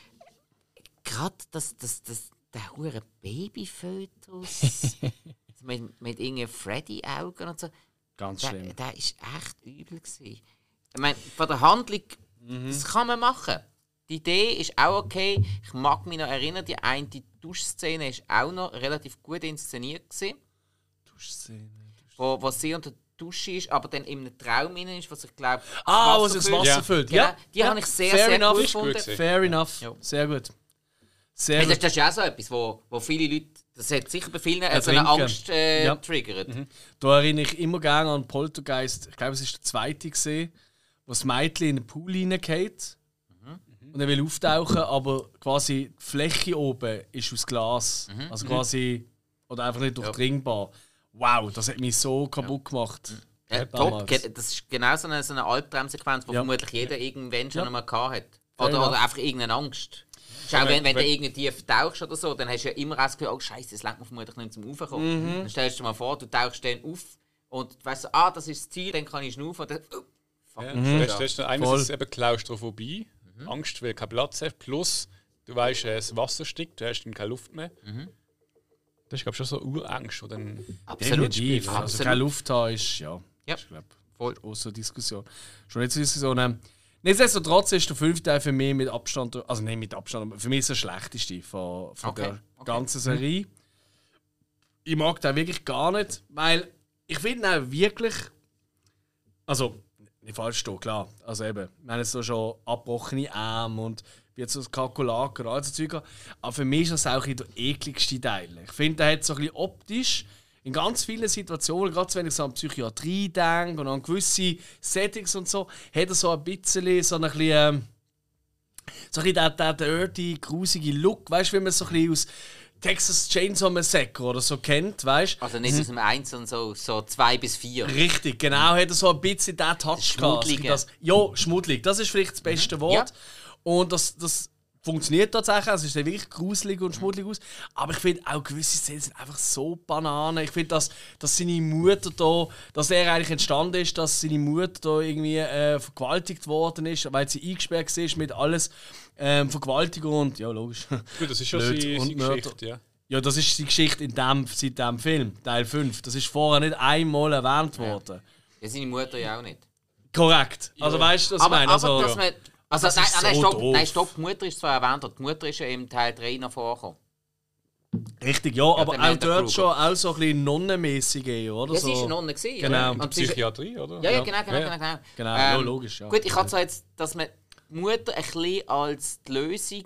Gerade der hure Babyfötus mit irgendeinen Freddy-Augen und so. Ganz schlimm. Der ist echt übel gewesen. Ich meine, von der Handlung, das kann man machen. Die Idee ist auch okay. Ich mag mich noch erinnern, die eine Duschszene ist auch noch relativ gut inszeniert gewesen. Duschszene. Wo sie unter der Dusche ist, aber dann in einem Traum innen ist, was ich glaube... wo sie das Wasser füllt. Ja, die habe ich sehr gut gefunden. Fair enough. Ja. Sehr gut. Sehr gut. Das ist auch so etwas, wo viele Leute... Das hat sicher bei vielen so eine Angst triggert. Da erinnere ich immer gerne an Poltergeist. Ich glaube, es war der zweite gesehen, wo das Mädchen in den Pool reingeht. Und er will auftauchen, aber quasi die Fläche oben ist aus Glas. Also quasi... Oder einfach nicht durchdringbar. Wow, das hat mich so kaputt gemacht. Top. Das ist genau so eine Albtraumsequenz, die vermutlich jeder irgendwann schon einmal gehabt hat. Oder einfach irgendeine Angst. Schau, wenn du irgendwie tief tauchst oder so, dann hast du ja immer das Gefühl, oh Scheiße, das lenkt man vermutlich nicht zum Raufkommen. Dann stellst du dir mal vor, du tauchst dann auf und du weißt, das ist das Ziel, dann kann ich schnaufen. Und dann, Das ist einerseits eben Klaustrophobie, Angst, weil du keinen Platz hast, plus du weißt, das Wasser stickt, du hast dann keine Luft mehr. Das ist, glaube ich, schon so Urangst. Absolut. Also keine Luft haben ist, ist glaube voll große Diskussion. Schon nicht zur Diskussion. Nichtsdestotrotz ist der 5. Teil für mich mit Abstand, also nicht mit Abstand, aber für mich ist der schlechteste von der ganzen Serie. Ich mag den wirklich gar nicht, weil ich finde auch wirklich, also nicht falsch stehen, klar, also eben, wir haben jetzt so schon abgebrochene Arme und wie jetzt so das Kalkulaker und all so Zeug. Aber für mich ist das auch der ekligste Teil. Ich finde, der hat so ein bisschen optisch in ganz vielen Situationen, gerade wenn ich so an Psychiatrie denke und an gewisse Settings und so, hat er so ein bisschen so ein bisschen der dirty, grusige Look. Weißt du, wie man so ein bisschen aus Texas Chainsaw Massacre oder so kennt, weißt du? Also nicht aus dem 1, sondern so 2 bis 4. Richtig, genau, hat er so ein bisschen diesen Touch gehabt. Ja, schmuddelig, das ist vielleicht das beste Wort. Und das funktioniert tatsächlich, also es sieht wirklich gruselig und schmuddelig aus. Aber ich finde auch gewisse Szenen sind einfach so Bananen. Ich finde, dass seine Mutter da, dass er eigentlich entstanden ist, dass seine Mutter da irgendwie vergewaltigt worden ist, weil sie eingesperrt war mit alles Vergewaltigung und ja, logisch. Gut, das ist schon seine Geschichte, ja. Ja, das ist die Geschichte seit dem Film, Teil 5. Das ist vorher nicht einmal erwähnt worden. Ja, seine Mutter ja auch nicht. Korrekt. Also weißt du, was ich meine? Stopp, die Mutter ist zwar erwähnt, die Mutter ist ja im Teil 3 noch vorgekommen. Richtig, ja, aber auch dort schon auch so ein bisschen nonnenmäßig, oder? Ja, sie war eine Nonne, genau. Und Psychiatrie, oder? Ja, genau. Genau, ja, logisch, ja. Gut, ich habe so jetzt, dass man die Mutter ein bisschen als die Lösung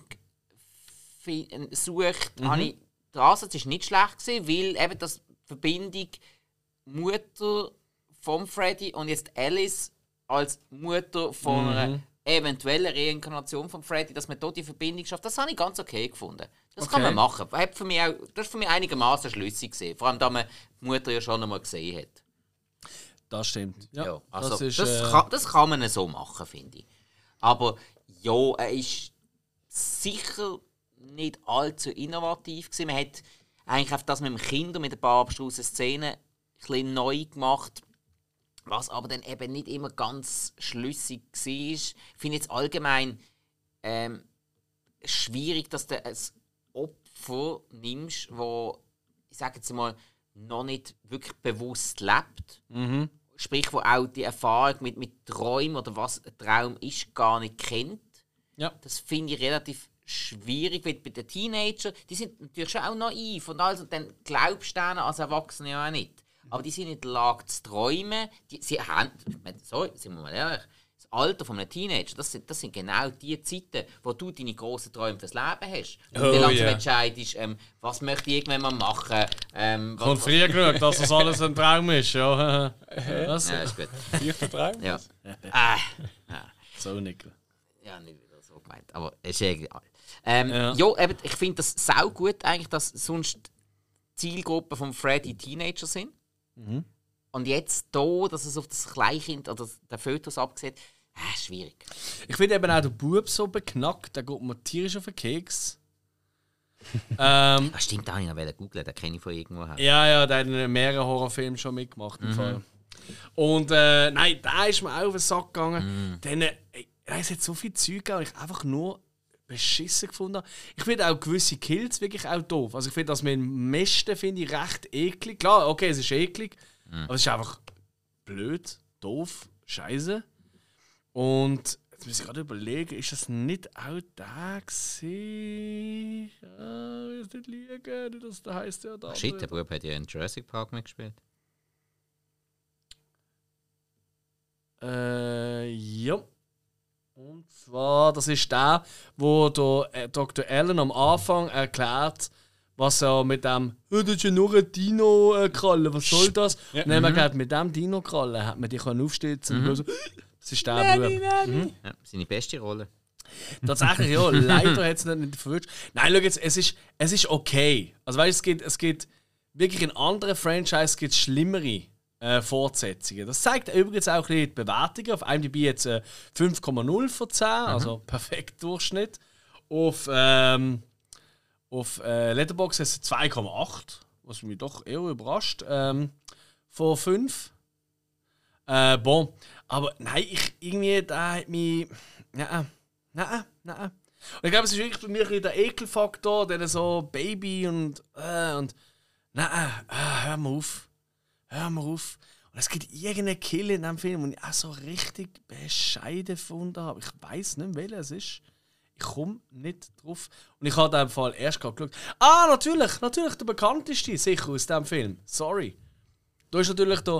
sucht, habe ich der Ansatz ist nicht schlecht gewesen, weil eben das Verbindung Mutter von Freddy und jetzt Alice als Mutter von einer eventuellen Reinkarnation von Freddy, dass man dort die Verbindung schafft, das habe ich ganz okay gefunden. Das kann man machen. Das ist für mich einigermaßen schlüssig gesehen. Vor allem, da man die Mutter ja schon einmal gesehen hat. Das stimmt. Ja, also das kann man so machen, finde ich. Aber ja, er ist sicher nicht allzu innovativ gewesen. Man hat eigentlich auf das mit dem Kind und mit ein paar abstrusen Szenen ein bisschen neu gemacht, was aber dann eben nicht immer ganz schlüssig war. Ich finde jetzt allgemein schwierig, dass du ein Opfer nimmst, das, ich sage jetzt mal, noch nicht wirklich bewusst lebt. Sprich, wo auch die Erfahrung mit Träumen oder was ein Traum ist, gar nicht kennt. Ja. Das finde ich relativ schwierig, weil bei den Teenagern, die sind natürlich schon auch naiv und alles, und dann glaubst du denen als Erwachsene ja auch nicht. Aber die sind in der Lage zu träumen. Sie haben, sorry, sind wir mal ehrlich, das Alter von einem Teenager, das sind genau die Zeiten, wo du deine grossen Träume fürs Leben hast. Und dann langsam entscheidest, was möchte ich irgendwann mal machen. Kommt früher genug, dass das alles ein Traum ist, ja. Was? Ja, ist gut. Vierter Traum? Ja. So, Nickel. Ja, nicht wieder so gemeint, aber es ist egal. Ja, eben, ich finde das sau gut, eigentlich, dass sonst die Zielgruppe von Freddy Teenager sind. Und jetzt hier, dass es auf das Kleinkind oder den Fotos abgesehen, schwierig. Ich finde eben auch den Bub so beknackt, der geht mir tierisch auf den Keks. Stimmt, da habe ich noch googeln, den kenne ich von irgendwo her. Ja, der hat in mehreren Horrorfilmen schon mitgemacht. Im Fall. Und nein, da ist mir auch auf den Sack gegangen. Es hat so viel Zeug gegeben, ich einfach nur beschissen gefunden habe. Ich finde auch gewisse Kills wirklich auch doof. Also ich finde das mit dem Mästen finde ich recht eklig. Klar, okay, es ist eklig, aber es ist einfach blöd, doof, scheiße. Und jetzt muss ich gerade überlegen, ist das nicht auch da gewesen? Ich will nicht liegen, das heisst ja da. Shit, der Bub hat ja in Jurassic Park mitgespielt. Ja. Und zwar, das ist der, wo der Dr. Allen am Anfang erklärt, was er mit dem das ist ja nur ein Dino-Kralle, was soll das? Ja. Und dann haben wir gesagt, mit dem Dino-Kralle hat man die aufstützen können. Das ist der Bub. Ja, seine beste Rolle. Tatsächlich, ja. Leider hat es nicht verwünscht. Nein, schau jetzt, es ist okay. Also weißt, es gibt wirklich in anderen Franchises gibt's schlimmere Fortsetzungen. Das zeigt übrigens auch die Bewertungen. Auf IMDb jetzt 5,0 von 10, also perfekt Durchschnitt. Auf Letterboxd ist es 2,8, was mich doch eher überrascht. Von 5. Bon. Aber nein, da hat mich. Nein. Und ich glaube, es ist wirklich bei mir der Ekelfaktor, der so Baby und nein, hör mal auf. Und es gibt irgendeinen Kill in diesem Film, den ich auch so richtig bescheiden gefunden habe. Ich weiß nicht, welcher es ist. Ich komme nicht drauf. Und ich habe in dem Fall erst gerade geschaut. Natürlich, der bekannteste sicher aus diesem Film. Sorry. Da ist natürlich der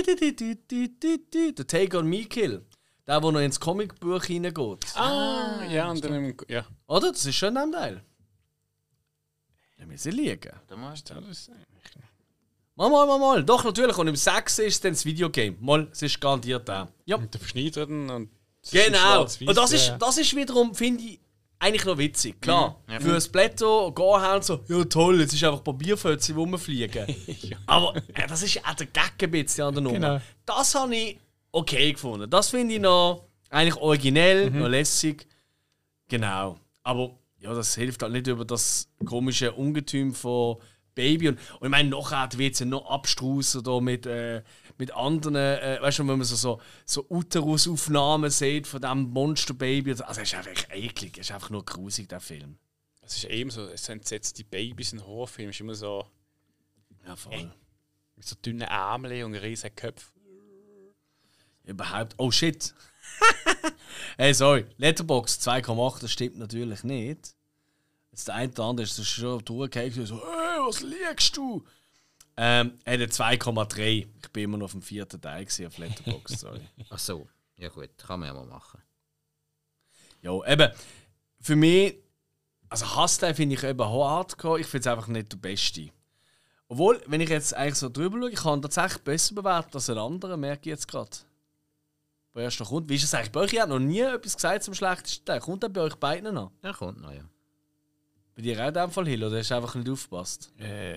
Take on Me Kill. Der noch ins Comicbuch hineingeht. Ja, und dann ja. Oder? Das ist schon ein Teil. Da müssen sie liegen. Da musst du das sein. Mal. Doch, natürlich. Und im 6 ist es dann das Videogame. Mal, es ist garantiert da. Ja. Und der Verschneideten und genau. Und das ist wiederum, finde ich, eigentlich noch witzig. Klar, für ein Blätter gehen und so, ja toll, jetzt ist einfach Papierfötchen, die rumfliegen. Ja. Aber das ist auch der Gag ein bisschen an der Nummer. Genau. Das habe ich okay gefunden. Das finde ich noch eigentlich originell, noch lässig. Genau. Aber ja, das hilft halt nicht über das komische Ungetüm von Baby. Und ich meine, nachher wird es ja noch abstrusen da mit anderen, weißt du, wenn man so Uterusaufnahmen sieht von diesem Monsterbaby. Also, es ist einfach eklig, es ist einfach nur grusig, der Film. Es ist eben so, es entsetzte Babys in Horrorfilmen, es ist immer so. Ja, voll. Mit so dünnen Ärmeln und riesigen Köpfen. Überhaupt. Oh shit! Hey, sorry. Letterboxd 2,8, das stimmt natürlich nicht. Jetzt der eine oder andere ist schon durchgefallen, so, hey, was liegst du? Er hat 2,3. Ich bin immer noch auf dem 4. Teil auf Letterboxd, sorry. Ach so, ja gut, kann man ja mal machen. Ja, eben, für mich, also Hassteil finde ich eben hardcore, ich finde es einfach nicht der Beste. Obwohl, wenn ich jetzt eigentlich so drüber schaue, ich kann tatsächlich besser bewerten als ein anderer, merke ich jetzt gerade. Wer erst noch kommt. Wie ist es eigentlich bei euch? Ich habe noch nie etwas gesagt zum schlechtesten Teil. Kommt der bei euch beiden noch? Ja, kommt noch, ja. Bei dir auch in dem Fall, Hill, oder hast du einfach nicht aufgepasst?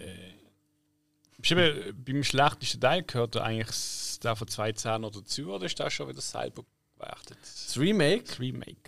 Beim schlechtesten Teil gehört eigentlich der von 2010 noch dazu, oder ist das schon wieder selber gewertet? Das Remake? Das Remake.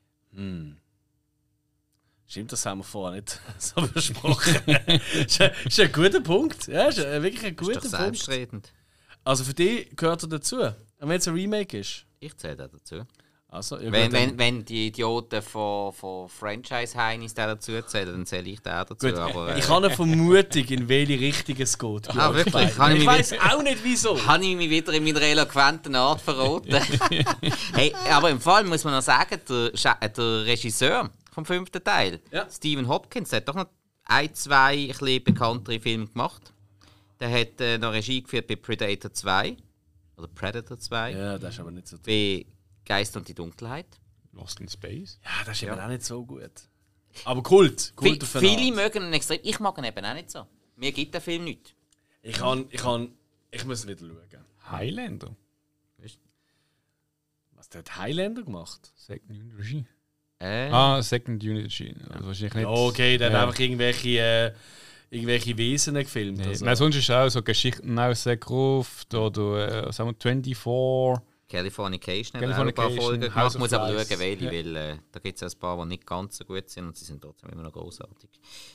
Stimmt, das haben wir vorher nicht so besprochen. ist ein guter Punkt. Ja, ist wirklich ein guter Ist doch Punkt. selbstredend. Also für dich gehört er dazu. Und wenn es ein Remake ist? Ich zähle da dazu. Also, ja, Wenn die Idioten von Franchise-Heinis dazu zählen, dann zähle ich da dazu. Gut, Aber, ich habe eine Vermutung, in welche Richtung es geht. Ah, wirklich? Ich weiß auch nicht wieso. Habe ich mich wieder in meiner eloquenten Art verraten? Hey, aber im Fall muss man noch sagen, der Regisseur vom 5. Teil, Ja. Stephen Hopkins, der hat doch noch 2 ein bisschen bekanntere Filme gemacht. Der hat noch Regie geführt bei Predator 2. Oder Predator 2. Ja, das ist aber nicht so toll. Bei Geist und die Dunkelheit. Lost in Space. Ja, das ist eben auch nicht so gut. Aber Kult. Kult auf eine Viele Art. mögen ihn extrem. Ich mag ihn eben auch nicht so. Mir gibt der Film nicht. Ich muss wieder schauen. Highlander. Was der hat Highlander gemacht? Second Unit Regie. Second Unit Regie. Also wahrscheinlich nicht. Ja, okay, der Ja. hat einfach irgendwelche Wesen gefilmt. Nee. Also. Nein, sonst ist auch so Geschichten aus der Gruft oder sagen wir 24. Californication hat auch ein paar Californication, Folgen gemacht. House Ich of muss aber Flies. schauen, welche, Ja. weil da gibt es ein paar, die nicht ganz so gut sind und sie sind trotzdem immer noch großartig.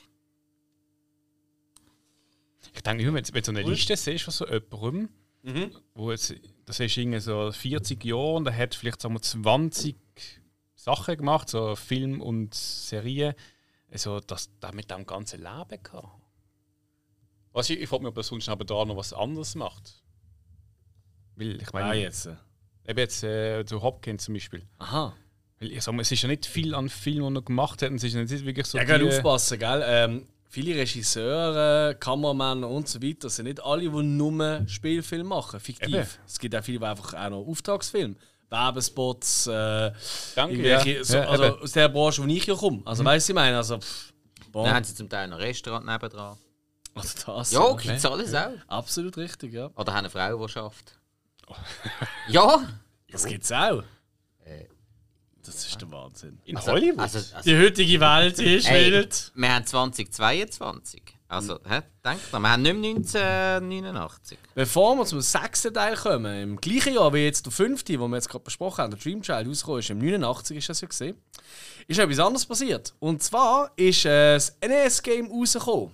Ich denke, wenn du so eine Liste siehst von so jemandem, wo jetzt, das ist irgendwie so 40 Jahre und er hat vielleicht sagen wir, 20 Sachen gemacht, so Film und Serien, also dass der mit dem ganzen Leben kann. Also ich frage mich, ob er sonst aber da noch was anderes macht. Weil ich meine, jetzt. eben jetzt so Hopkins zum Beispiel. Aha. Weil ich sag mal, es ist ja nicht viel an Filmen, die er gemacht hat. Und es ist nicht wirklich so. Ja, gerade aufpassen, gell? Viele Regisseure, Kameramänner und so weiter sind nicht alle, die nur Spielfilme machen, fiktiv. Eben. Es gibt auch viele, die einfach auch noch Auftragsfilme, Werbespots, Danke, irgendwelche, ja. so, Ja, also eben. aus der Branche, wo ich ja komme. Also weißt du, ich meine, also bon. Dann haben sie zum Teil noch ein Restaurant nebendran. Also das, Ja, gibt's alles auch. Absolut richtig, ja. Oder haben eine Frau, die arbeitet. Ja! Das gibt's auch. Das ist der Wahnsinn. In Hollywood? Also, Die heutige Welt ist Hey, wild. wir haben 2022. Also, denkt dran, wir haben nicht mehr 1989. Bevor wir zum 6. Teil kommen, im gleichen Jahr wie jetzt der 5., den wir jetzt gerade besprochen haben, der Dream Child rausgekommen ist, im 89 ist das ja gesehen, ist etwas anderes passiert. Und zwar ist das NES-Game rausgekommen.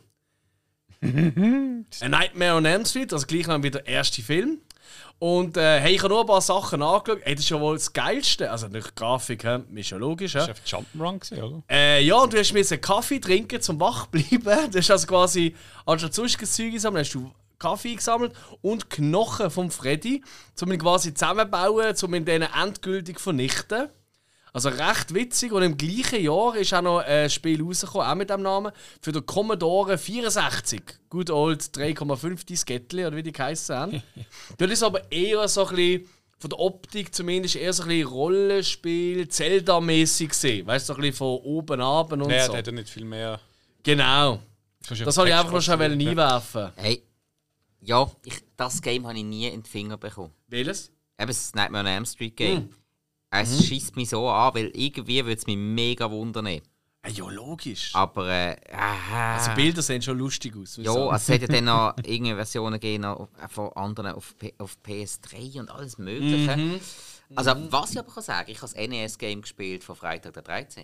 A Nightmare on Elm Street, also gleich wie der erste Film. Und hey, ich habe noch ein paar Sachen angeschaut. Hey, das ist ja wohl das Geilste. Also nicht Grafik, ist ja logisch. Das Ja, war ein Jump'n'Run, gewesen, oder? ja, und du hast mir einen Kaffee trinken, zum wach bleiben. Du hast also quasi, anstatt sonst Zeug gesammelt, hast du Kaffee gesammelt und Knochen vom Freddy, um ihn quasi zusammenbauen, um ihn dann endgültig vernichten. Also recht witzig. Und im gleichen Jahr ist auch noch ein Spiel rausgekommen, auch mit dem Namen, für den Commodore 64. Good old 3,5 Diskettli, oder wie die geheissen haben. Dort ist aber eher so ein bisschen, von der Optik zumindest, eher so ein bisschen Rollenspiel, Zelda-mäßig gesehen. Weißt du, so ein bisschen von oben ab und Ja, so. der hat ja nicht viel mehr. Genau. Das wollte ich einfach noch schnell einwerfen. Hey, ja, das Game habe ich nie in die Finger bekommen. Welches? Eben das Nightmare on Elm Street Game. Es schießt mich so an, weil irgendwie würde es mich mega wundern. Ja, logisch. Aber, Also Bilder sehen schon lustig aus. ja, also es hätte dann noch irgendwelche Versionen gegeben von anderen auf PS3 und alles Mögliche. Also, was ich aber kann sagen, ich habe das NES-Game gespielt von Freitag der 13.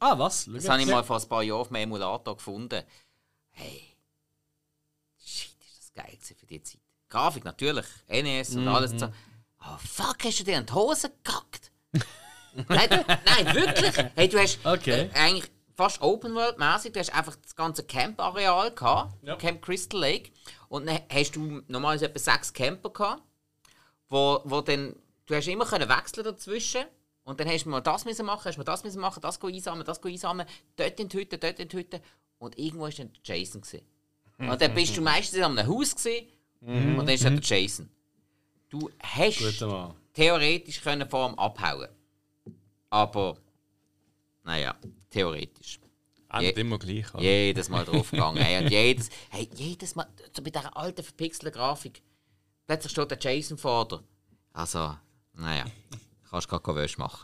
Ah, was? Das habe ich mal vor ein paar Jahren auf dem Emulator gefunden. Hey, shit, ist das geil für die Zeit. Grafik natürlich, NES und alles. So. Oh fuck, hast du dir in die Hose gekackt? nein, wirklich. Hey, du hast eigentlich fast Open-World-mäßig, du hast einfach das ganze Camp-Areal gehabt, Camp Crystal Lake. Und dann hast du normalerweise etwa 6 Camper gehabt, wo dann, du hast immer wechseln dazwischen. Und dann hast du mal das müssen machen, das einsammeln, dort in die Hütte. Und irgendwo war dann der Jason. Und dann bist du meistens in einem Haus und dann ist dann der Jason. Du hast theoretisch können vor ihm abhauen. Aber, naja, theoretisch. Nicht immer gleich. Oder? Jedes Mal draufgegangen. Und jedes Mal, so bei dieser alten verpixelten Grafik, plötzlich steht der Jason vor dir. Also, naja. Kannst du gar Wäsche machen.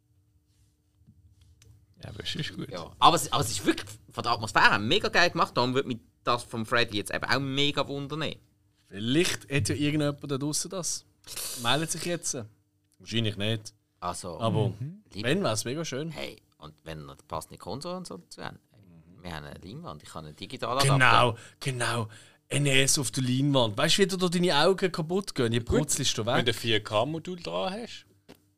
Ja, Wäsche ist gut. Ja. Aber es ist wirklich von der Atmosphäre mega geil gemacht. Darum würde mich das von Freddy jetzt eben auch mega wundern. Vielleicht hat ja irgendjemand da draußen das. Meldet sich jetzt. Wahrscheinlich nicht. Also, aber wenn, wäre es mega schön. Hey, und wenn wir passende Konsole und so dazu haben. Wir haben eine Leinwand, ich kann eine digitale Adapter. Genau. NES auf der Leinwand. Weißt du, wie da deine Augen kaputt gehen? Die brutzelst du weg. Wenn du ein 4K-Modul dran hast.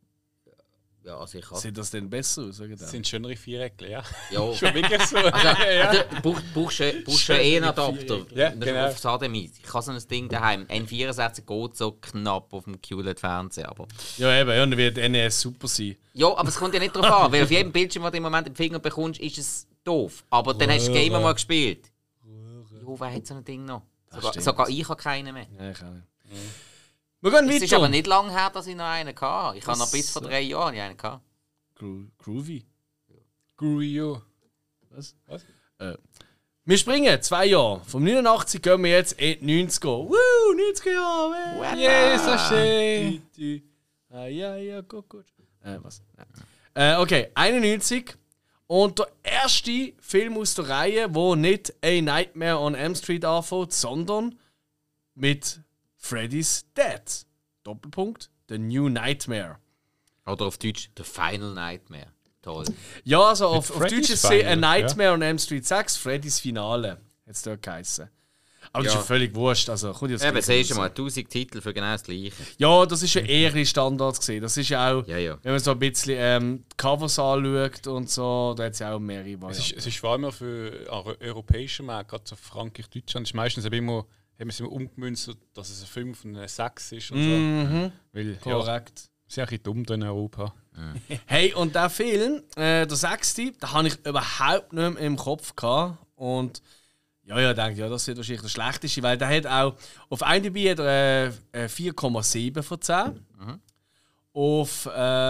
Ja, also ich sieht das denn besser aus? Das sind schönere Viereckle, ja. Ja. Ist schon wirklich so. Also brauchst du einen Adapter. Ja, genau. Auf das HDMI. Ich habe so ein Ding daheim. N64 geht so knapp auf dem QLED-Fernseher. Aber ja, eben. Ja, dann wird NES super sein. Ja, aber es kommt ja nicht darauf an, weil auf jedem Bildschirm, den du im Moment im Finger bekommst, ist es doof. Aber dann hast du das Game mal gespielt. Jo, wer hat so ein Ding noch? Sogar ich habe keinen mehr. Ja, ich auch nicht. Wir gehen weiter. Es ist aber nicht lange her, dass ich noch einen hatte. Ich habe noch bis vor 3 Jahren einen gehabt. Groovy. Groovy. Was? Wir springen 2 Jahre. Vom 89 gehen wir jetzt in die 90er. 90er Jahre! Yes, so schön! Ja, gut. Was? Okay, 91. Und der erste Film aus der Reihe, wo nicht A Nightmare on Elm Street anfängt, sondern mit Freddy's Dead. Doppelpunkt, The New Nightmare. Oder auf Deutsch, The Final Nightmare. Toll. Ja, also auf Deutsch ist es A Nightmare on Elm Street 6, Freddy's Finale. Hat es dort geheißen. Aber das ist ja völlig wurscht. Also, eben, siehst du mal, 1000 Titel für genau das Gleiche. Ja, das ist ja eher ein Standard gesehen. Das ist ja auch, ja. wenn man so ein bisschen die Covers anschaut und so, da hat es ja auch mehrere Varianten. Es ist vor allem für europäischen Markt, gerade so Frankreich, Deutschland, ist meistens immer umgemünzt, dass es ein 5 und ein 6 ist und so. Weil, korrekt. Ja, ist ja ein bisschen dumm in Europa. Hey, und der Film, der 6., den habe ich überhaupt nicht mehr im Kopf gehabt. Und ich denke, das wird wahrscheinlich der schlechteste, weil der hat auch auf IMDb hat er 4,7 von 10. Auf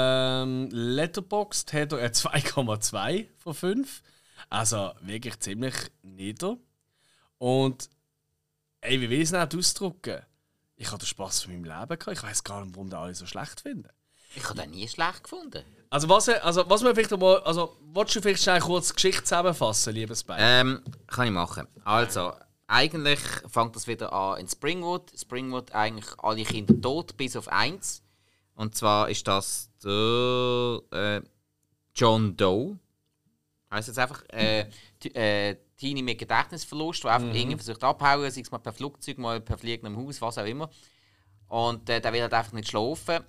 Letterboxd hat er 2,2 von 5. Also wirklich ziemlich nieder. Und ey, wie will ich es nicht ausdrücken? Ich hatte den Spass von meinem Leben gehabt. Ich weiß gar nicht, warum die alle so schlecht finden. Ich habe den nie schlecht gefunden. Also was wir vielleicht mal... Also, willst du vielleicht schnell kurz die Geschichte zusammenfassen, liebes Bein? Kann ich machen. Also, eigentlich fängt das wieder an in Springwood. Springwood eigentlich alle Kinder tot, bis auf 1. Und zwar ist das der John Doe. Heißt jetzt einfach Teenie mit Gedächtnisverlust, der einfach irgendwie versucht abzuhauen, sei es mal per Flugzeug, mal per fliegendem Haus, was auch immer. Und der will halt einfach nicht schlafen.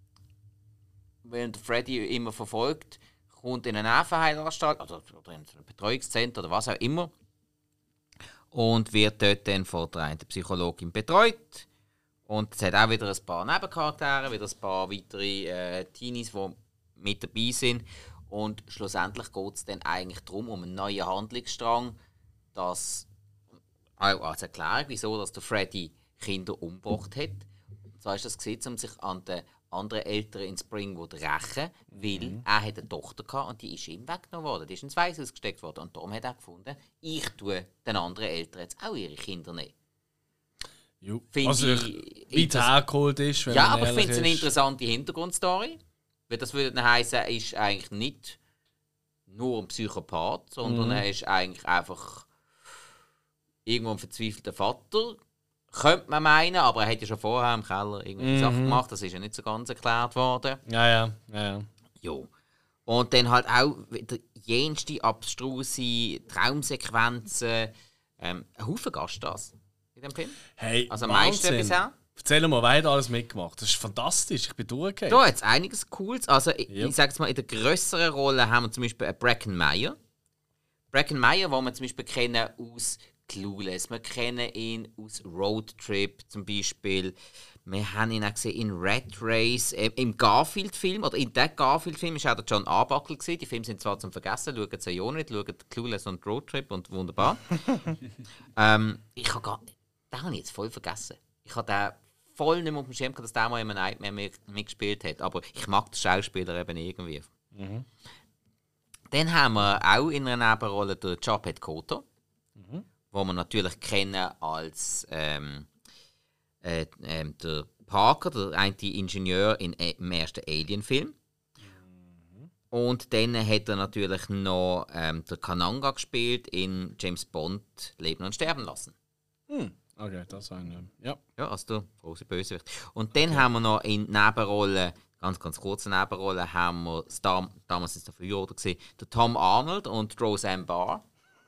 Wenn Freddy immer verfolgt, kommt in eine Nervenheilanstalt oder in ein Betreuungszentrum oder was auch immer und wird dort dann von der Psychologin betreut. Und es hat auch wieder ein paar Nebencharaktere, wieder ein paar weitere Teenies, die mit dabei sind. Und schlussendlich geht es dann eigentlich darum, um einen neuen Handlungsstrang, dass als Erklärung, wieso dass der Freddy Kinder umgebracht hat. Und zwar ist das Gesetz, um sich an den anderen Eltern in Springwood rächen, weil er hat eine Tochter hatte und die ist ihm weggenommen worden. Die ist ins Waisenhaus gesteckt worden. Und darum hat er gefunden, ich tue den anderen Eltern jetzt auch ihre Kinder nicht. Was weit hergeholt ist. Ja, aber ich finde es eine interessante Hintergrundstory. Weil das würde dann heißen, er ist eigentlich nicht nur ein Psychopath, sondern er ist eigentlich einfach irgendwo ein verzweifelter Vater. Könnte man meinen, aber er hat ja schon vorher im Keller irgendwelche Sachen gemacht. Das ist ja nicht so ganz erklärt worden. Ja. Jo. Und dann halt auch wieder jenste abstruse Traumsequenzen. Ein Haufen Gaststars in dem Film. Hey, Also am meisten Wahnsinn. bisher. Erzähl mal, wer hat alles mitgemacht? Das ist fantastisch, ich bin durchgegangen. Da hat es einiges Cooles. Also ich sage jetzt mal, in der grösseren Rolle haben wir zum Beispiel einen Bracken Meyer. Bracken Meyer, den wir zum Beispiel kennen aus Clueless. Wir kennen ihn aus Road Trip zum Beispiel. Wir haben ihn auch gesehen in Rat Race, im Garfield-Film. Oder in dem Garfield-Film war auch der John Arbuckle. Die Filme sind zwar zum Vergessen, schauen sie ja nicht, schauen Clueless und Road Trip und wunderbar. Den habe ich jetzt voll vergessen. Ich habe den voll nicht mehr auf dem Schirm gehabt, dass der mal in einem Nightmare mitgespielt hat. Aber ich mag den Schauspieler eben irgendwie. Mhm. Dann haben wir auch in einer Nebenrolle den Japhet Kotto, wo wir natürlich kennen als der Parker, der eine Ingenieur im ersten Alien-Film. Und dann hat er natürlich noch den Kananga gespielt in James Bond Leben und Sterben lassen. Okay, das ist ein. Ja. Ja, also der große Bösewicht. Und dann haben wir noch in Nebenrollen, ganz kurze Nebenrollen, haben wir damals ist der Frühjahr gesehen, der Tom Arnold und Roseanne Barr.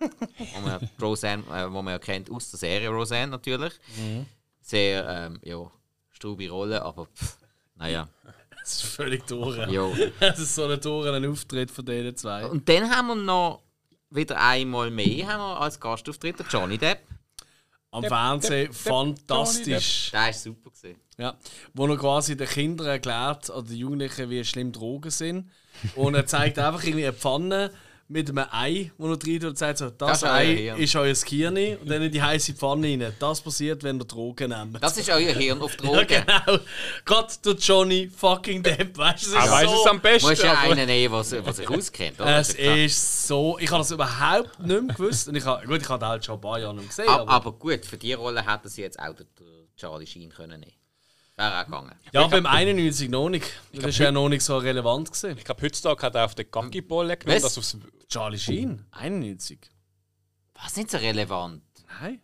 wo man ja kennt aus der Serie Roseanne natürlich. Sehr strube Rolle, aber naja. Das ist völlig durch. Jo. Das ist so ein Auftritt von denen zwei. Und dann haben wir noch wieder einmal mehr haben wir als Gastauftritt der Johnny Depp. Am Fernsehen fantastisch. Der war super gewesen. Ja, wo er quasi den Kindern erklärt, oder den Jugendlichen, wie schlimm Drogen sind. Und er zeigt einfach irgendwie eine Pfanne mit einem Ei, wo er rein tut und sagt so, das Ei ist euer Hirn und dann in die heiße Pfanne rein. Das passiert, wenn ihr Drogen nehmt. Das ist euer Hirn auf Drogen. Ja, genau. Gerade der Johnny fucking Depp, weißt du, es ist weißt du es am besten? Du musst ja einen nehmen, der sich auskennt. Oder? Es ist so... Ich habe das überhaupt nicht mehr gewusst. Und ich habe den halt schon ein paar Jahre nicht gesehen. Aber gut, für diese Rolle hätten sie jetzt auch den Charlie Sheen können nehmen. Wäre auch gegangen. Ja, beim 91 noch nicht. Das ist ja noch nicht so relevant gewesen. Ich glaube, heutzutage hat er auf den Gaggi-Ball genommen. Das aufs Charlie Sheen? 91? Was nicht so relevant? Nein.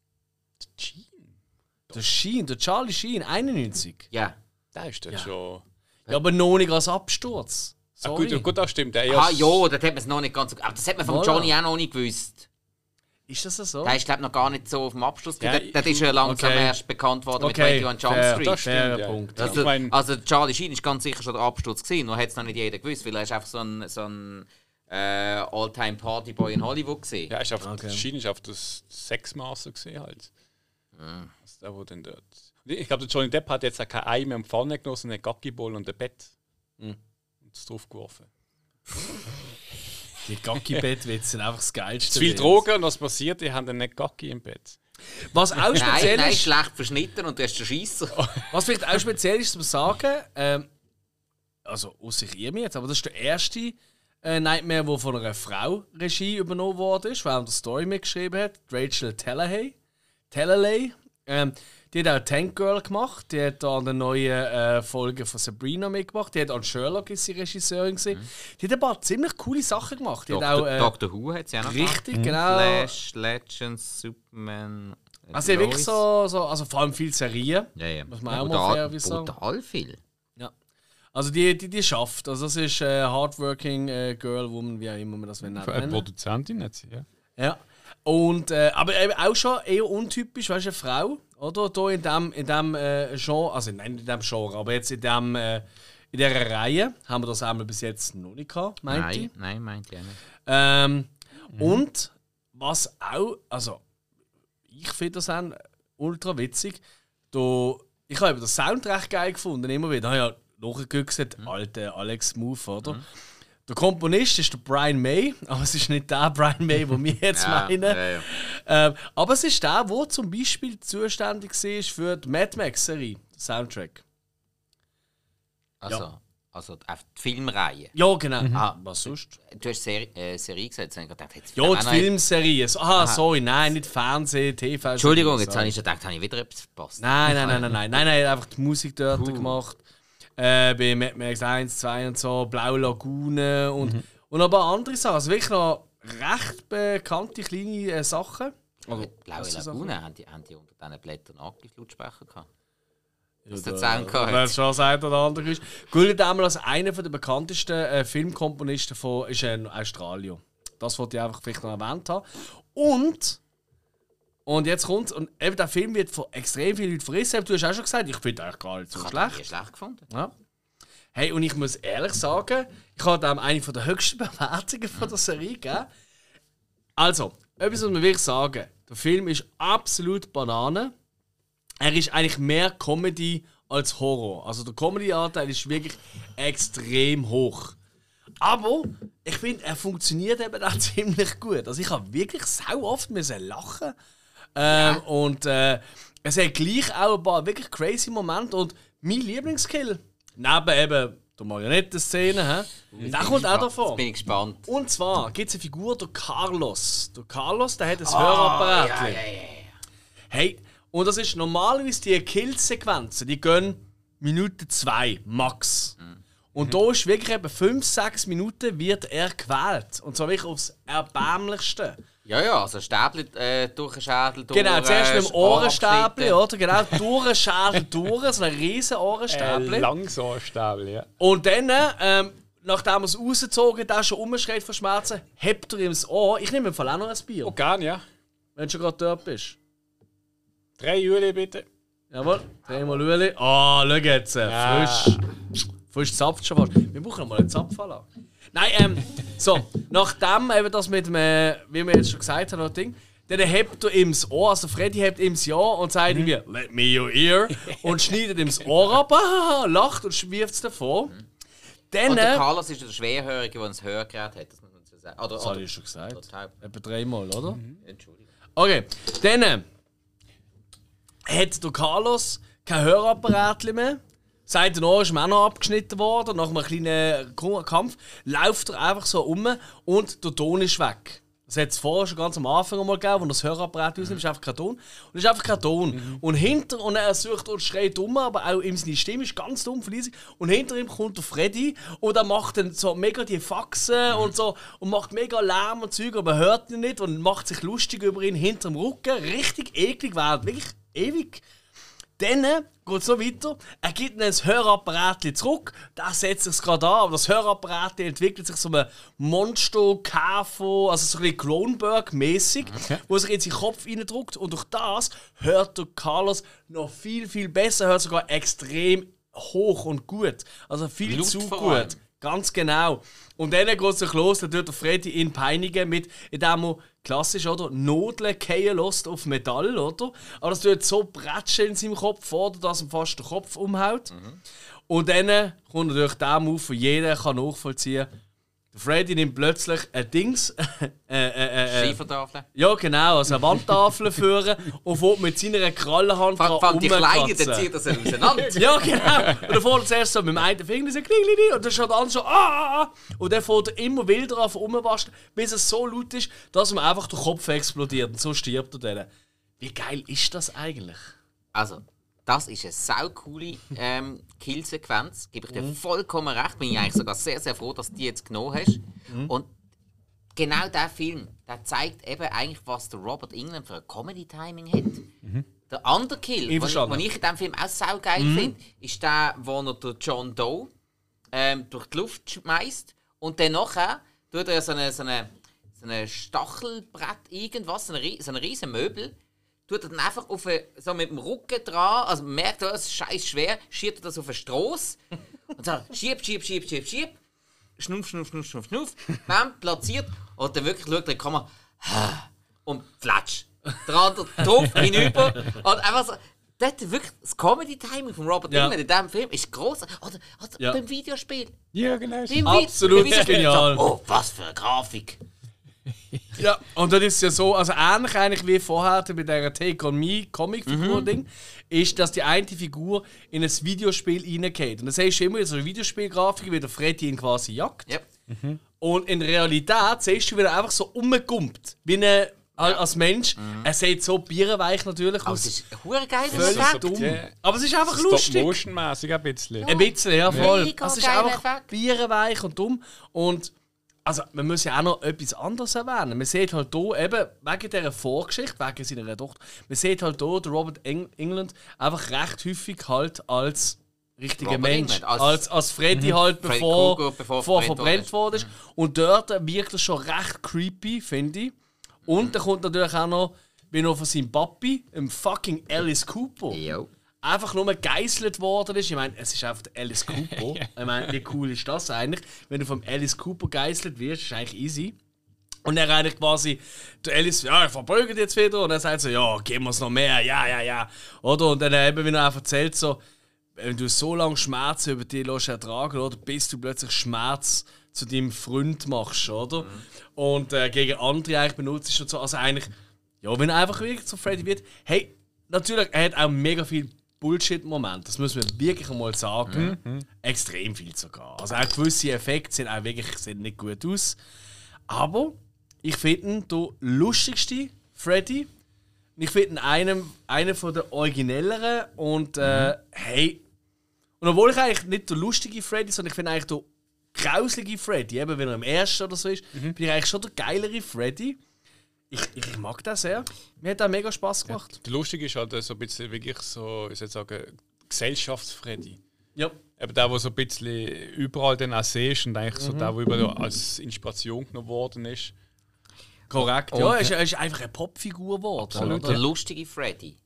Sheen? Der Charlie Sheen, 91? Ja. Der ist dann schon... Ja, aber noch nicht als Absturz. Sorry. Gut, das stimmt. Ja, das hat man es noch nicht ganz so... Aber das hat man von Johnny auch noch nicht gewusst. Ist das so? Der ist, glaube ich, noch gar nicht so auf dem Abschluss. Ja, das ist ja langsam erst bekannt worden mit 21 Jump Street. Das stimmt, ja. Punkt. Also Charlie Sheen ist ganz sicher schon der Absturz gewesen, nur hat es noch nicht jeder gewusst, weil er ist einfach so ein All-Time Partyboy in Hollywood gesehen. Ja, Sheen ist auf das Sexmaster gesehen halt. Was der wo denn dort? Ich glaube, der Johnny Depp hat jetzt auch kein Ei mehr im Pfanne genommen, sondern einen Gaggi-Ball und ein Bett. Und es drauf geworfen. Die Gaggi-Bettwitze sind einfach das Geilste. Zu viel Drogen und was passiert? Die haben dann nicht Gaggi im Bett. Was auch speziell nein, ist... schlecht verschnitten und du hast den Scheisser. Was vielleicht auch speziell ist, zu sagen, also aus sich ihr mir jetzt, aber das ist der erste Nightmare, der von einer Frau Regie übernommen worden ist, während der Story mitgeschrieben hat, Rachel Talalay. Die hat auch Tank Girl gemacht, die hat an der neuen Folge von Sabrina mitgemacht, die hat an Sherlock ist sie Regisseurin gewesen. Die hat ein paar ziemlich coole Sachen gemacht. Die hat auch, Doctor Who hat sie auch noch richtig, genau. Flash, Legends, Superman. Also ja, wirklich so, also vor allem viele Serien. Ja. Muss man auch mal fair sagen. Brutal viel. Ja. Also die schafft. Also das ist hardworking Girl, Woman, wie auch immer man das nennen will. Eine Produzentin hat sie, ja. Ja. Und, aber eben auch schon eher untypisch, weißt du, eine Frau, oder? Hier in dem Genre, also nein, in dem Genre, aber jetzt in dieser Reihe haben wir das einmal bis jetzt noch nicht gehabt, meinte ich. Nein, meinte ich auch nicht. Und was auch, also ich finde das auch ultra witzig, ich habe den Sound recht geil gefunden, immer wieder. Ich habe ja nachgeguckt, alter Alex Move, oder? Der Komponist ist der Brian May, aber es ist nicht der Brian May, den wir jetzt meinen. Ja. Aber es ist der zum Beispiel zuständig war für die Mad Max-Serie, den Soundtrack. Also auf die Filmreihe? Ja, genau. Was sonst? Du hast Serie gesagt, ich gedacht, ja, die Filmserie. Sorry, nein, nicht Fernsehen, TV. Entschuldigung, jetzt habe ich gedacht, habe ich wieder etwas verpasst. Nein, er hat einfach die Musik dort gemacht. Bei Mad Max 1, 2 und so, Blaue Lagune und ein paar andere Sachen. Also wirklich noch recht bekannte kleine Sachen. Also, Blaue Lagune haben die unter diesen Blättern Aktivlautsprecher gehabt? dass der Sound gehabt Wenn hat. es schon das eine oder andere ist. Gilt einmal als einer der bekanntesten Filmkomponisten von ist ein Australier. Das wollte ich einfach vielleicht noch erwähnt haben. Und jetzt kommt und eben der Film wird von extrem vielen Leuten verrissen. Du hast auch schon gesagt, ich finde eigentlich gar nicht so Ich habe schlecht. ihn schlecht gefunden. Ja. Hey, und ich muss ehrlich sagen, ich habe dem eine der höchsten Bewertungen von der Serie gegeben. Also, etwas muss man wirklich sagen. Der Film ist absolut Banane. Er ist eigentlich mehr Comedy als Horror. Also der Comedy-Anteil ist wirklich extrem hoch. Aber ich finde, er funktioniert eben auch ziemlich gut. Also ich habe wirklich sau oft lachen. Und es hat gleich auch ein paar wirklich crazy Momente. Und mein Lieblingskill, neben eben der Marionettenszene, der kommt auch Jetzt davon. bin ich gespannt. Und zwar gibt es eine Figur, der Carlos. Der Carlos, der hat ein Hörapparat. Ja. Hey, und das ist normalerweise die Kill-Sequenzen, die gehen Minute 2 max. Und da ist wirklich eben 5-6 Minuten wird er gewählt. Und zwar wirklich aufs Erbärmlichste. Ja, also Stäbchen durch den Schädel durch. Genau, zuerst mit dem Ohrenstäbchen, abgeschnitten. oder? Genau, durch den Schädel durch, so ein riesen Ohrenstäbchen. Langsohrstäbel, ja. Und dann, nachdem er es rausgezogen hat, der schon umschreit von Schmerzen, hebt er ihm das Ohr. Ich nehme im Fall auch noch ein Bier, Oh, gern, ja. wenn du schon gerade dort bist. 3 Juli bitte. Jawohl, dreimal Lüli. Ah, schau jetzt, frisch. Frisch zapft schon fast. Wir brauchen noch mal eine Zapfanlage. Nein, so, nachdem eben das mit dem, wie wir jetzt schon gesagt haben, das Ding, dann hebt er ihm das Ohr, also Freddy hebt ihm das Ohr und sagt ihm, let me your ear, und schneidet ihm das Ohr ab, lacht und wirft es davor. Dann, Und der Carlos ist der Schwerhörige, der ein Hörgerät hat, das muss man so sagen. Oder, das habe ich schon gesagt. Total. Etwa 3-mal, oder? Entschuldigung. Okay, dann hat der Carlos kein Hörapparat mehr. Seit der Ohr ist ihm auch noch abgeschnitten worden. Nach einem kleinen Kampf läuft er einfach so um und der Ton ist weg. Das hat es vorher schon ganz am Anfang einmal gegeben, wo das Hörapparat rausnimmt, ist einfach kein Ton. Und ist einfach kein Ton. Und er sucht und schreit um, aber auch ihm seine Stimme ist ganz dumm verletzlich. Und hinter ihm kommt der Freddy und er macht dann so mega die Faxen und so und macht mega Lärm und Zeug, aber hört ihn nicht und macht sich lustig über ihn hinterm Rücken. Richtig eklig während, wirklich ewig. Dann geht es so weiter. Er gibt ihm ein Hörapparat zurück. Das setzt sich gerade an. Aber das Hörapparat entwickelt sich so ein Monster-Käfer, also so ein bisschen Cronenberg-mäßig, wo sich in seinen Kopf reindrückt. Und durch das hört der Carlos noch viel, viel besser. Hört sogar extrem hoch und gut. Also viel Laut zu vor allem. gut. Ganz genau. Und dann geht es los, dann tut der Freddy ihn peinigen, indem er klassisch, oder, Nadeln fallen lässt auf Metall, oder? Aber das tut so bretschen in seinem Kopf, oder, dass ihm fast der Kopf umhaut. Und dann kommt natürlich der Move, den jeder kann nachvollziehen kann. Der Freddy nimmt plötzlich ein Dings. Schiefertafel. Ja, genau, also eine Wandtafel führen und fährt mit seiner Krallenhand Fängt die Kleine, rumkratzen. dann zieht er sie auseinander. Ja, genau. Und dann fährt er zuerst so mit dem einen Finger so klingelili und dann schaut der andere so und dann fährt er immer wilder an rumwaschen, bis es so laut ist, dass ihm einfach der Kopf explodiert und so stirbt er dann. Wie geil ist das eigentlich? Also, das ist eine saucoole Kill-Sequenz. Gebe ich dir vollkommen recht. Bin ich eigentlich sogar sehr, sehr froh, dass du die jetzt genommen hast. Und genau dieser Film, der zeigt eben eigentlich, was der Robert Englund für ein Comedy-Timing hat. Der andere Kill, den ich in diesem Film auch saugeil finde, ist der, wo er den John Doe durch die Luft schmeißt und dann nachher tut er so eine Stachelbrett, irgendwas, so ein riesen Möbel, tut er dann einfach so mit dem Rücken dran, also man merkt, es ist scheiß schwer, schiebt er das auf eine Strasse und sagt, schieb, schnuff, bam, platziert und dann wirklich schaut er in die Kamera und flatsch. Der andere drauf, hinüber und einfach so. Das ist wirklich das Comedy-Timing von Robert Englund in diesem Film ist gross. Oder beim Videospiel. Ja, genau. Absolut genial. Oh, was für eine Grafik. Ja, und dann ist es ja so, also ähnlich eigentlich wie vorher bei dieser Take on Me Comic-Figur-Ding, ist, dass die eine Figur in ein Videospiel reingeht. Und das siehst du immer in so einer Videospielgrafik, wie der Freddy ihn quasi jagt. Yep. Und in Realität siehst du, wie er einfach so rumgumpt, wie ein als Mensch. Er sieht so bierenweich natürlich Aber aus. es ist ein geiler Völlig Effekt. dumm. Aber es ist einfach lustig. Stop-Motion-mäßig ein bisschen. Ein bisschen, ja voll. Mega Es ist geiler einfach Effekt. bierenweich und dumm. Und Also, man muss ja auch noch etwas anderes erwähnen. Man sieht halt hier eben, wegen dieser Vorgeschichte, wegen seiner Tochter, man sieht halt hier, der Robert Englund einfach recht häufig halt als richtiger Robert Mensch. Englund, Als Freddy halt, Freddy bevor Krueger, er verbrennt worden ist. Und dort wirkt er schon recht creepy, finde ich. Und dann kommt natürlich auch noch, wie noch von seinem Papi, dem fucking Alice Cooper. Jo. Einfach nur geisselt worden ist. Ich meine, es ist einfach der Alice Cooper. Ich meine, wie cool ist das eigentlich? Wenn du vom Alice Cooper geisselt wirst, ist eigentlich easy. Und er eigentlich quasi, der Alice, ja, ich verbeuge jetzt wieder. Und er sagt so, ja, geben wir es noch mehr, ja. Oder? Und dann eben, wie er auch erzählt, so, wenn du so lange Schmerzen über dich ertragen oder bis du plötzlich Schmerz zu deinem Freund machst, oder? Und gegen andere eigentlich benutzt und so. Also eigentlich, ja, wenn er einfach wirklich zu Freddy wird, hey, natürlich, er hat auch mega viel Bullshit-Moment, das muss man wirklich einmal sagen. Extrem viel sogar. Also auch gewisse Effekte sehen nicht gut aus. Aber ich finde ihn der lustigste Freddy. Ich finde ihn einer von der originelleren und hey. Und obwohl ich eigentlich nicht der lustige Freddy, sondern ich finde eigentlich der grauselige Freddy, eben wenn er im ersten oder so ist, bin ich eigentlich schon der geilere Freddy. Ich mag das sehr. Mir hat das mega Spass gemacht. Ja, der Lustige ist halt so ein bisschen wirklich so, ich würde sagen, Gesellschaftsfreddy. Ja. Eben der, der so ein bisschen überall dann auch siehst und eigentlich so der, der überall als Inspiration genommen worden ist. Korrekt. Ja, er ist einfach eine Popfigur geworden. Absolut. Der lustige Freddy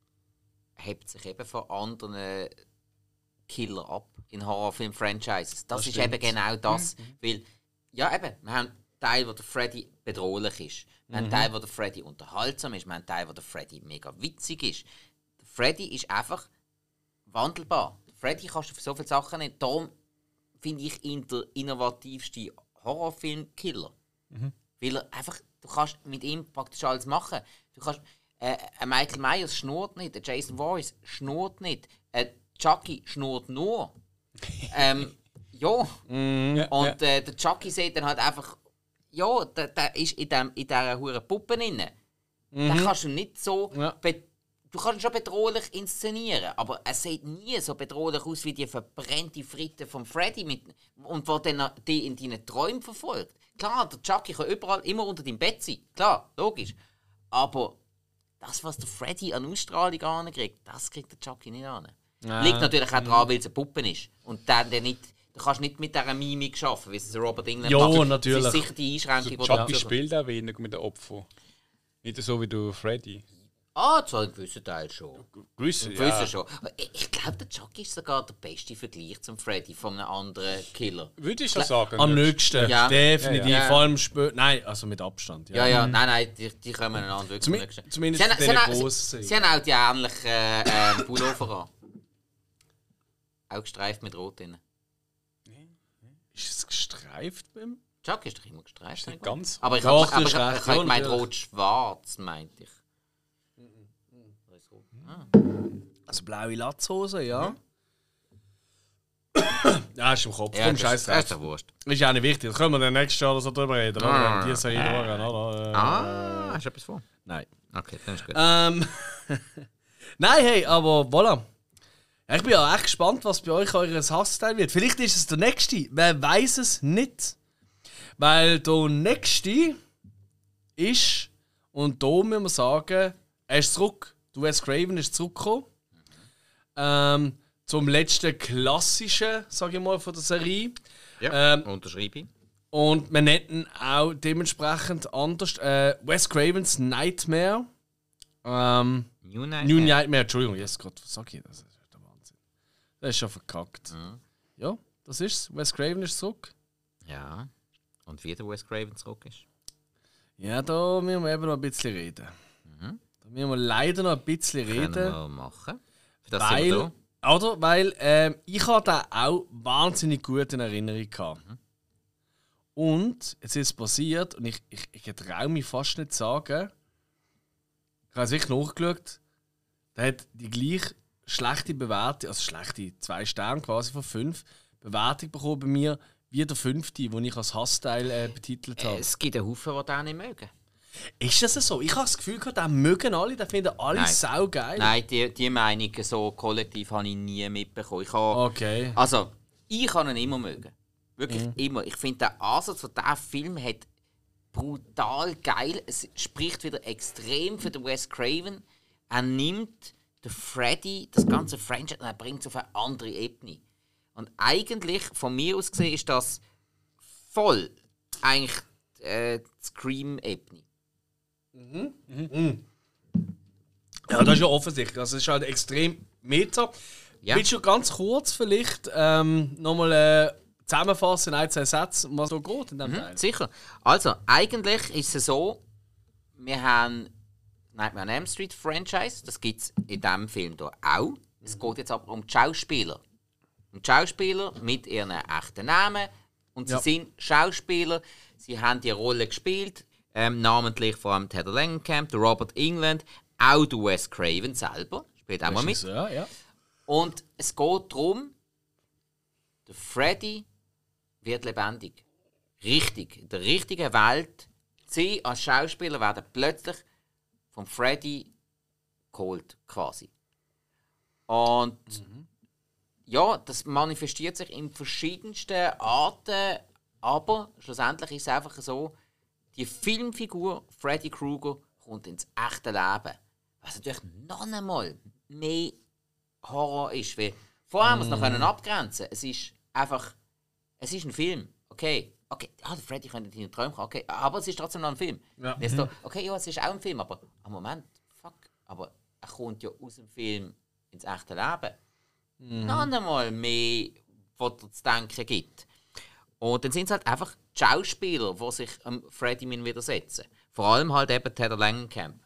hebt sich eben von anderen Killer ab in Horrorfilm-Franchises. Das ist stimmt. eben genau das. Weil, ja eben, wir haben einen Teil, wo der Freddy bedrohlich ist. Wir haben einen Teil, wo der Freddy unterhaltsam ist. Wir haben einen Teil, wo der Freddy mega witzig ist. Der Freddy ist einfach wandelbar. Der Freddy kannst du für so viele Sachen nicht. Darum finde ich ihn der innovativste Horrorfilm-Killer. Weil er einfach, du kannst mit ihm praktisch alles machen. Du kannst, Michael Myers schnurrt nicht, Jason Voorhees schnurrt nicht, Chucky schnurrt nur. Ja. Und der Chucky sieht dann halt einfach, ja, der ist in dieser huren Puppe drin. Den kannst du nicht so. Du kannst ihn schon bedrohlich inszenieren, aber er sieht nie so bedrohlich aus wie die verbrannte Fritte von Freddy und der dann die in deinen Träumen verfolgt. Klar, der Chucky kann überall immer unter deinem Bett sein. Klar, logisch. Aber das, was der Freddy an Ausstrahlung ankriegt, das kriegt der Chucky nicht an. Liegt natürlich auch daran, weil es eine Puppe ist. Und dann nicht. Du kannst nicht mit dieser Mimik arbeiten, wie es Robert England macht. Ja, natürlich. Das ist sicher die Einschränkung, Also Chucky spielt auch wenig mit den Opfern. Nicht so wie du Freddy. zu einem gewissen Teil schon. Gewisse, Schon. Ich glaube, der Chucky ist sogar der beste Vergleich zum Freddy von einem anderen Killer. Würde ich schon sagen. Am nächsten. Ja. Definitiv. Ja. Vor allem nein, also mit Abstand. Nein, die kommen einander wirklich nächsten. Zumindest Sie den haben grossen. auch die ähnlichen Pullover an. Auch gestreift mit Rot drin. Ist es gestreift beim? Chucky ist doch immer gestreift. Ist nicht ganz. Aber ich Doch, habe du hast recht. Ja, gemeint natürlich. rot-schwarz, meinte ich. Also blaue Latzhose, ja. Ja, ist im Kopf. Ja, Komm, scheiß das ist drauf. doch wurscht. Ist ja nicht wichtig. Da können wir dann nächstes Jahr oder so drüber reden, oder? Die so jeder Morgen, oder? Hast du etwas vor? Nein. Okay, dann ist gut. Nein, hey, aber voilà. Ja, ich bin ja echt gespannt, was bei euch eures Hassteil wird. Vielleicht ist es der nächste. Wer weiß es nicht. Weil der nächste ist, und da müssen wir sagen, er ist zurück. Der Wes Craven ist zurückgekommen. Zum letzten klassischen, sage ich mal, von der Serie. Ja, unterschreibe ich. Und wir nennen ihn auch dementsprechend anders. Wes Cravens Nightmare. New Nightmare, Entschuldigung, jetzt gerade, was sag ich das? Das ist der Wahnsinn. Das ist schon verkackt. Ja, das ist's. Wes Craven ist zurück. Ja. Und wie der Wes Craven zurück ist. Ja, da müssen wir eben noch ein bisschen reden. Da müssen wir leider noch ein bisschen reden. Können wir machen. Für das sind wir da. Weil ich habe da auch wahnsinnig gut in Erinnerung gehabt. Und jetzt ist es passiert, und ich traue mich fast nicht zu sagen, ich habe es wirklich nachgeschaut, der hat die gleich schlechte Bewertung, also schlechte 2 Sterne quasi von 5, Bewertung bekommen bei mir, wie der 5., den ich als Hassteil betitelt habe. Es gibt einen Haufen, die den nicht mögen. Ist das so? Ich habe das Gefühl, den mögen alle, den finden alle saugeil. Nein, die Meinung so kollektiv habe ich nie mitbekommen. Okay. Also, ich kann ihn immer mögen. Wirklich immer. Ich finde, der Ansatz von diesem Film hat brutal geil. Es spricht wieder extrem für den Wes Craven. Er nimmt den Freddy, das ganze Franchise, und er bringt es auf eine andere Ebene. Und eigentlich, von mir aus gesehen, ist das voll eigentlich die Scream-Ebene. Ja, das ist ja offensichtlich. Also, es ist halt extrem meta. Ja. Willst du ganz kurz vielleicht nochmal zusammenfassen in 1, 2 Sätzen, um was da geht in diesem Teil? Sicher. Also, eigentlich ist es so, wir haben Nightmare on Elm Street Franchise, das gibt es in diesem Film hier auch. Es geht jetzt aber um die Schauspieler. Um die Schauspieler mit ihren echten Namen. Und sie sind Schauspieler, sie haben die Rolle gespielt, namentlich vor allem Heather Langenkamp, der Robert Englund, auch der Wes Craven selber, spielt auch mal mit. Ja. Und es geht darum, der Freddy wird lebendig. Richtig, in der richtigen Welt. Sie als Schauspieler werden plötzlich vom Freddy geholt, quasi. Und ja, das manifestiert sich in verschiedensten Arten, aber schlussendlich ist es einfach so, die Filmfigur Freddy Krueger kommt ins echte Leben. Was natürlich noch einmal mehr Horror ist. Weil vorher haben wir es noch abgrenzen. Es ist einfach, es ist ein Film. Okay, der Freddy könnte in den Träumen kommen, okay, aber es ist trotzdem noch ein Film. Ja. Okay, ja, es ist auch ein Film, aber Moment, aber er kommt ja aus dem Film ins echte Leben. Noch einmal mehr, was er zu denken gibt. Und dann sind es halt einfach die Schauspieler, die sich Freddy widersetzen. Vor allem halt eben Heather Langenkamp.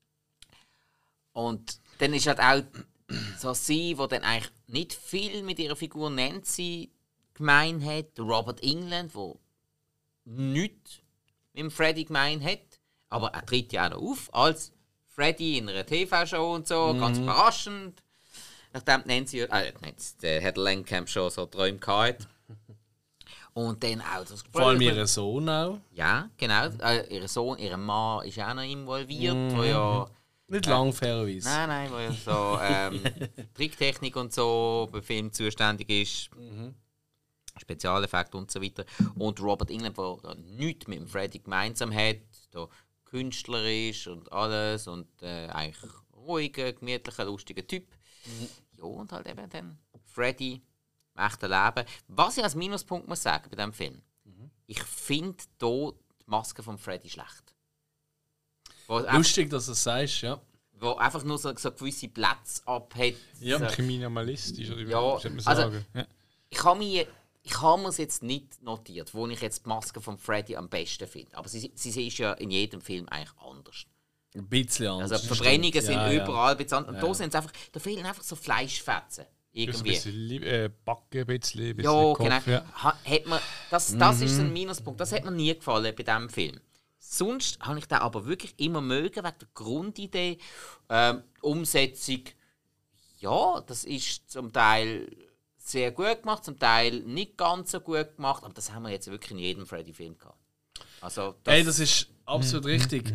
Und dann ist halt auch so sie, die dann eigentlich nicht viel mit ihrer Figur Nancy gemein hat. Der Robert Englund, der nichts mit dem Freddy gemein hat. Aber er tritt ja auch noch auf als Freddy in einer TV-Show und so, ganz überraschend. Nachdem Nancy, der Heather Langenkamp schon so Träume hatte. Und dann auch das Gespräch. Vor allem ihr Sohn auch. Ja, genau. Ihr Sohn, ihr Mann ist auch noch involviert, wo ja... Nicht lang, fairerweise. Nein, wo ja so Tricktechnik und so beim Film zuständig ist. Spezialeffekte und so weiter. Und Robert Englund, der nichts mit dem Freddy gemeinsam hat, der Künstler ist und alles und eigentlich ruhiger, gemütlicher, lustiger Typ. Ja, und halt eben dann Freddy im echten Leben. Was ich als Minuspunkt muss sagen bei diesem Film, ich finde hier die Maske von Freddy schlecht. Lustig, dass du es sagst, ja. Wo einfach nur so gewisse Plätze abhat. Ja, ein minimalistisch, oder wie ja, soll man also, sagen? Ja. Ich habe mir es jetzt nicht notiert, wo ich jetzt die Maske von Freddy am besten finde. Aber sie ist ja in jedem Film eigentlich anders. Ein bisschen anders. Also die Verbrennungen sind ja, überall ein bisschen anders. Und da sind es einfach, da fehlen einfach so Fleischfetzen. Irgendwie. Ein bisschen Backen, ein bisschen Ja, Kopf, genau. ja. Hat man, das ist so ein Minuspunkt. Das hat mir nie gefallen bei diesem Film. Sonst habe ich den aber wirklich immer mögen, wegen der Grundidee. Umsetzung, ja, das ist zum Teil sehr gut gemacht, zum Teil nicht ganz so gut gemacht, aber das haben wir jetzt wirklich in jedem Freddy-Film gehabt. Also, das ist absolut richtig.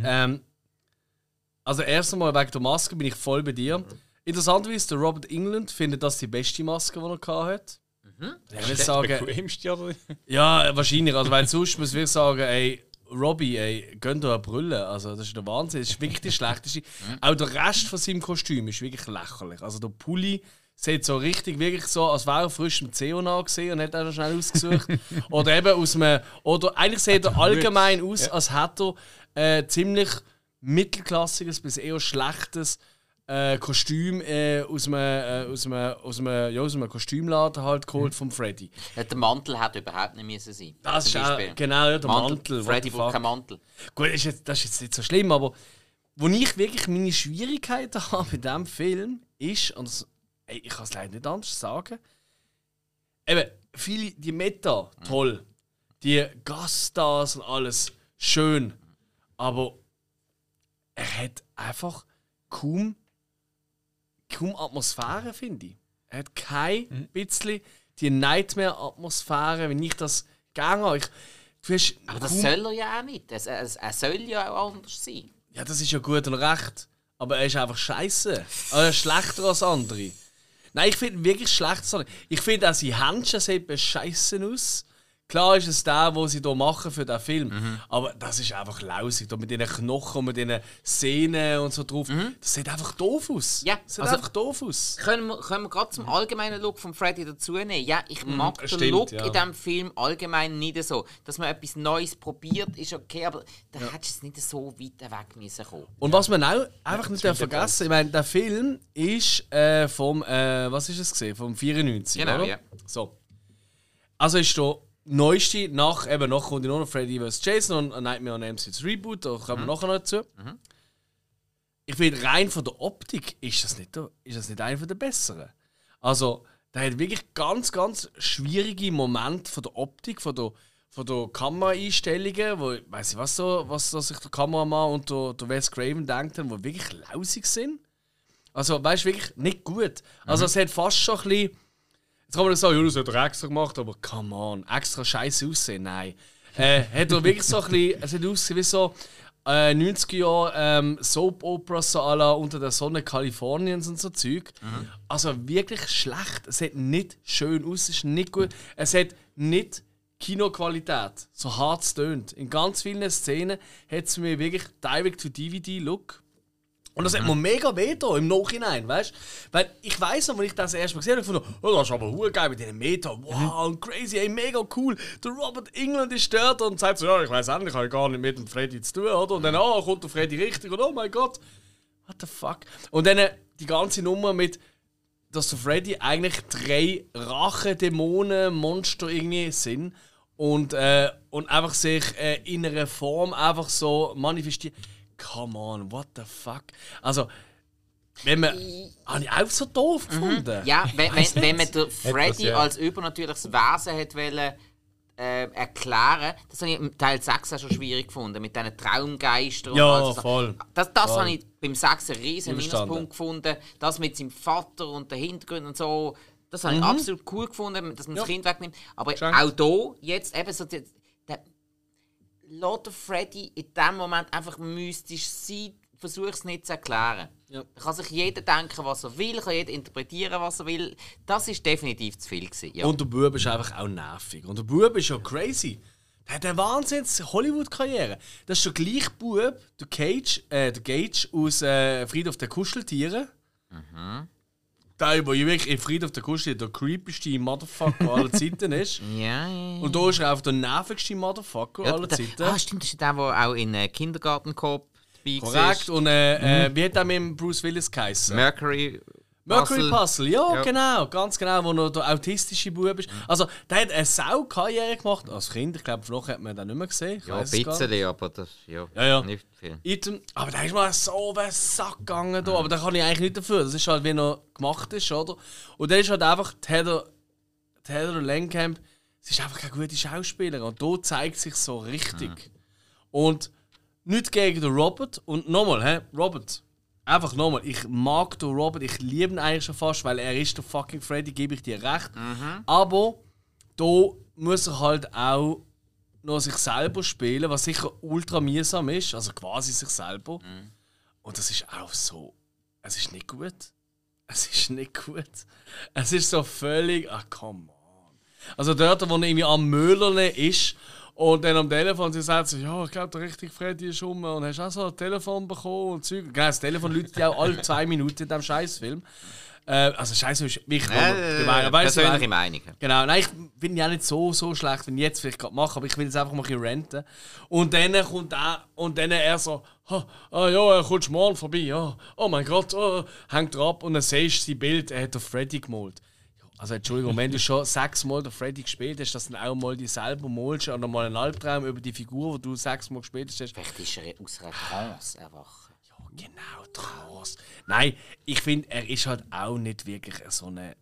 Also erst einmal wegen der Maske bin ich voll bei dir. Interessanterweise, der Robert Englund findet das die beste Maske, die er hatte. Ich würde sagen, Bequemste, oder? ja, wahrscheinlich. Also, weil sonst muss ich sagen, ey, Robbie, gönn dir eine Brille. Also, das ist der Wahnsinn. Das ist wirklich die schlechteste. Auch der Rest von seinem Kostüm ist wirklich lächerlich. Also, der Pulli sieht so richtig, wirklich so, als wäre er frisch im CO angesehen und hat er schnell ausgesucht. Oder eben aus einem. Oder eigentlich sieht er allgemein aus, als hätte er ziemlich mittelklassiges bis eher schlechtes Kostüm aus einem Kostümladen halt geholt vom Freddy. Ja, der Mantel hätte überhaupt nicht müssen sein. Das ist auch, genau, ja, der Mantel. Freddy braucht keinen Mantel. Gut, das ist jetzt nicht so schlimm, aber wo ich wirklich meine Schwierigkeiten habe bei diesem Film ist, und das, ich kann es leider nicht anders sagen, eben, viele, die Meta, toll, die Gaststars und alles, schön, aber er hat einfach kaum Atmosphäre, finde ich. Er hat kein bisschen die Nightmare-Atmosphäre, wenn ich das gerne habe. Aber das soll er ja auch nicht. Er soll ja auch anders sein. Ja, das ist ja gut und recht. Aber er ist einfach scheiße. Er ist schlechter als andere. Nein, ich finde ihn wirklich schlechter als andere. Ich finde auch, seine Händchen sehen bescheissen aus. Klar ist es der, was sie hier machen für den Film. Aber das ist einfach lausig. Da mit diesen Knochen und mit diesen Szenen und so drauf. Das sieht einfach doof aus. Ja, das sieht einfach doof aus. Können wir gerade zum allgemeinen Look von Freddy dazu nehmen? Ja, ich mag den stimmt, Look ja. in diesem Film allgemein nicht so. Dass man etwas Neues probiert, ist okay, aber da hättest du nicht so weit weg müssen kommen. Und was man auch einfach nicht vergessen, ich meine, der Film ist vom, was ist es gesehen? Vom 94, Genau, oder? ja. So. Also ist der neueste, nach kommt nur noch Freddy vs. Jason und Nightmare on Elm Street Reboot, da kommen wir nachher noch dazu. Ich finde, rein von der Optik ist das nicht einer der besseren. Also, der hat wirklich ganz, ganz schwierige Momente von der Optik, von der Kameraeinstellungen, wo, ich weiss nicht, was sich der Kameramann und der Wes Craven denkt haben, die wirklich lausig sind. Also, weißt du, wirklich nicht gut. Also, es hat fast schon ein bisschen. Jetzt kann man sagen, ja, das hat er extra gemacht, aber come on, extra scheiße aussehen, nein. Hat er wirklich so ein bisschen, es hat ausgesehen wie so 90er Jahre Soap-Operas so à la Unter der Sonne Kaliforniens und so Zeug. Also wirklich schlecht. Es sieht nicht schön aus, es ist nicht gut. Es hat nicht Kinoqualität, so hart es tönt. In ganz vielen Szenen hat es mir wirklich Direct-to-DVD-Look. Und das hat mir mega weh da im Nachhinein, weißt du? Weil ich weiss noch, als ich das erste Mal gesehen habe, oh, das ist aber geil mit diesen Meter. Wow, und crazy, ey, mega cool. Der Robert Englund ist dort und sagt so, ja, ich weiss endlich, ich habe gar nicht mit dem Freddy zu tun, oder? Und dann, kommt der Freddy richtig und oh mein Gott, what the fuck? Und dann die ganze Nummer mit, dass der Freddy eigentlich 3 Rachedämonen, Monster irgendwie sind und einfach sich in einer Form einfach so manifestieren. Come on, what the fuck? Also, wenn man. Habe ich auch so doof gefunden. Ja, wenn man den Freddy als übernatürliches Wesen hat wollen, erklären, das habe ich im Teil 6 auch schon schwierig gefunden, mit diesen Traumgeistern. Ja, und voll. Das voll. habe ich beim 6 einen riesen Minuspunkt gefunden. Das mit seinem Vater und den Hintergründen und so, das habe ich absolut cool gefunden, dass man das Kind wegnimmt. Aber auch hier, jetzt eben so, lässt Freddy in dem Moment einfach mystisch sein, versuche es nicht zu erklären. Ja. Da kann sich jeder denken, was er will, kann jeder interpretieren, was er will. Das war definitiv zu viel gewesen, ja. Und der Bub ist einfach auch nervig. Und der Bub ist ja crazy. Der hat eine Wahnsinns-Hollywood-Karriere. Das ist der gleiche Bub, der Gage aus Friedhof der Kuscheltiere. Der, der wirklich in Friedhof der Kuscheltiere der creepigste Motherfucker aller Zeiten ist. Ja. Und da ist er einfach der nervigste Motherfucker aller Zeiten. Stimmt, das ist der, der auch in Kindergarten Cop dabei war. Korrekt. Und wie hat der mit Bruce Willis geheißen? Mercury Puzzle, ja, genau, ganz genau, wo noch der autistische Bub ist. Also, der hat eine Sau-Karriere gemacht als Kind. Ich glaube, vielleicht hat man den nicht mehr gesehen. Ja, ein bisschen, aber das nicht viel. Aber der ist mal so auf den Sack gegangen. Da. Aber da kann ich eigentlich nicht dafür. Das ist halt, wie er gemacht ist, oder? Und der ist halt einfach, Heather Langenkamp, sie ist einfach keine gute Schauspielerin. Und da zeigt sich so richtig. Und nicht gegen den Robert. Und nochmal, Robert. Einfach nochmal, ich mag den Robert, ich liebe ihn eigentlich schon fast, weil er ist der fucking Freddy, gebe ich dir recht. Aber da muss er halt auch noch sich selber spielen, was sicher ultra mühsam ist, also quasi sich selber. Und das ist auch so, es ist nicht gut. Es ist nicht gut. Es ist so völlig, come on. Also dort, wo er irgendwie am Möllern ist, und dann am Telefon, sie sagt so, ja, ich glaube, der richtige Freddy ist rum und hast auch so ein Telefon bekommen und Zeug. Genau, das Telefon läutet ja auch alle 2 Minuten in diesem Scheißfilm. Also Scheiße ist wichtig. Persönliche Meinung. Genau, nein, ich finde ja nicht so schlecht, wenn ich jetzt vielleicht gerade mache, aber ich will jetzt einfach mal ein bisschen renten. Und dann kommt er so, ja, er kommt morgen vorbei, ja. Oh mein Gott, hängt er ab und dann siehst du sein Bild, er hat den Freddy gemalt. Also Entschuldigung, wenn du schon 6 Mal den Freddy gespielt hast, dass du dann auch mal dich selber malst oder mal einen Albtraum über die Figur, die du 6 Mal gespielt hast. Vielleicht ist er aus einer Trance erwachen. Ja, genau, Trance. Nein, ich finde, er ist halt auch nicht wirklich so eine...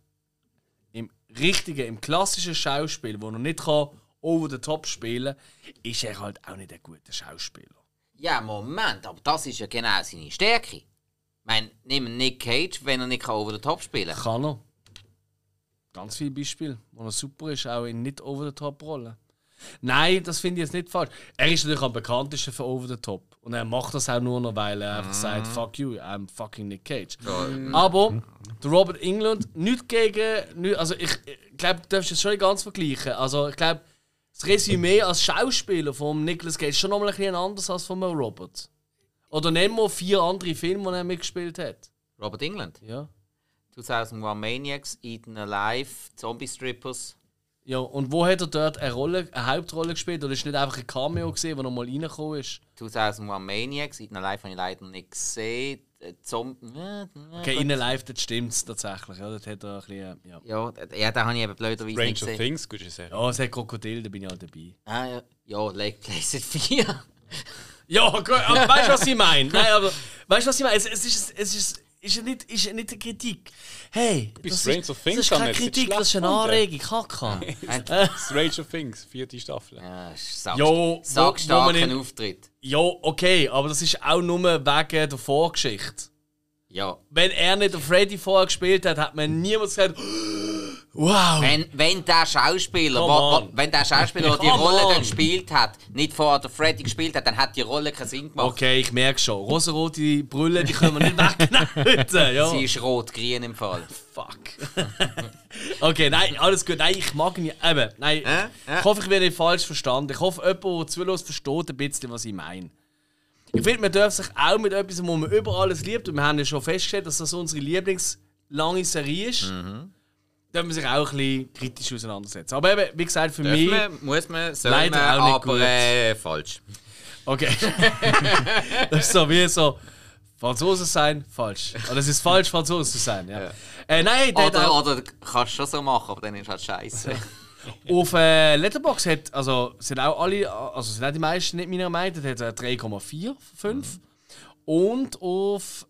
Im klassischen Schauspiel, wo er nicht over the top spielen kann, ist er halt auch nicht ein guter Schauspieler. Ja, Moment, aber das ist ja genau seine Stärke. Ich meine, nimm Nick Cage, wenn er nicht over the top spielen kann. Kann er. Ganz viele Beispiele, wo er super ist, auch in nicht over-the-top-Rollen. Nein, das finde ich jetzt nicht falsch. Er ist natürlich am bekanntesten für over-the-top. Und er macht das auch nur noch, weil er einfach sagt, fuck you, I'm fucking Nick Cage. Aber der Robert Englund, nicht gegen... Also ich glaube, du darfst es schon nicht ganz vergleichen. Also ich glaube, das Resümee als Schauspieler von Nicolas Cage schon nochmal ein bisschen anders als von Robert. Oder nehmen wir 4 andere Filme, die er mitgespielt hat. Robert Englund? Ja. 2001 Maniacs, Eaten Alive, Zombie Strippers. Ja, und wo hat er dort eine Hauptrolle gespielt? Oder ist nicht einfach ein Cameo gesehen, wo noch mal reingekommen ist? 2001 Maniacs, Eaten Alive habe ich leider nicht gesehen. Okay, in Alive, das stimmt tatsächlich. Ja, das hat er ein bisschen, ja, den habe ich eben blöderweise nicht Stranger gesehen. Things, gut gesagt. Ja, es hat Krokodil, da bin ich halt dabei. Ah, ja. Ja, Lake Placid 4. Ja, gut, aber weißt du, was ich meine? Nein, aber weißt du, was ich meine? Es ist ja nicht eine Kritik. Hey, das ist keine Kritik, das ist eine Anregung. Kacke. Stranger Things, 4. Staffel. Ja, sackstarken Auftritt. Ja, okay, aber das ist auch nur wegen der Vorgeschichte. Ja. Wenn er nicht den Freddy vorher gespielt hat, hat man niemals gesagt, wow. Wenn der Schauspieler, der die Rolle dann gespielt hat, nicht vorher der Freddy gespielt hat, dann hat die Rolle keinen Sinn gemacht. Okay, ich merke schon. Rosarote Brille, die können wir nicht wegnehmen. Ja. Sie ist rot-grün im Fall. Fuck. Okay, nein, alles gut. Nein, ich mag ihn eben. Nein, ich hoffe, ich werde nicht falsch verstanden. Ich hoffe, jemand, der zulässt, versteht ein bisschen, was ich meine. Ich finde, man darf sich auch mit etwas, wo man über alles liebt, und wir haben ja schon festgestellt, dass das unsere lieblingslange Serie ist, darf man sich auch ein bisschen kritisch auseinandersetzen. Aber eben, wie gesagt, für mich... soll man, aber falsch. Okay. Das ist so wie so... Franzose sein, falsch. Oder es ist falsch, Franzose zu sein. Ja. Nein, oder kannst du schon so machen, aber dann ist halt scheiße. Auf Letterboxd sind auch alle, also sind auch die meisten nicht meiner Meinung, hat 3,4 von 5. Und auf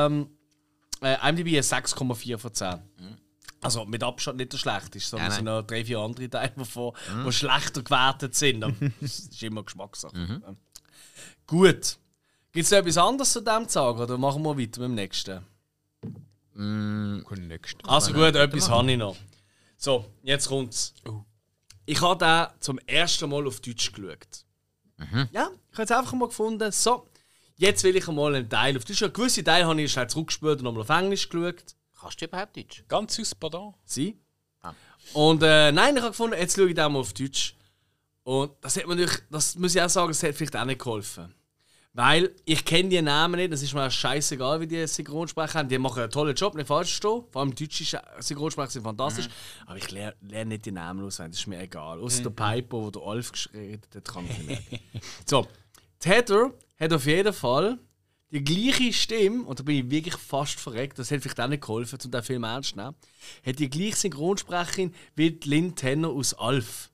IMDb 6,4 von 10. Also mit Abstand nicht der schlechteste, sondern es sind noch 3-4 andere Teile, die schlechter gewertet sind. Aber das ist immer Geschmackssache. Gut. Gibt es noch etwas anderes zu dem zu sagen, oder machen wir weiter mit dem nächsten? Also gut, etwas habe ich noch. So, jetzt kommt's. Ich habe den zum ersten Mal auf Deutsch geschaut. Ja, ich habe jetzt einfach mal gefunden, so, jetzt will ich mal einen Teil auf Deutsch. Gewisse Teile habe ich schnell zurückgespült und nochmal auf Englisch geschaut. Kannst du überhaupt Deutsch? Ganz aus Pardon. Sie? Und nein, ich habe gefunden, jetzt schaue ich den mal auf Deutsch. Und das hat mir natürlich, das muss ich auch sagen, das hat vielleicht auch nicht geholfen. Weil ich kenne die Namen nicht, das ist mir scheißegal, wie die Synchronsprecher haben. Die machen einen tollen Job, nicht falsch verstehen. Vor allem deutsche Synchronsprecher sind fantastisch. Aber ich lerne nicht die Namen auswendig, das ist mir egal. Außer der Piper, wo der Alf geredet hat, kann ich nicht. So, Heather hat auf jeden Fall die gleiche Stimme, und da bin ich wirklich fast verreckt, das hat vielleicht auch nicht geholfen, um den Film ernst zu nehmen, hat die gleiche Synchronsprecherin wie Lynn Tanner aus Alf.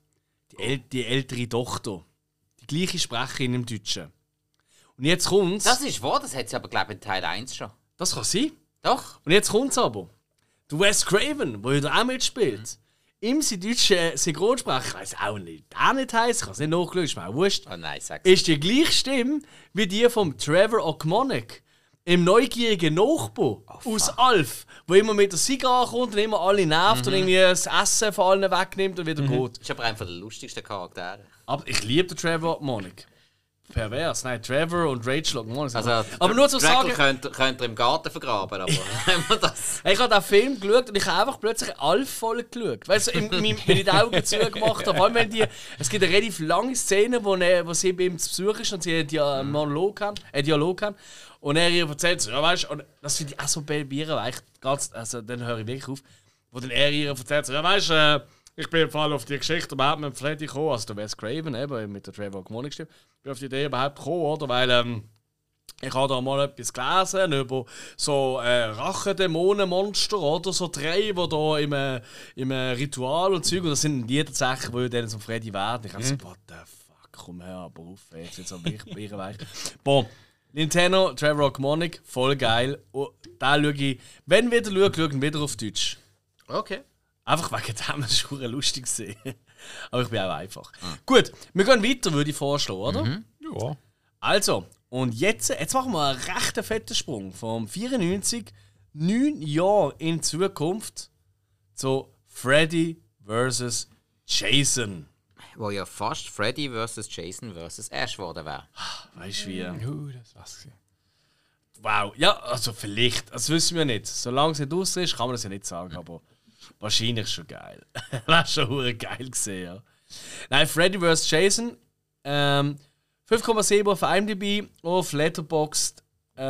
Die ältere Tochter. Die gleiche Sprecherin im Deutschen. Und jetzt kommt's. Das ist wahr, das hat sie aber, glaube ich, in Teil 1 schon. Das kann sein. Doch. Und jetzt kommt's aber. Der Wes Craven, der da auch mitspielt, im deutschen Synchronsprecher, ich weiss auch nicht, der nicht heisst, ich kann es nicht nachschauen, ist mir auch wurscht. Oh nein, sag's. Ist die gleiche Stimme wie die von Trevor O'Connor, im neugierigen Nachbar aus Alf, der immer mit der Zigarre kommt und immer alle nervt und irgendwie das Essen von allen wegnimmt und wieder geht. Das ist aber einer der lustigsten Charaktere. Aber ich liebe den Trevor O'Connor. Pervers, nein, Trevor und Rachel O'Connor. Also, aber nur zu sagen, könnt ihr im Garten vergraben, aber wenn man das... Ich habe den Film geschaut und ich habe einfach plötzlich Alf-Folge geschaut. Weißt du, wenn ich die Augen zugemacht habe, vor allem wenn es gibt eine relativ lange Szene, wo sie bei ihm zu Besuch ist und sie einen Dialog haben. Und er ihr erzählt so, ja weißt du, und das finde ich auch so bärweich, also dann höre ich wirklich auf, wo dann er ihr erzählt so, ja weißt du, ich bin im Fall auf die Geschichte überhaupt mit Freddy gekommen, also der Wes Craven, eben, mit der Trevor O'Connor gestimmt. Ich bin auf die Idee überhaupt gekommen, oder? Weil ich habe da mal etwas gelesen über so Rachendämonenmonster, oder? So 3, die da im Ritual und Zeug, und das sind die tatsächlich, die dann zum Freddy werden. Ich habe so, what the fuck, komm her, aber auf, jetzt wird es so weich. Bon, Nintendo, Trevor O'Connor, voll geil. Und da schaue ich, wenn wieder schaue ich wieder auf Deutsch. Okay. Einfach wegen dem, das ist schon lustig gesehen. Aber ich bin auch einfach. Gut, wir gehen weiter, würde ich vorschlagen, oder? Ja. Also, und jetzt machen wir einen recht fetten Sprung. Vom 94, 9 Jahre in Zukunft, zu Freddy vs. Jason. Wo ja fast Freddy vs. Jason vs. Ash geworden wäre. Weißt du wie? Das war's. Wow, ja, also vielleicht. Das wissen wir nicht. Solange es nicht raus ist, kann man das ja nicht sagen, aber wahrscheinlich schon geil. Das war schon geil gesehen, ja. Nein, Freddy vs. Jason. 5,7 auf IMDb, auf Letterboxd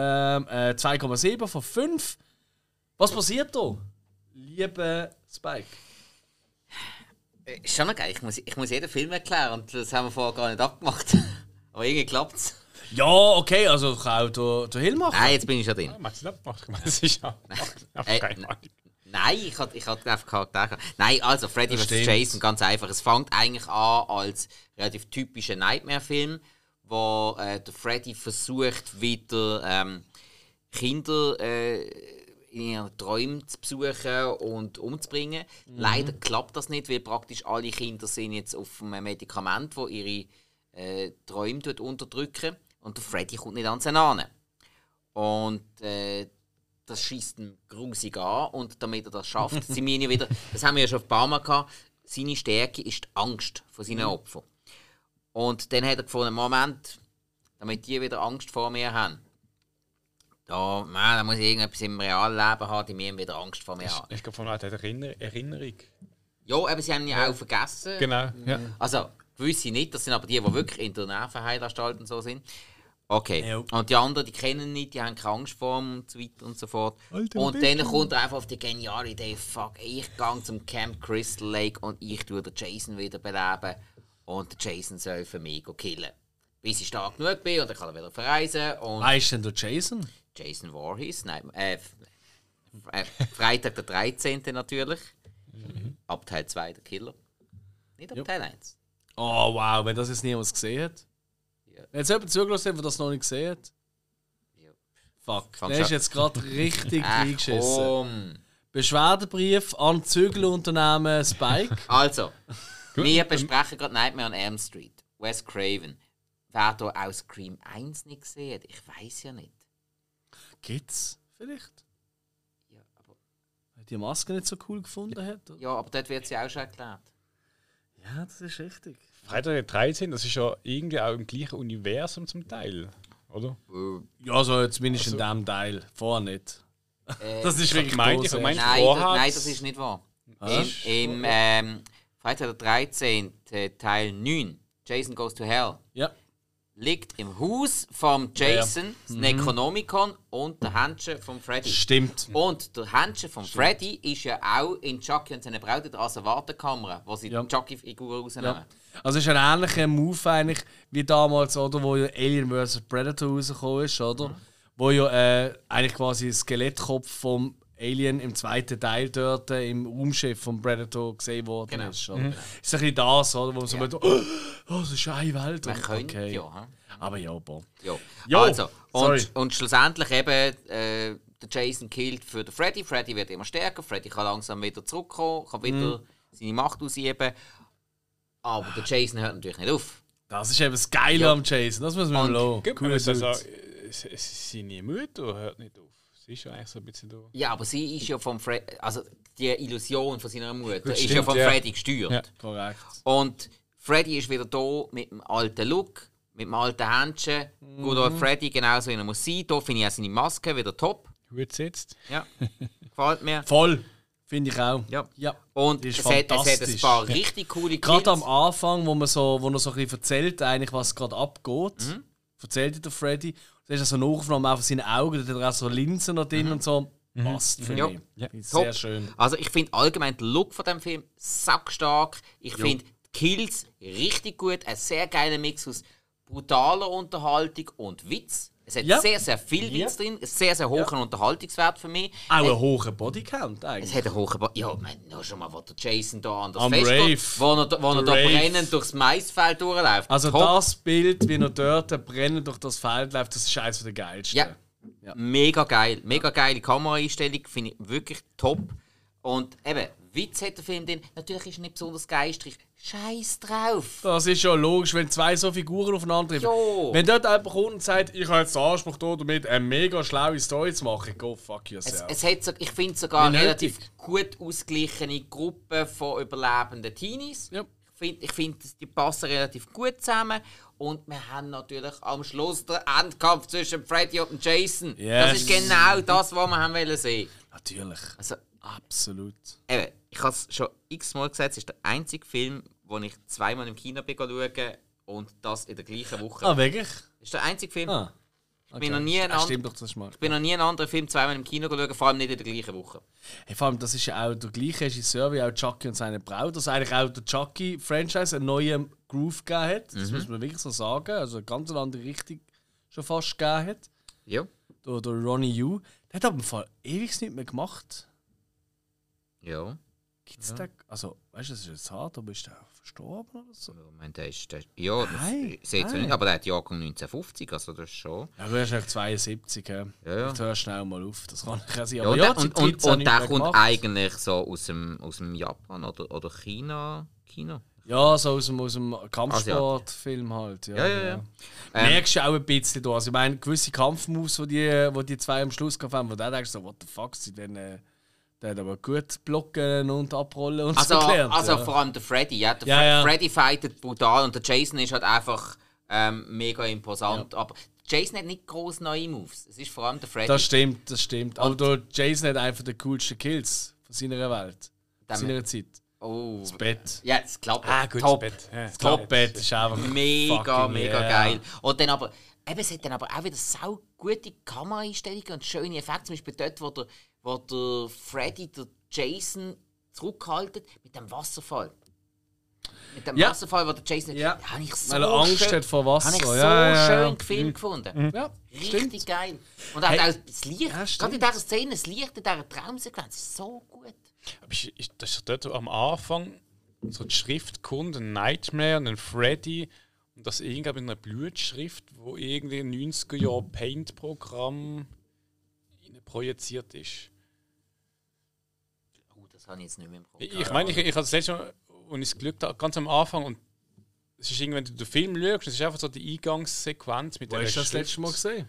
2,7 von 5. Was passiert da, lieber Spike? Ist schon noch geil. Ich muss jeden Film erklären und das haben wir vorher gar nicht abgemacht. Aber irgendwie klappt's. Ja, okay, also kann auch der Hill machen. Nein, jetzt bin ich schon drin. Machst du das abgemacht? Das ist ja. Keine Ahnung. Nein, ich hatte einfach gedacht. Nein, also Freddy vs. Jason, ganz einfach. Es fängt eigentlich an als relativ typischer Nightmare-Film, wo der Freddy versucht, wieder Kinder in ihren Träumen zu besuchen und umzubringen. Leider klappt das nicht, weil praktisch alle Kinder sind jetzt auf einem Medikament, das ihre Träume unterdrücken. Und der Freddy kommt nicht an sie ran. Und das schießt ihn grusig an. Und damit er das schafft, sind wir wieder, das haben wir ja schon ein paar Mal gehabt, seine Stärke ist die Angst vor seinen Opfern. Und dann hat er gefunden, Moment, damit die wieder Angst vor mir haben, da muss ich irgendetwas im realen Leben haben, die müssen wieder Angst vor mir haben. Ich glaube, von einer Erinnerung. Ja, aber sie haben ja auch vergessen. Genau, ja. Also, gewisse nicht, das sind aber die wirklich in der Nervenheilanstalt und so sind. Okay. Ja. Und die anderen, die kennen nicht, die haben keine Angst vor ihm und so weiter und so fort. Alter, und dann kommt er einfach auf die geniale Idee, fuck, ich gehe zum Camp Crystal Lake und ich tue den Jason wieder beleben und der Jason soll für mich killen. Bis ich stark genug bin und dann kann er wieder verreisen. Und Wer ist denn der Jason? Jason Voorhees, nein, Freitag der 13. natürlich. Ab Teil 2 der Killer. Nicht ab Teil 1. Oh wow, wenn das jetzt niemand gesehen hat. Ja. Wenn jetzt jemand zugelassen hat, der das noch nicht gesehen hat. Ja. Fuck, Fang der ist schon. jetzt gerade richtig reingeschissen. Komm. Beschwerdebrief an Zügelunternehmen Spike. Also, wir besprechen gerade Nightmare on Elm Street. Wes Craven. Wer da auch Scream 1 nicht gesehen hat, ich weiß ja nicht. Gibt's vielleicht? Ja, aber, Weil die Maske nicht so cool gefunden hat? Oder? ja, aber dort wird sie auch schon erklärt. Ja, das ist richtig. Freitag der 13, das ist ja irgendwie auch im gleichen Universum zum Teil, oder? Ja, also zumindest in diesem Teil. Vorher nicht. Das ist wirklich gemeint, groß. gemeint, Nein, vorher nein, das ist nicht wahr. Im Freitag der 13. Teil 9, Jason Goes to Hell, Ja. liegt im Haus vom Jason, das Necronomicon und der Händchen vom Freddy. Stimmt. Und der Händchen von Freddy ist ja auch in Chucky und seine Braut in der Asservatenkamera, wo sie die Chucky-Figur rausnehmen. Ja. Also es ist ein ähnlicher Move eigentlich wie damals, oder, wo ja Alien vs. Predator rausgekommen ist, oder? Wo ja eigentlich quasi der Skelettkopf vom Alien im zweiten Teil dort im Raumschiff vom Predator gesehen worden ist. Oder? Ist ein bisschen das, oder? Wo man so mit, oh, das ist eine Welt. Man könnte okay. ja. Hm? Aber ja, boah. Ja. Jo, Also, sorry. und schlussendlich eben der Jason killt für den Freddy. Freddy wird immer stärker. Freddy kann langsam wieder zurückkommen, kann wieder seine Macht ausüben. Aber der Jason hört natürlich nicht auf. Das ist eben das Geile am Jason. Das muss man lassen. Cool, also, seine Mutter hört nicht auf. Sie ist ja eigentlich so ein bisschen da. Ja, aber sie ist ja vom Freddy, also die Illusion von seiner Mutter ist ja stimmt, von ja. Freddy gesteuert. Ja. Korrekt. Und Freddy ist wieder da mit dem alten Look, mit dem alten Händchen. Good old Freddy, genauso wie er muss sein. Da finde ich auch seine Maske wieder top. Gut sitzt. Ja, gefällt mir. Voll. Finde ich auch. Ja. Ja. Und Die ist es hat ein fantastisch. paar richtig coole Gerade Kills. am Anfang, wo er so ein bisschen erzählt, eigentlich, was gerade abgeht, erzählt der Freddy. Da ist er so eine Aufnahme auf seine Augen, da hat er auch so Linsen noch drin und so. Passt für Ja. mich. Ja. Finde ich Top. sehr schön. Also ich finde allgemein den Look von dem Film sackstark. Ich finde die Kills richtig gut. Ein sehr geiler Mix aus brutaler Unterhaltung und Witz. Es hat Ja. sehr, sehr viel Witz drin. Sehr, sehr hohen Unterhaltungswert für mich. Auch einen hohen Bodycount eigentlich. Es hat einen hohen Ja, man, noch schon mal, wo der Jason da an das Am Fest Rave. geht, wo er da Rave. brennend durchs Maisfeld durchläuft. Also Top. das Bild, wie er dort brennend durch das Feld läuft, das ist eines der geilsten. Ja. Mega geil. Mega geile Kameraeinstellung, finde ich wirklich top. Und eben, Witz hat der Film drin. Natürlich ist er nicht besonders geistreich. Scheiß drauf. Das ist ja logisch, wenn zwei so Figuren aufeinander treffen. Jo. Wenn dort jemand kommt und sagt, ich habe jetzt den Anspruch da, damit eine mega schlaue Story zu machen, go fuck yourself. Es hat so, ich finde sogar Wie eine nötig. relativ gut ausgeglichene Gruppe von überlebenden Teenies. Ja. Ich finde, die passen relativ gut zusammen. Und wir haben natürlich am Schluss den Endkampf zwischen Freddy und Jason. Yes. Das ist genau das, was wir haben wollen sehen. Natürlich. Also, Absolut. eben, ich habe es schon x-mal gesagt, es ist der einzige Film, den ich zweimal im Kino schauen und das in der gleichen Woche. Ah, wirklich? Das ist der einzige Film. Okay. Ich bin noch nie einen anderen Film zweimal im Kino schauen, vor allem nicht in der gleichen Woche. Hey, vor allem, das ist ja auch der gleiche Regisseur wie auch Chucky und seine Braut, dass eigentlich auch der Chucky-Franchise einen neuen Groove gegeben hat. Das muss man wirklich so sagen. Also eine ganz andere Richtung schon fast gegeben hat. Ja. Der Ronnie Yu. Der hat aber im Fall ewig nichts mehr gemacht. Ja. Gibt's den? Also, weißt du, das ist jetzt hart, aber ist der verstorben oder so? Ich meine, ja, Nein, das seht ihr nicht, aber der hat Jahrgang 1950, also das ist schon. Ja, du hast echt 72, ja. Ja. Ich höre schnell mal auf, das kann ich sein. Ja, Aber ja, und der kommt eigentlich so aus dem Japan oder China. Ja, so aus dem Kampfsportfilm halt. Ja. Merkst du auch ein bisschen da. Also ich meine, gewisse Kampfmoves, die zwei am Schluss haben, wo du denkst so, what the fuck, der hat aber gut blocken und abrollen und so gelernt. Also vor allem der Freddy, ja. Freddy fightet brutal und der Jason ist halt einfach mega imposant. Ja. Aber Jason hat nicht groß neue Moves. Es ist vor allem der Freddy. Das stimmt. Aber der Jason hat einfach die coolsten Kills von seiner Welt. Von seiner Zeit. Oh. Das Bett. Ja, das klappt. Gut, top. Das Bett. Ja, das Top-Bett ist einfach mega geil. Und dann aber, es hat dann aber auch wieder sau gute Kameraeinstellungen und schöne Effekte. Zum Beispiel dort, wo der Freddy, der Jason zurückhaltet mit dem Wasserfall. Mit dem Wasserfall, wo der Jason... Ja, habe ich so weil er Angst hat vor Wasser. Habe ich so schön gefilmt gefunden. Ja, richtig geil. Und auch das Licht, gerade in dieser Szene, das Licht in dieser Traumsequenz ist so gut. Aber das ist dort am Anfang so die Schrift kommt, ein Nightmare und ein Freddy und das irgendwie in einer Blutschrift, wo irgendwie ein 90er-Jahr Paint-Programm projiziert ist. Oh, das habe ich jetzt nicht mehr im Kopf. Ich meine, ich hatte das letzte Mal, als ich es gelückt habe, ganz am Anfang und es ist irgendwie, wenn du den Film schaust, es ist einfach so die Eingangssequenz mit der Wo hast du das letzte Mal gesehen?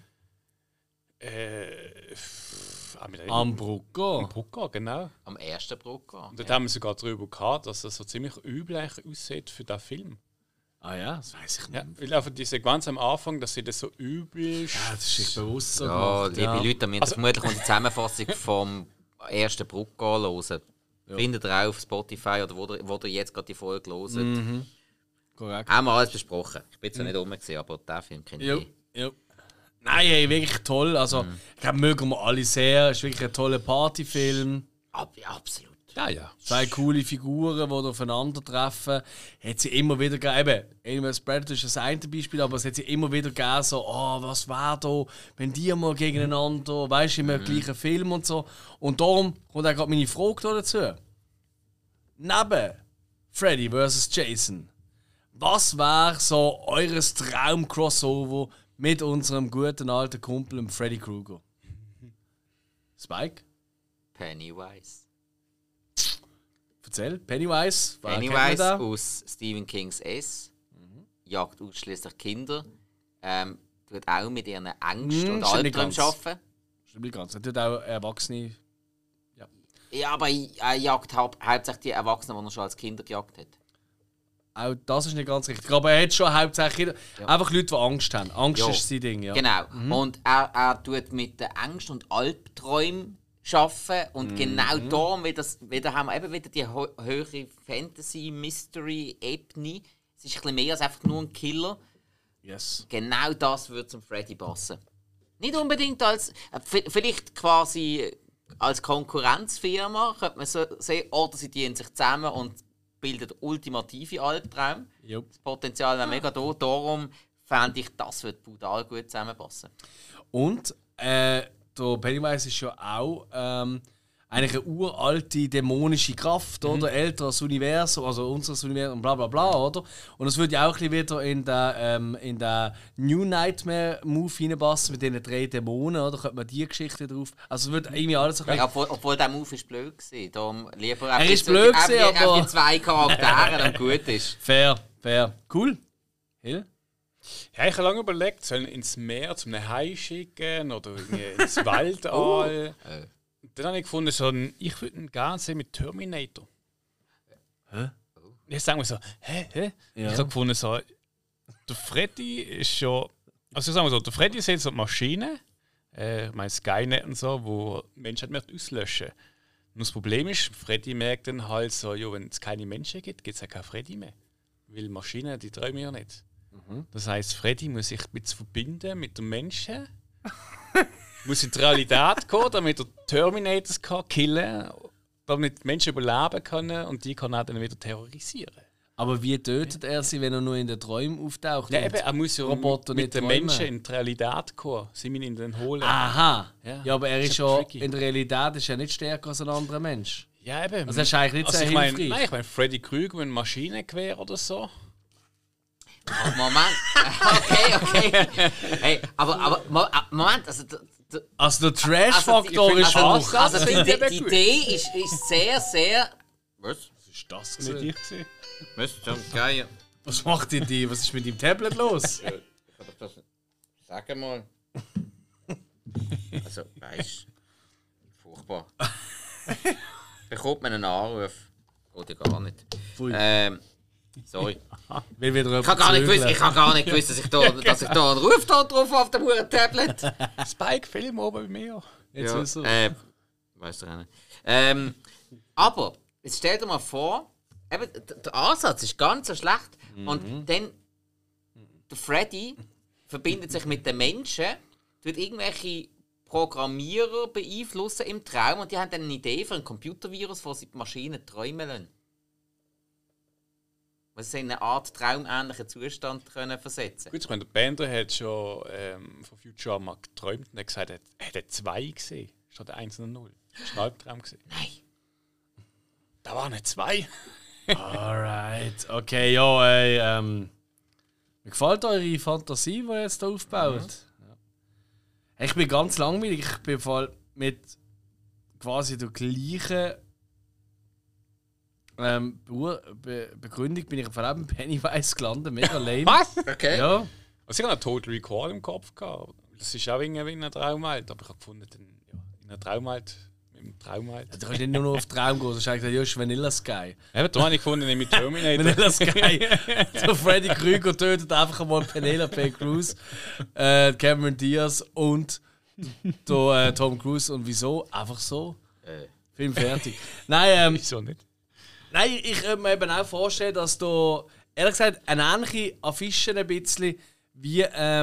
Am Brucko. Am Brucko, genau. Am ersten Brucko. Und dort haben wir sogar darüber gehabt, dass das so ziemlich übel aussieht für diesen Film. Ah ja, das weiß ich nicht. Ja, weil einfach die Sequenz am Anfang, dass sie das so übel ist. Ja, das ist bewusst so gemacht. Liebe ja. Leute, wir vermutlich die Zusammenfassung vom ersten Brucko hören. Ja. Findet ihr auf Spotify oder wo ihr jetzt gerade die Folge hört. Korrekt. Haben wir alles besprochen. Ich bin zwar nicht rumgesehen, aber den Film kenne ich. Ja. Nein, hey, wirklich toll. Also, ich glaube, mögen wir alle sehr. Es ist wirklich ein toller Partyfilm. Ja, absolut. Ja. Zwei coole Figuren, die aufeinandertreffen. Hat sie immer wieder gegeben. Animals Predator ist das eine Beispiel, aber es hat sie immer wieder gegeben, so, was wäre da, wenn die mal gegeneinander, weißt du, immer im gleichen Film und so. Und darum kommt auch gerade meine Frage da dazu. Neben Freddy vs. Jason, was wäre so eures Traum-Crossover mit unserem guten alten Kumpel, dem Freddy Krueger? Spike? Pennywise. Erzähl, Pennywise. Pennywise aus Stephen Kings S. Jagt ausschließlich Kinder. Tut auch mit ihren Ängsten und Albträumen arbeiten. Stimmt nicht ganz. Er tut auch Erwachsene. Ja, aber er jagt hauptsächlich die Erwachsenen, die er schon als Kinder gejagt hat. Auch das ist nicht ganz richtig. Aber er hat schon hauptsächlich einfach Leute, die Angst haben. Angst ist sein Ding, ja. Genau. Und er tut mit den Ängsten und Albträumen arbeiten. Und genau darum wieder haben wir eben wieder die höhere Fantasy-Mystery-Ebene. Es ist ein bisschen mehr als einfach nur ein Killer. Yes. Genau das würde zum Freddy passen. Nicht unbedingt als... vielleicht quasi als Konkurrenzfirma könnte man so sehen, oder sie dienen sich zusammen und bilden ultimative Albträume. Yep. Das Potenzial wäre mega da. Darum fände ich, das würde brutal gut zusammenpassen. Und der Pennywise ist ja auch eigentlich eine uralte dämonische Kraft, oder? Älter als Universum, also unseres Universum, bla bla bla, oder? Und das würde ja auch ein bisschen wieder in den New Nightmare-Move hineinpassen mit diesen 3 Dämonen, oder? Da könnte man die Geschichte drauf. Also es wird irgendwie alles ein bisschen... Ja, obwohl der Move ist blöd war. Darum lieber er ist blöd gewesen, aber... die 2 Charaktere dann gut ist. Fair. Cool. Hill? Ja, ich habe lange überlegt, sollen ins Meer zum Hai schicken oder ins Weltall. Dann habe ich gefunden, ich würde ihn gerne sehen mit Terminator. Hä? Jetzt sagen wir so, hä? Ja. Ich habe gefunden, der Freddy ist schon. Also sagen wir so, der Freddy ist jetzt so eine Maschine, mein Skynet und so, wo Menschen möchte auslöschen. Und das Problem ist, Freddy merkt dann halt so, wenn es keine Menschen gibt, gibt es ja keinen Freddy mehr. Weil Maschinen, die träumen ja nicht. Das heisst, Freddy muss sich ein bisschen verbinden mit den Menschen. Muss in die Realität kommen, damit er Terminators kann killen kann, damit die Menschen überleben können und die kann er dann wieder terrorisieren. Aber wie tötet er sie, wenn er nur in den Träumen auftaucht? Ja, eben, er muss ja Roboter mit den träumen? Menschen in die Realität kommen. Sie müssen ihn dann holen. Aha! Ja. Ja, aber er Das ist ist ja tricky. in der Realität ist er nicht stärker als ein anderer Mensch. Ja, eben. Also das ist eigentlich nicht sehr ich meine, hilfreich. nein, ich meine, Freddy Krüger mit einem Maschinengewehr oder so. Moment. Okay. Hey, aber Moment, also... Also der Trash-Faktor also, ist hoch. Also die Idee ist sehr, sehr... Was? Was ist das Nicht gewesen? ich gesehen. Was? Schon geil. Was macht die Idee? Was ist mit dem Tablet los? Sag mal. Also, weißt du, furchtbar. Bekommt man einen Anruf? Geht ja gar nicht. Pfui. Sorry. Will wieder Ich habe gar nicht gewusst, dass ich da einen Ruf da drauf auf dem huren Tablet. Spike, Film oben bei mir. Jetzt Ja, wissen wir. weißt du auch nicht. Aber, jetzt stell dir mal vor, eben, der Ansatz ist ganz so schlecht. Und dann, der Freddy verbindet sich mit den Menschen, tut irgendwelche Programmierer beeinflussen im Traum und die haben dann eine Idee für ein Computervirus, wo sie die Maschinen träumen lassen. Was sie in eine Art traumähnlichen Zustand können versetzen. Gut, ich meine, der Bender hat schon von Futurama geträumt und hat gesagt, er hat 2 gesehen. Statt 1 und 0. Das war ein Albtraum. Nein. Da waren nicht 2. Alright. Okay, ja, ey, mir gefällt eure Fantasie, die ihr jetzt hier aufbaut. Ja. Ich bin ganz langweilig. Ich bin voll mit quasi der gleichen Begründung bin ich vor allem Pennywise gelandet. Mega lame. Was? Okay. Ja. Also ich hatte einen Total Recall im Kopf gehabt. Das ist auch irgendwie wie ein Traumwelt. Aber ich habe gefunden, in einer Traumwelt, mit einem Traumwelt. Du kannst nicht nur noch auf den Traum gehen. Das ist eigentlich ja, ist Vanilla Sky. Eben, da habe ich gefunden, mit Terminator. Vanilla Sky. So Freddy Krüger tötet einfach einmal Penelope Cruz, Cameron Diaz und Tom Cruise. Und wieso? Einfach so. Film fertig. Nein, Wieso nicht? nein, ich könnte mir eben auch vorstellen, dass da, ehrlich gesagt, eine ähnliche Affische ein bisschen wie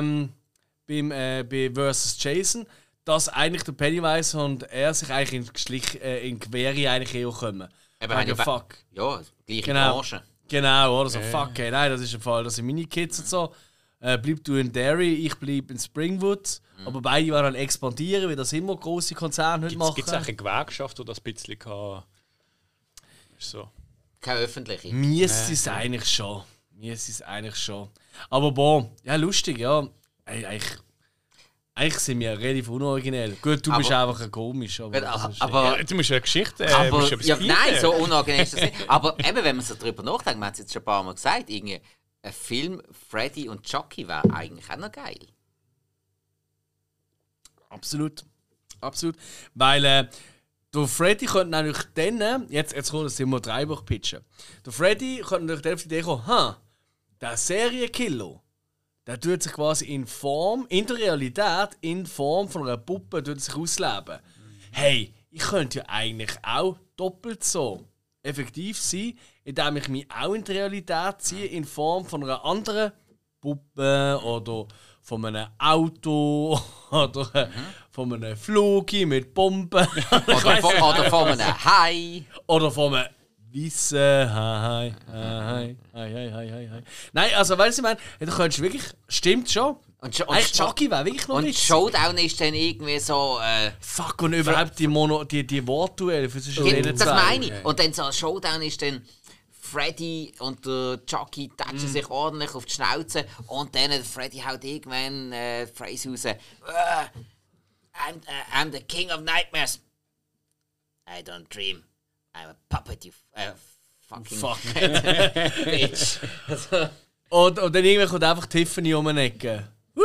bei Versus Jason, dass eigentlich der Pennywise und er sich eigentlich in Quere eigentlich eher kommen. Eben, Wegen fuck. Ja, gleiche Genau. Branche. Genau, oder so, fuck, ey, nein, das ist ein Fall, das sind meine Kids und so. Bleib du in Derry, ich bleib in Springwood. Aber beide werden dann expandieren, wie das immer grosse Konzerne heute machen. Gibt es eine Gewerkschaft, die das ein bisschen kann... Ist so. Keine öffentliche. Müsste es eigentlich schon. Aber boah, ja, lustig, ja. Eigentlich sind wir relativ unoriginell. Gut, du bist einfach ein komisch. Aber, Ja, du musst eine Geschichte... Aber, musst etwas ja, bieten. nein, so unangenehm ist das nicht. Aber eben, wenn man so drüber nachdenkt, man hat es jetzt schon ein paar Mal gesagt, irgendwie ein Film Freddy und Chucky wäre eigentlich auch noch geil. Absolut. Weil der Freddy könnte natürlich dann, jetzt kommt das immer Dreibuch pitchen. Der Freddy könnte natürlich dann auf die Idee kommen, der Serienkiller, der tut sich quasi in der Realität, in Form von einer Puppe, tut sich ausleben. Hey, ich könnte ja eigentlich auch doppelt so effektiv sein, indem ich mich auch in die Realität ziehe, in Form von einer anderen Puppe oder von einem Auto oder von einem Flug mit Bomben. Oder von einem Hai. Oder von einem weißen Hai. Nein, also weißt du, ich meine, du könntest wirklich, stimmt schon. Eigentlich Chucky wäre wirklich noch Und nicht. Showdown ist dann irgendwie so. Fuck, und überhaupt die Wortduelle für zwischen Das meine ich. Und dann so ein Showdown ist dann Freddy und der Chucky touchen sich ordentlich auf die Schnauze und dann der Freddy haut irgendwann die Phrase raus. I'm the king of nightmares. I don't dream. I'm a puppet, you fucking bitch. Und dann irgendwann kommt einfach Tiffany um eine Ecke.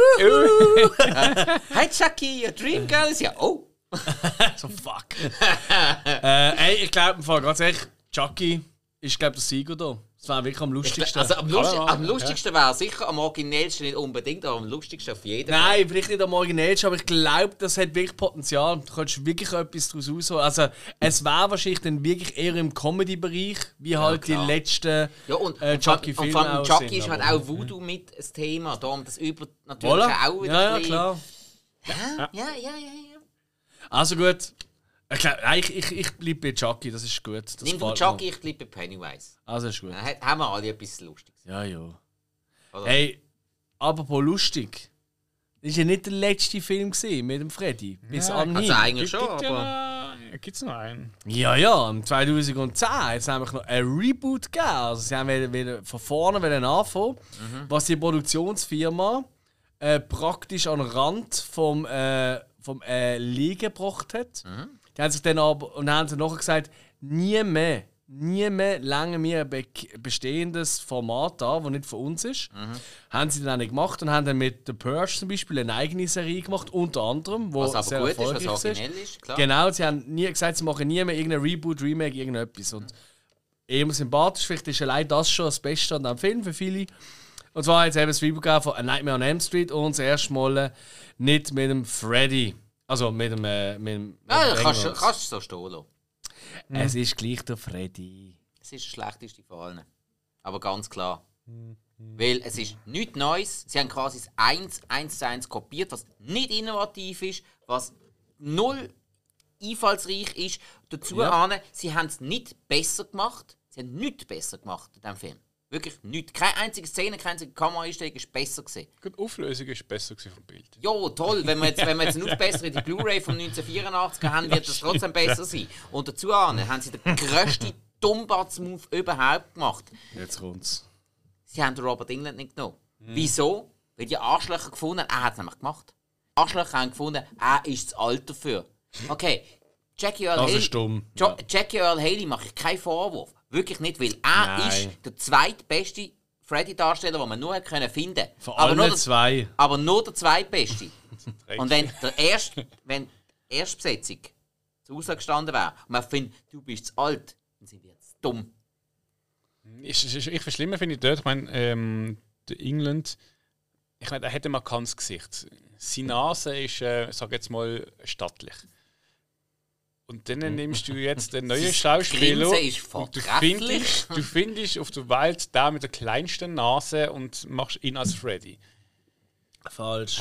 Hey Chucky, your dream girl is ja. Oh. So fuck. Ey, ich glaube, ganz ehrlich, Chucky ist, glaube ich, der Sieger da. Das war wirklich am lustigsten. Also am lustigsten wäre sicher, am originellsten nicht unbedingt, aber am lustigsten auf jeden Fall. Nein, vielleicht nicht am originellsten, aber ich glaube, das hat wirklich Potenzial. Du kannst wirklich etwas daraus rausholen. Also, es wäre wahrscheinlich dann wirklich eher im Comedy-Bereich, wie halt die letzten Und Chucky-Filme vor allem Chucky sind, ist halt aber- auch Voodoo mit ein Thema. Darum das über natürlich auch wieder Ja, ein bisschen- klar. Ja. Also gut. Ich bleibe bei Chucky, das ist gut. Das Nimm du gefällt Chucky, mir. ich bleibe bei Pennywise. Also ist gut. Dann haben wir alle etwas Lustiges. Ja. Oder? Hey, apropos lustig. Das war ja nicht der letzte Film mit dem Freddy. Bis anhin. Also eigentlich schon, aber... Gibt es noch einen? Ja, im 2010 hat es nämlich noch ein Reboot gegeben. Also sie haben wieder von vorne anfangen, was die Produktionsfirma praktisch an den Rand vom Liegen gebracht hat. Die haben sich dann aber und haben dann nachher gesagt, nie mehr lange wir ein bestehendes Format da, das nicht von uns ist. Haben sie dann auch nicht gemacht und haben dann mit The Purge zum Beispiel eine eigene Serie gemacht, unter anderem, wo Was aber sehr gut ist, erfolgreich was originell ist, klar. Genau, sie haben nie gesagt, sie machen nie mehr irgendein Reboot, Remake, irgendetwas. Und eher sympathisch, vielleicht ist allein das schon das Beste an diesem Film für viele. Und zwar hat es eben das Reboot gegeben von A Nightmare on Elm Street und das erste Mal nicht mit dem Freddy. Also mit dem... Ja, kannst du so stehen lassen. Es ist gleich der Freddy. Es ist der schlechteste von allen. Aber ganz klar. Weil es ist nichts Neues. Sie haben quasi das 1:1 kopiert, was nicht innovativ ist, was null einfallsreich ist. Dazu sie haben es nicht besser gemacht. Sie haben nichts besser gemacht in diesem Film. Wirklich nichts. Keine einzige Szene, keine einzige Kameraeinstellung ist besser gewesen. Die Auflösung ist besser vom Bild. Ja, toll. Wenn wir jetzt eine aufbesserte Blu-ray von 1984 haben, wird das trotzdem besser sein. Und dazu haben sie den grössten Dummbatz-Move überhaupt gemacht. Jetzt kommt's. Sie haben den Robert Englund nicht genommen. Wieso? Weil die Arschlöcher gefunden haben, er hat es nämlich gemacht. Arschlöcher haben gefunden, er ist das Alter für. Okay, Jackie Earle Das Haley. ist dumm. Jackie Earle Haley mache ich keinen Vorwurf. Wirklich nicht, weil er Nein. ist der zweitbeste Freddy-Darsteller, den man nur finden konnte. Von allen zwei. Aber nur der zweitbeste. Und wenn die Erstbesetzung zur Aussage gestanden wäre und man findet, du bist zu alt, dann sind wir jetzt dumm. Ich verschlimme finde ich dort, ich meine, der England, ich meine, er hat ein markantes Gesicht. Seine Nase ist, sag jetzt mal, stattlich. Und dann nimmst du jetzt den neuen Schauspieler Grinsen ist und vortrefflich. du findest auf der Welt den mit der kleinsten Nase und machst ihn als Freddy. Falsch.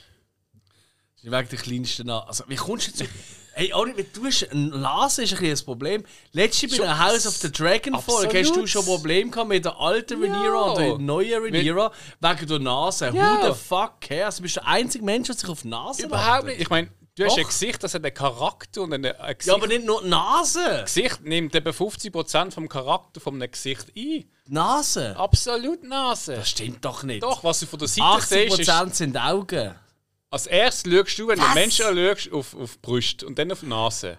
Das ist wegen der kleinsten Nase. Also, wie kommst du jetzt... Hey, Ari, du hast eine Nase ist ein bisschen das Problem. Letztes bei der House of the Dragon Folge hast du schon ein Problem gehabt mit der alten Rhaenyra und der neuen Rhaenyra wegen der Nase. Ja. Who the fuck cares? Du bist der einzige Mensch, der sich auf die Nase Überhaupt achtet. nicht. Ich meine, du hast Doch. ein Gesicht, das hat einen Charakter und ein Gesicht. Ja, aber nicht nur die Nase. Gesicht nimmt eben 50% vom Charakter von einem Gesicht ein. Die Nase. Absolut Nase. Das stimmt doch nicht. Doch, was du von der Seite siehst, ist... 80% sind Augen. Als erstes schaust du, wenn du einen Menschen anschaust, auf die Brust und dann auf die Nase.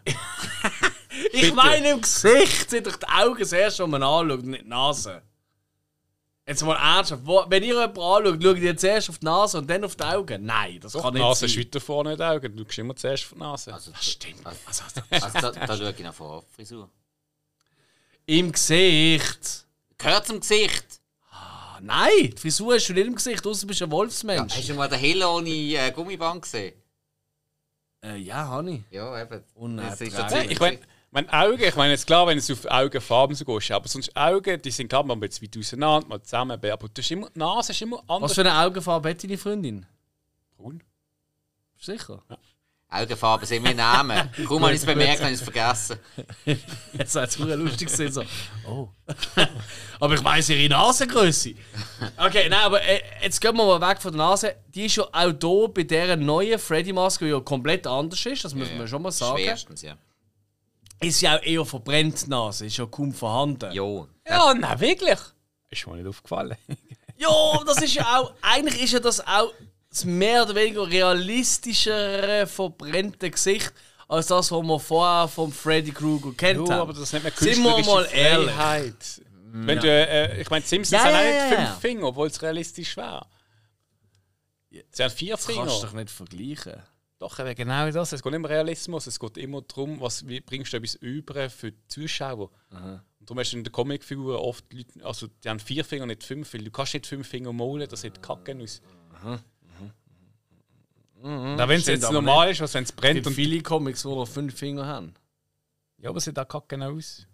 Ich meine, im Gesicht sind doch die Augen das erste, was man anschaut, und nicht die Nase. Jetzt mal ernsthaft. Wenn ihr jemanden anschaut, schaut ihr zuerst auf die Nase und dann auf die Augen? Nein, das Doch, kann die nicht Nase ist sein. weiter vorne in den Augen. Du schaust immer zuerst auf die Nase. Also, Das stimmt. Also, da schaue ich nach vor Frisur. im Gesicht. Gehört zum Gesicht. Nein, die Frisur hast du nicht im Gesicht, außer du bist ein Wolfsmensch. Hast du mal den Hill ohne Gummiband gesehen? Ja, habe ich. Ja, eben. Unerträglich. Das ist Nein, ich meine Augen, ich meine jetzt klar, wenn es auf Augenfarben so gehst, aber sonst Augen, die sind klar mal ein bisschen weit auseinander, mal zusammen, aber du hast immer, die Nase ist immer anders. Was für eine Augenfarbe hat deine Freundin? Braun? Sicher. Augenfarben sind mein Name. Kaum habe ich es bemerkt, habe ich es vergessen. Jetzt hat es mir lustig gesehen, so. Oh. Aber ich weiss ihre Nasengröße. Okay, nein, aber jetzt gehen wir mal weg von der Nase. Die ist ja auch hier bei dieser neuen Freddy-Maske, die ja komplett anders ist, das muss man schon mal sagen. Schwerstens, ja. Ist ja auch eher verbrennt, die Nase, ist ja kaum vorhanden. Jo. Ja, nein, wirklich. Ist mir nicht aufgefallen. Ja, das ist ja auch. Eigentlich ist ja das auch das mehr oder weniger realistischere verbrennte Gesicht als das, was wir vorher vom Freddy Krueger kennt haben. aber das nennt man Sind wir mal ehrlich. Freiheit. Wenn du, ich meine, Simpsons Ja, haben ja, auch nicht ja. 5 Finger, obwohl es realistisch wäre. Sie haben 4 Das Finger. kannst du doch nicht vergleichen. Doch, eben genau das. Es geht nicht um Realismus, es geht immer darum, wie bringst du etwas über für die Zuschauer. Und Und darum hast du in der Comicfigur oft Leute, also die haben 4 Finger, nicht 5, weil du kannst nicht 5 Finger maulen, das sieht kacke aus. Na, wenn es jetzt normal ist, was wenn es brennt. Es gibt viele Comics, die noch 5 Finger haben. Ja, aber es sieht auch kacke aus.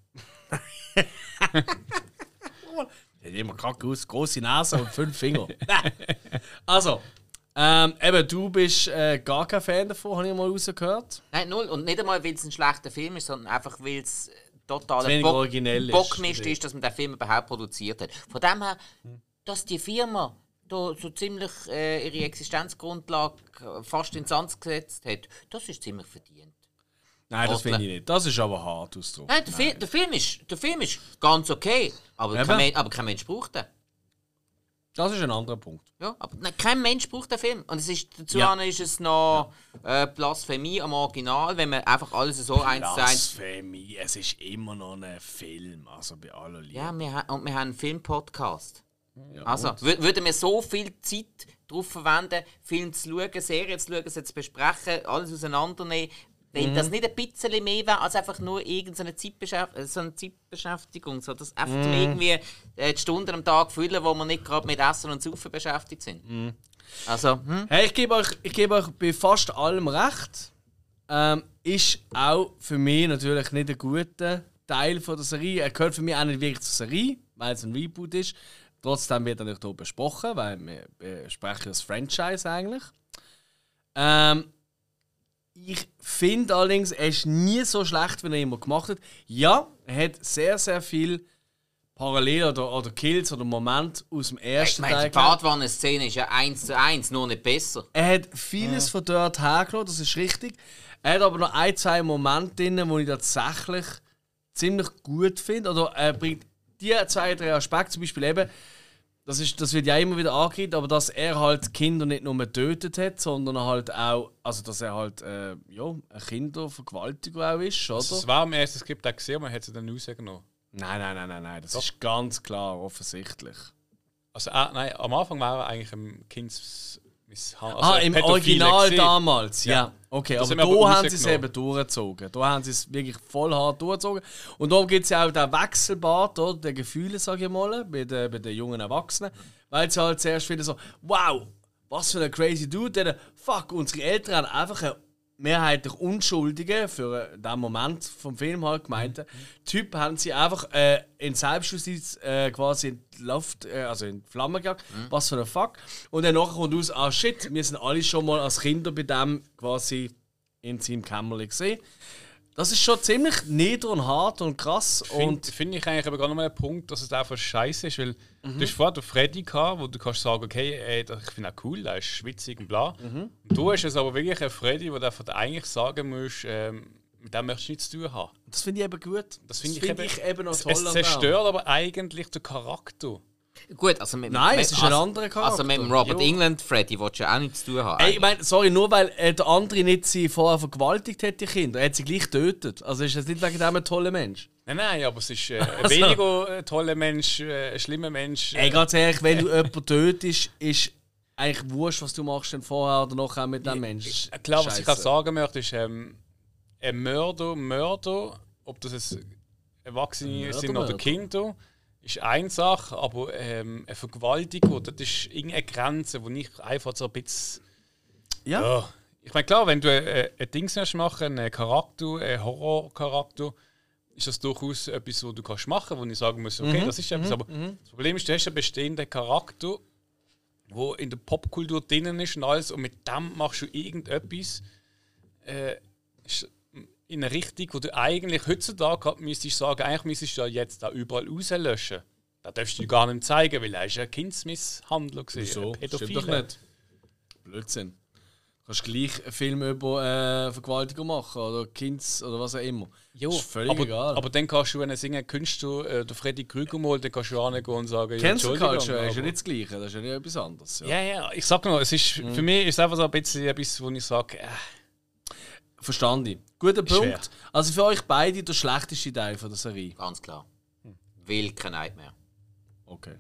Sieht immer kacke aus, grosse Nase und 5 Finger. Also, eben, du bist gar kein Fan davon, habe ich mal rausgehört. Nein, null. Und nicht einmal, weil es ein schlechter Film ist, sondern einfach, weil es total originell Bockmist ist, dass man den Film überhaupt produziert hat. Von dem her, dass die Firma da so ziemlich ihre Existenzgrundlage fast ins Sand gesetzt hat, das ist ziemlich verdient. Nein, das finde ich nicht. Das ist aber hart ausgedrückt. Nein, der Film ist ganz okay, aber kein Mensch braucht den. Das ist ein anderer Punkt. Ja, aber kein Mensch braucht den Film. Und dazu ist es noch Blasphemie am Original, wenn man einfach alles so eins zu eins... Blasphemie, es ist immer noch ein Film, also bei aller Liebe. Ja, wir haben einen Film-Podcast. Ja, also, würden wir so viel Zeit darauf verwenden, Film zu schauen, Serien zu schauen, sie zu besprechen, alles auseinandernehmen, wenn das nicht ein bisschen mehr wäre, als einfach nur irgendeine Zeitbeschäftigung, so dass einfach irgendwie die Stunden am Tag füllen, wo wir nicht gerade mit Essen und Saufen beschäftigt sind. Also, Hey, ich gebe euch bei fast allem recht. Ist auch für mich natürlich nicht ein guter Teil von der Serie. Er gehört für mich auch nicht wirklich zur Serie, weil es ein Reboot ist. Trotzdem wird er nicht hier besprochen, weil wir besprechen das Franchise eigentlich. Ich finde allerdings, er ist nie so schlecht, wie er immer gemacht hat. Ja, er hat sehr, sehr viel Parallelen oder Kills oder Momente aus dem ersten Teil. Die Badwanne-Szene ist ja 1:1, nur nicht besser. Er hat vieles von dort hergenommen, das ist richtig. Er hat aber noch 1-2 Momente drin, die ich tatsächlich ziemlich gut finde. Oder er bringt die 2-3 Aspekte, zum Beispiel eben, das wird ja immer wieder angegeben, aber dass er halt Kinder nicht nur getötet hat, sondern halt auch, also dass er halt ein Kindervergewaltiger auch ist, oder? Das war am ersten Skript auch gesehen, man hat sie dann rausgenommen. Nein, das ist ganz klar, offensichtlich. Also nein, am Anfang war er eigentlich ein Kindsmisshandlung. Im Original damals, ja. Okay, das aber da haben sie es eben durchgezogen. Da haben sie es wirklich voll hart durchgezogen. Und darum gibt es ja auch den Wechselbad, oder, der Gefühle, sage ich mal, bei den jungen Erwachsenen. Weil sie halt zuerst wieder so, wow, was für ein crazy Dude. Fuck, unsere Eltern haben einfach einen mehrheitlich Unschuldigen, für den Moment vom Film halt gemeint, Typ haben sie einfach in Selbstjustiz quasi in die Luft, also in die Flammen gejagt. Was für ein Fuck. Und dann nachher kommt raus, shit, wir sind alle schon mal als Kinder bei dem quasi in seinem Kämmerchen gesehen. Das ist schon ziemlich nieder und hart und krass. Finde ich eigentlich aber gar nicht mal einen Punkt, dass es einfach scheiße ist, weil du hast vorher den Freddy gehabt, wo du kannst sagen, okay, ich finde auch cool, der ist schwitzig und bla. Und du hast es aber wirklich einen Freddy, wo du eigentlich sagen musst, mit dem möchtest du nichts zu tun haben. Das finde ich eben gut. Das finde ich eben noch toll. Es zerstört aber eigentlich den Charakter. Gut, also es ist ein anderer Charakter. Also mit dem Robert England Freddy willst du ja auch nichts zu tun haben. Ich meine, sorry, nur weil der andere nicht sie vorher vergewaltigt hat, die Kinder, er hat sie gleich getötet. Also ist das nicht wegen dem ein toller Mensch? Nein, aber es ist ein weniger toller Mensch, ein schlimmer Mensch. Ganz ehrlich, wenn du jemanden tötest, ist eigentlich wurscht, was du machst denn vorher oder nachher mit dem Menschen. Klar, was ich auch sagen möchte, ist, ein Mörder, ob das Erwachsene sind oder Kinder, ist eine Sache, aber eine Vergewaltigung, das ist irgendeine Grenze, wo ich einfach so ein bisschen... Ja. Ich meine, klar, wenn du ein Ding machen, einen Charakter, einen Horrorcharakter, ist das durchaus etwas, was du kannst machen, wo ich sagen muss, okay, das ist etwas. Aber das Problem ist, du hast einen bestehenden Charakter, der in der Popkultur drinnen ist und alles, und mit dem machst du irgendetwas in eine Richtung, wo du eigentlich heutzutage müsstest sagen, eigentlich müsstest du jetzt da überall rauslöschen. Das darfst du gar nicht zeigen, weil er ist ein Kindsmisshandler gewesen. Wieso? Stimmt doch nicht. Blödsinn. Du kannst gleich einen Film über Vergewaltigung machen oder Kinds oder was auch immer. Jo, das ist völlig egal. Aber dann kannst du, wenn du singen kennst du den Freddy Krüger mal, dann kannst du angehen und sagen, Cancel Culture ist ja nicht das Gleiche, das ist ja nicht etwas anderes. Ja, ich sag nur, es ist, für mich ist es einfach so ein bisschen etwas, wo ich sage, Verstanden. Guter Punkt. Schwer. Also für euch beide der schlechteste Teil von der Serie. Ganz klar. Will kein Nightmare. Okay.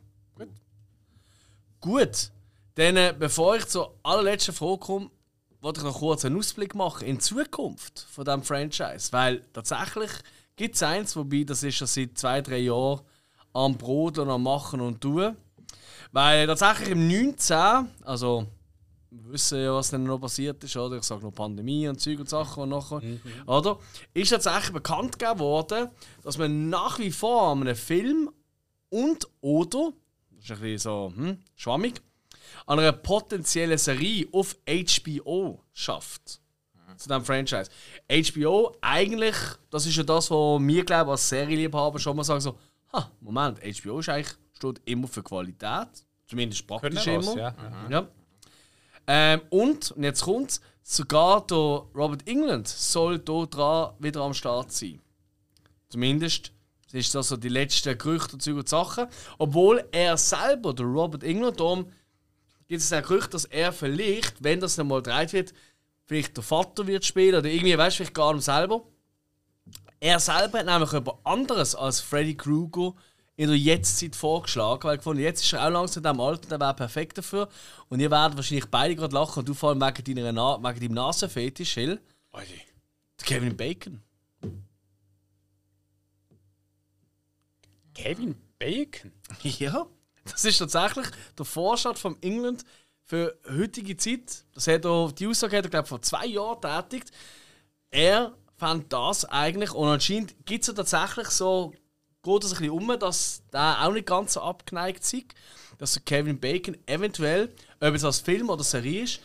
Gut. Dann, bevor ich zur allerletzten Frage komme, wollte ich noch kurz einen Ausblick machen in die Zukunft von diesem Franchise. Weil tatsächlich gibt es eins, wobei das ist schon seit 2-3 Jahren am Brot und am Machen und Tun. Weil tatsächlich im 19, also wir wissen ja, was dann noch passiert ist, oder? Ich sage noch Pandemie und Zeug und Sachen und nachher, oder? Ist tatsächlich bekannt gegeben worden, dass man nach wie vor an einem Film oder, das ist ein bisschen so schwammig, an einer potenziellen Serie auf HBO schafft. Zu diesem Franchise. HBO, eigentlich, das ist ja das, was wir, glaube ich, als Serienliebhaber schon mal sagen, so, Moment, HBO ist eigentlich, steht immer für Qualität. Zumindest praktisch immer. Ja. Und jetzt kommt's, sogar der Robert Englund soll hier dran wieder am Start sein. Zumindest ist das so die letzten Gerüchte und Zeug und Sachen. Obwohl er selber, der Robert Englund, darum gibt es ein Gerücht, dass er vielleicht, wenn das dann mal gedreht wird, vielleicht der Vater wird spielen oder irgendwie, weißt du, vielleicht gar nicht selber. Er selber hat nämlich jemand anderes als Freddy Krueger in der Jetztzeit vorgeschlagen, weil ich gefunden, jetzt ist er auch langsam in diesem Alter, der wäre perfekt dafür. Und ihr werdet wahrscheinlich beide gerade lachen und du vor allem wegen deinem Nasenfetisch, Hill. Der Kevin Bacon. Kevin Bacon? Ja, das ist tatsächlich der Vorstand von England für heutige Zeit. Das hat er, die Aussage hat er, glaube ich, vor 2 Jahren tätigt. Er fand das eigentlich, und anscheinend gibt es ja tatsächlich so, geht es ein bisschen um, dass der auch nicht ganz so abgeneigt ist, dass der Kevin Bacon eventuell, ob es als Film oder Serie ist,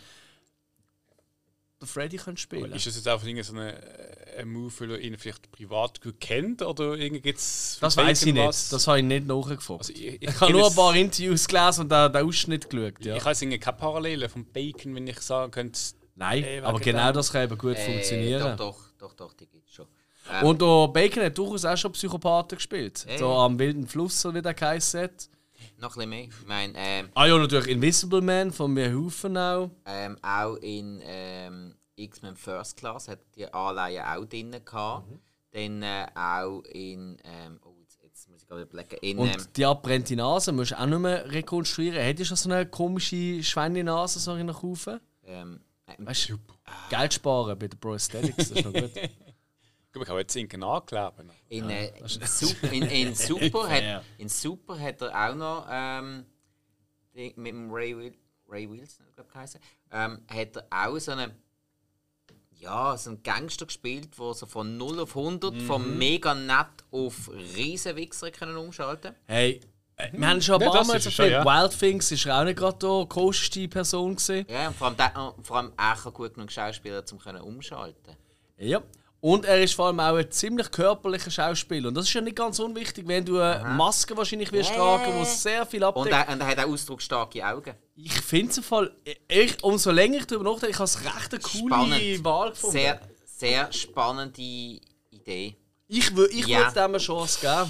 der Freddy könnte spielen. Ist das jetzt einfach so ein Move, weil er ihn vielleicht privat gut kennt? Oder gibt's das weiß ich nicht. Das habe ich nicht nachgefragt. Also ich habe nur ein paar Interviews gelesen und den Ausschnitt geschaut. Ja. Ich habe keine Parallele vom Bacon, wenn ich sagen könnte. Nein, aber genau das kann eben gut funktionieren. Doch, die gibt es schon. Und der Bacon hat durchaus auch schon Psychopathen gespielt. So am wilden Fluss, wie der geheißen hat. Noch ein bisschen mehr. Ich meine, ja, natürlich Invisible Man von Verhoeven auch. Auch in X-Men First Class hat die Anleihe auch drin gehabt. Dann auch in. Jetzt muss ich gerade überlegen. Und die abbrennte Nase musst du auch nicht mehr rekonstruieren. Hättest du schon so eine komische Schweinenase so in der Kufe? Weißt du, Geld sparen bei den Pro Aesthetics, das ist noch gut. Ich kann jetzt Inken ankleben. In Super hat er auch noch mit dem Ray Wilson, glaube ich, geheißen, hat er auch so einen Gangster gespielt, der so von 0 auf 100 von mega nett auf Riesenwichser können umschalten. Hey, wir haben schon ein paar Mal gesagt, Wild Things ist auch nicht gerade die kosteste Person gewesen. Ja, und vor allem auch gut genug Schauspieler, um umschalten. Ja. Und er ist vor allem auch ein ziemlich körperlicher Schauspieler. Und das ist ja nicht ganz unwichtig, wenn du eine Maske wahrscheinlich wirst tragen, die sehr viel abdeckt. Und er hat auch ausdrucksstarke Augen. Ich finde es im Fall, umso länger ich darüber nachdenke, ich habe es recht eine coole Wahl gefunden. Sehr, sehr spannende Idee. Ich würde dem eine Chance geben.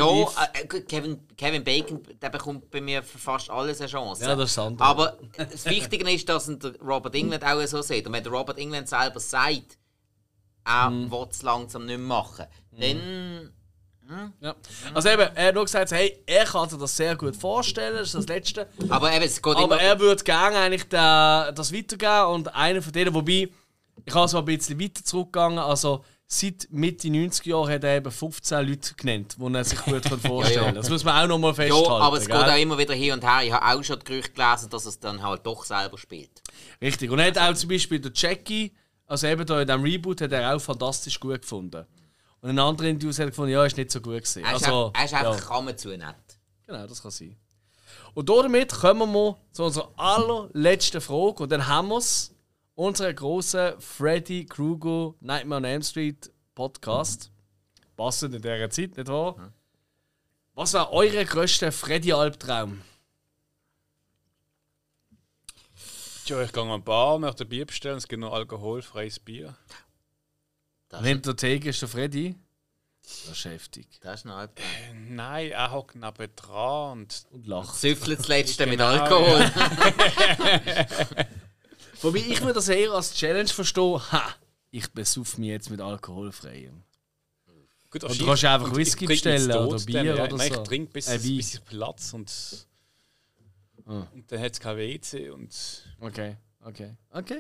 Ja, Kevin Bacon, der bekommt bei mir für fast alles eine Chance. Ja, das ist anders. Aber das Wichtige ist, dass der Robert Englund auch so sieht. Und wenn der Robert Englund selber sagt, er will es langsam nicht mehr machen, dann... Ja. Also eben, er hat nur gesagt, hey, er kann sich das sehr gut vorstellen, das ist das Letzte. Aber er würde gerne eigentlich das weitergeben und einer von denen, wobei, ich habe so ein bisschen weiter zurückgegangen, also seit Mitte 90er Jahren hat er eben 15 Leute genannt, die er sich gut vorstellen kann. Das muss man auch noch mal festhalten. Ja, aber es geht auch immer wieder hin und her. Ich habe auch schon die Gerüchte gelesen, dass er es dann halt doch selber spielt. Richtig, und er hat auch zum Beispiel der Jackie, also eben da in diesem Reboot, hat er auch fantastisch gut gefunden. Und ein anderer Interview hat gefunden, ja, ist nicht so gut gewesen. Er ist einfach Kammer zu nett. Genau, das kann sein. Und damit kommen wir zu unserer allerletzten Frage. Und dann haben wir es, unseren grossen Freddy Krueger Nightmare on Elm Street Podcast. Passend in dieser Zeit, nicht wahr? Was war euer grösster Freddy-Albtraum? Ja, ich gehe an eine Bar, möchte ein Bier bestellen, es gibt noch alkoholfreies Bier. Nehmt der Theke ist der Freddy? Das ist heftig. Das ist ein Albtraum. Nein, er hockt neben dran und lacht. Süffelt das Letzte mit Alkohol. Wobei ich mir das eher als Challenge verstehe. Ich besuff mich jetzt mit alkoholfreiem. Gut, und du kannst einfach Whisky bestellen oder Bier oder so. Nein, ich trinke bis ich Platz und dann hat es kein WC und... Okay.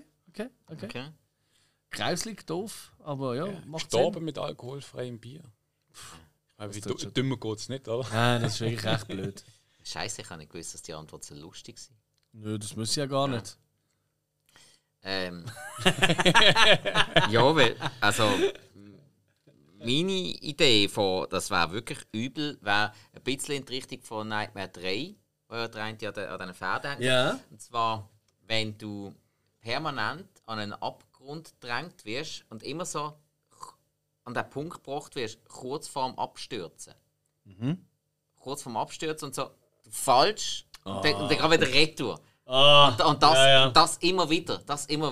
Grauslig, doof, aber ja, macht Sinn. Gestorben mit alkoholfreiem Bier. Wie dümmer geht es nicht, oder? Nein, das ist wirklich echt blöd. Scheiße, ich habe nicht gewusst, dass die Antwort so lustig war. Nö, das muss ja gar nicht. Ja, weil, also meine Idee von, das wäre wirklich übel, wäre ein bisschen in die Richtung von Nightmare 3, wo ja der eine an diesen Pferden hängt. Ja. Und zwar, wenn du permanent an einen Abgrund gedrängt wirst und immer so an den Punkt gebracht wirst, kurz vorm Abstürzen. Kurz vorm Abstürzen und so falsch und dann gerade wieder retour. Und das immer wieder,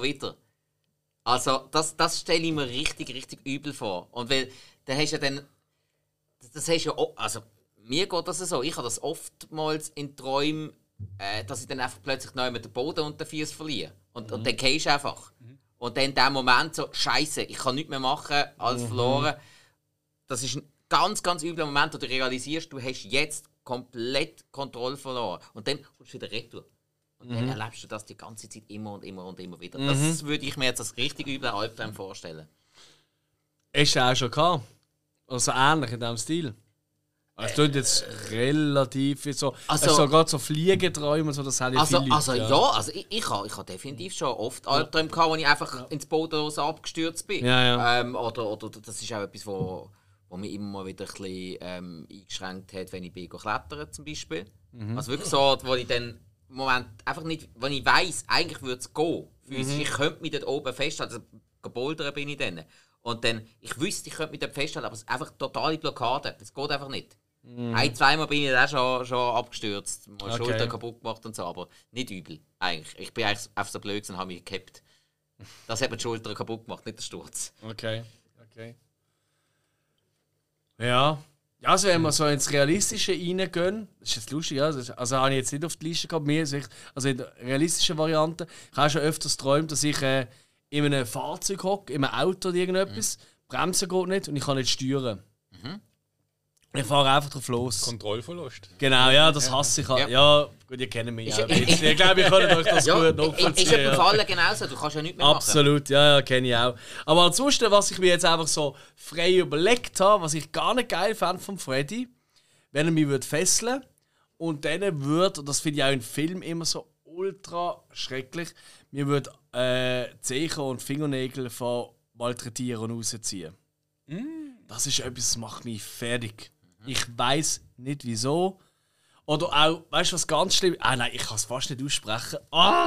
Also das stelle ich mir richtig, richtig übel vor. Und weil dann hast du ja dann, das hast ja auch, also mir geht das so, ich habe das oftmals in Träumen, dass ich dann einfach plötzlich neu mit dem Boden unter den Füßen verliere. Und dann gehst du einfach. Und dann in dem Moment so, Scheiße, ich kann nichts mehr machen, alles verloren. Das ist ein ganz, ganz übler Moment, wo du realisierst, du hast jetzt komplett Kontrolle verloren. Und dann kommst du wieder retour. Und dann erlebst du das die ganze Zeit immer und immer und immer wieder. Das würde ich mir jetzt als richtig übler Albtraum vorstellen. Hast du auch schon gehabt? Also ähnlich in diesem Stil? Es tut jetzt relativ so. Also sogar so Fliegenträume, so, das haben viele Leute. Ich habe definitiv schon oft Albträume gehabt, wo ich einfach ins Bodenlose abgestürzt bin. Oder das ist auch etwas, wo mich immer mal wieder ein bisschen eingeschränkt hat, wenn ich bin klettern zum Beispiel. Also wirklich so, wo ich dann im Moment einfach nicht, wenn ich weiss, eigentlich würde es gehen. Physisch, ich könnte mich dort oben festhalten. Also gebouldert bin ich dann. Und dann, ich wüsste, ich könnte mich dort festhalten, aber es ist einfach totale Blockade. Das geht einfach nicht. Zweimal bin ich dann schon abgestürzt, mal Schulter kaputt gemacht und so, aber nicht übel. Eigentlich. Ich bin eigentlich einfach so blöd und habe mich gekappt. Das hat mir die Schulter kaputt gemacht, nicht der Sturz. Okay. Ja. Ja, also wenn wir so ins Realistische reingehen, das ist jetzt lustig, ja? Also habe ich jetzt nicht auf die Liste gehabt, also in der realistischen Variante, ich habe schon öfters geträumt, dass ich in einem Fahrzeug hocke, in einem Auto oder irgendetwas, Bremsen geht nicht und ich kann nicht steuern. Ich fahre einfach drauf los. Kontrollverlust. Genau, ja, das hasse ich. Ja, gut, ihr kennt mich ja. Ich glaube, ich kann euch das gut nachvollziehen. Ist ja beim Fallen genauso, du kannst ja nichts mehr machen. Absolut, ja, kenne ich auch. Aber ansonsten, was ich mir jetzt einfach so frei überlegt habe, was ich gar nicht geil fand von Freddy, wenn er mich fesseln würde und dann würde, und das finde ich auch in Filmen immer so ultra schrecklich, mir würde Zehen und Fingernägel von Malträtieren rausziehen. Das ist etwas, das macht mich fertig. Ich weiss nicht wieso. Oder auch, weißt du, was ganz schlimm ist? Nein, ich kann es fast nicht aussprechen.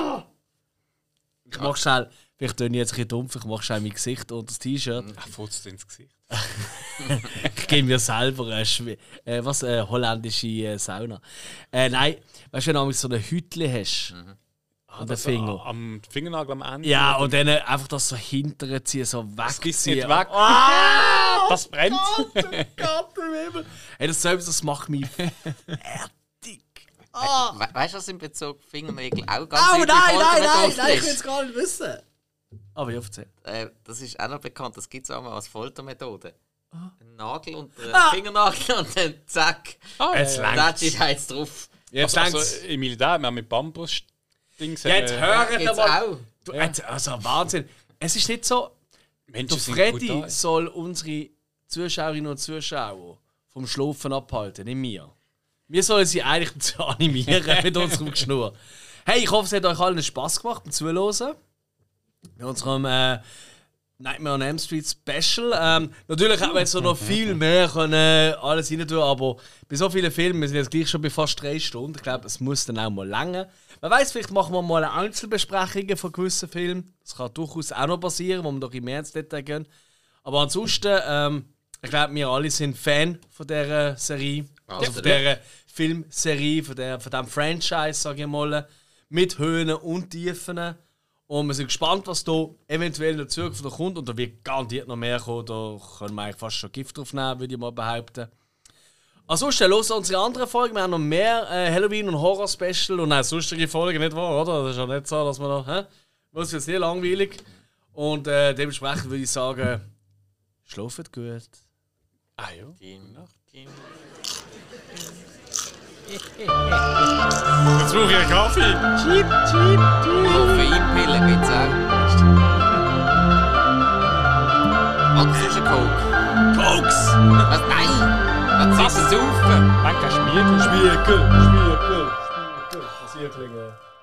Ich mach schnell, vielleicht tue ich jetzt ein bisschen dumpf, ich mache schnell mein Gesicht unter das T-Shirt. Furzt ins Gesicht. Ich gebe mir selber eine holländische Sauna. Nein, weißt du, wenn du so eine Hütchen hast an den Finger. Am Fingernagel am Ende? Ja, und dann einfach das so hinterher ziehen, so wegziehen. Das gibt's nicht weg. Das brennt. Gott im Himmel. Hey, das macht mich fertig. Weißt du, was in Bezug auf Fingernägel auch ganz nein, ich will es gar nicht wissen. Aber ich erzähl. Das ist auch noch bekannt, das gibt es auch mal als Foltermethode. Ein Nagel unter den Fingernagel und dann zack. Jetzt längst. Das ist jetzt drauf. Jetzt also im Militär, wir haben mit Bambus-Dings. Jetzt hören wir mal. Also Wahnsinn. Es ist nicht so, der Freddy soll unsere Zuschauerinnen und Zuschauer vom Schlafen abhalten, nicht wir. Wir sollen sie eigentlich dazu animieren mit unserem Geschnur. Hey, ich hoffe, es hat euch allen Spass gemacht beim Zuhören. Bei unserem Nightmare on Elm Street Special. Natürlich hätten wir jetzt noch viel mehr können, alles rein tun, aber bei so vielen Filmen, wir sind jetzt gleich schon bei fast 3 Stunden, ich glaube, es muss dann auch mal länger. Wer weiss, vielleicht machen wir mal Einzelbesprechungen von gewissen Filmen. Das kann durchaus auch noch passieren, wo wir noch mehr ins Detail gehen. Aber ansonsten, ich glaube, wir alle sind Fan von dieser Serie. Also von dieser Filmserie, von diesem Franchise, sage ich mal. Mit Höhen und Tiefen. Und wir sind gespannt, was da eventuell in der Zukunft noch kommt. Und da wird garantiert noch mehr kommen. Da können wir eigentlich fast schon Gift drauf nehmen, würde ich mal behaupten. Ansonsten, los unsere anderen Folgen. Wir haben noch mehr Halloween- und Horror-Special und auch sonstige Folgen, nicht wahr? Oder? Das ist ja nicht so, dass man da. Das ist jetzt nicht langweilig. Und dementsprechend würde ich sagen, schlaft gut. Ah ja. Jetzt brauche ich einen Kaffee. Koffeinpillen gibt's auch. Oder sonst ein Coke. Koks! Was? Nein! Was ist das Saufen? Danke, Schmiegel. Schmiegel. Schmiegel. Schmiegel. Was ihr klingen.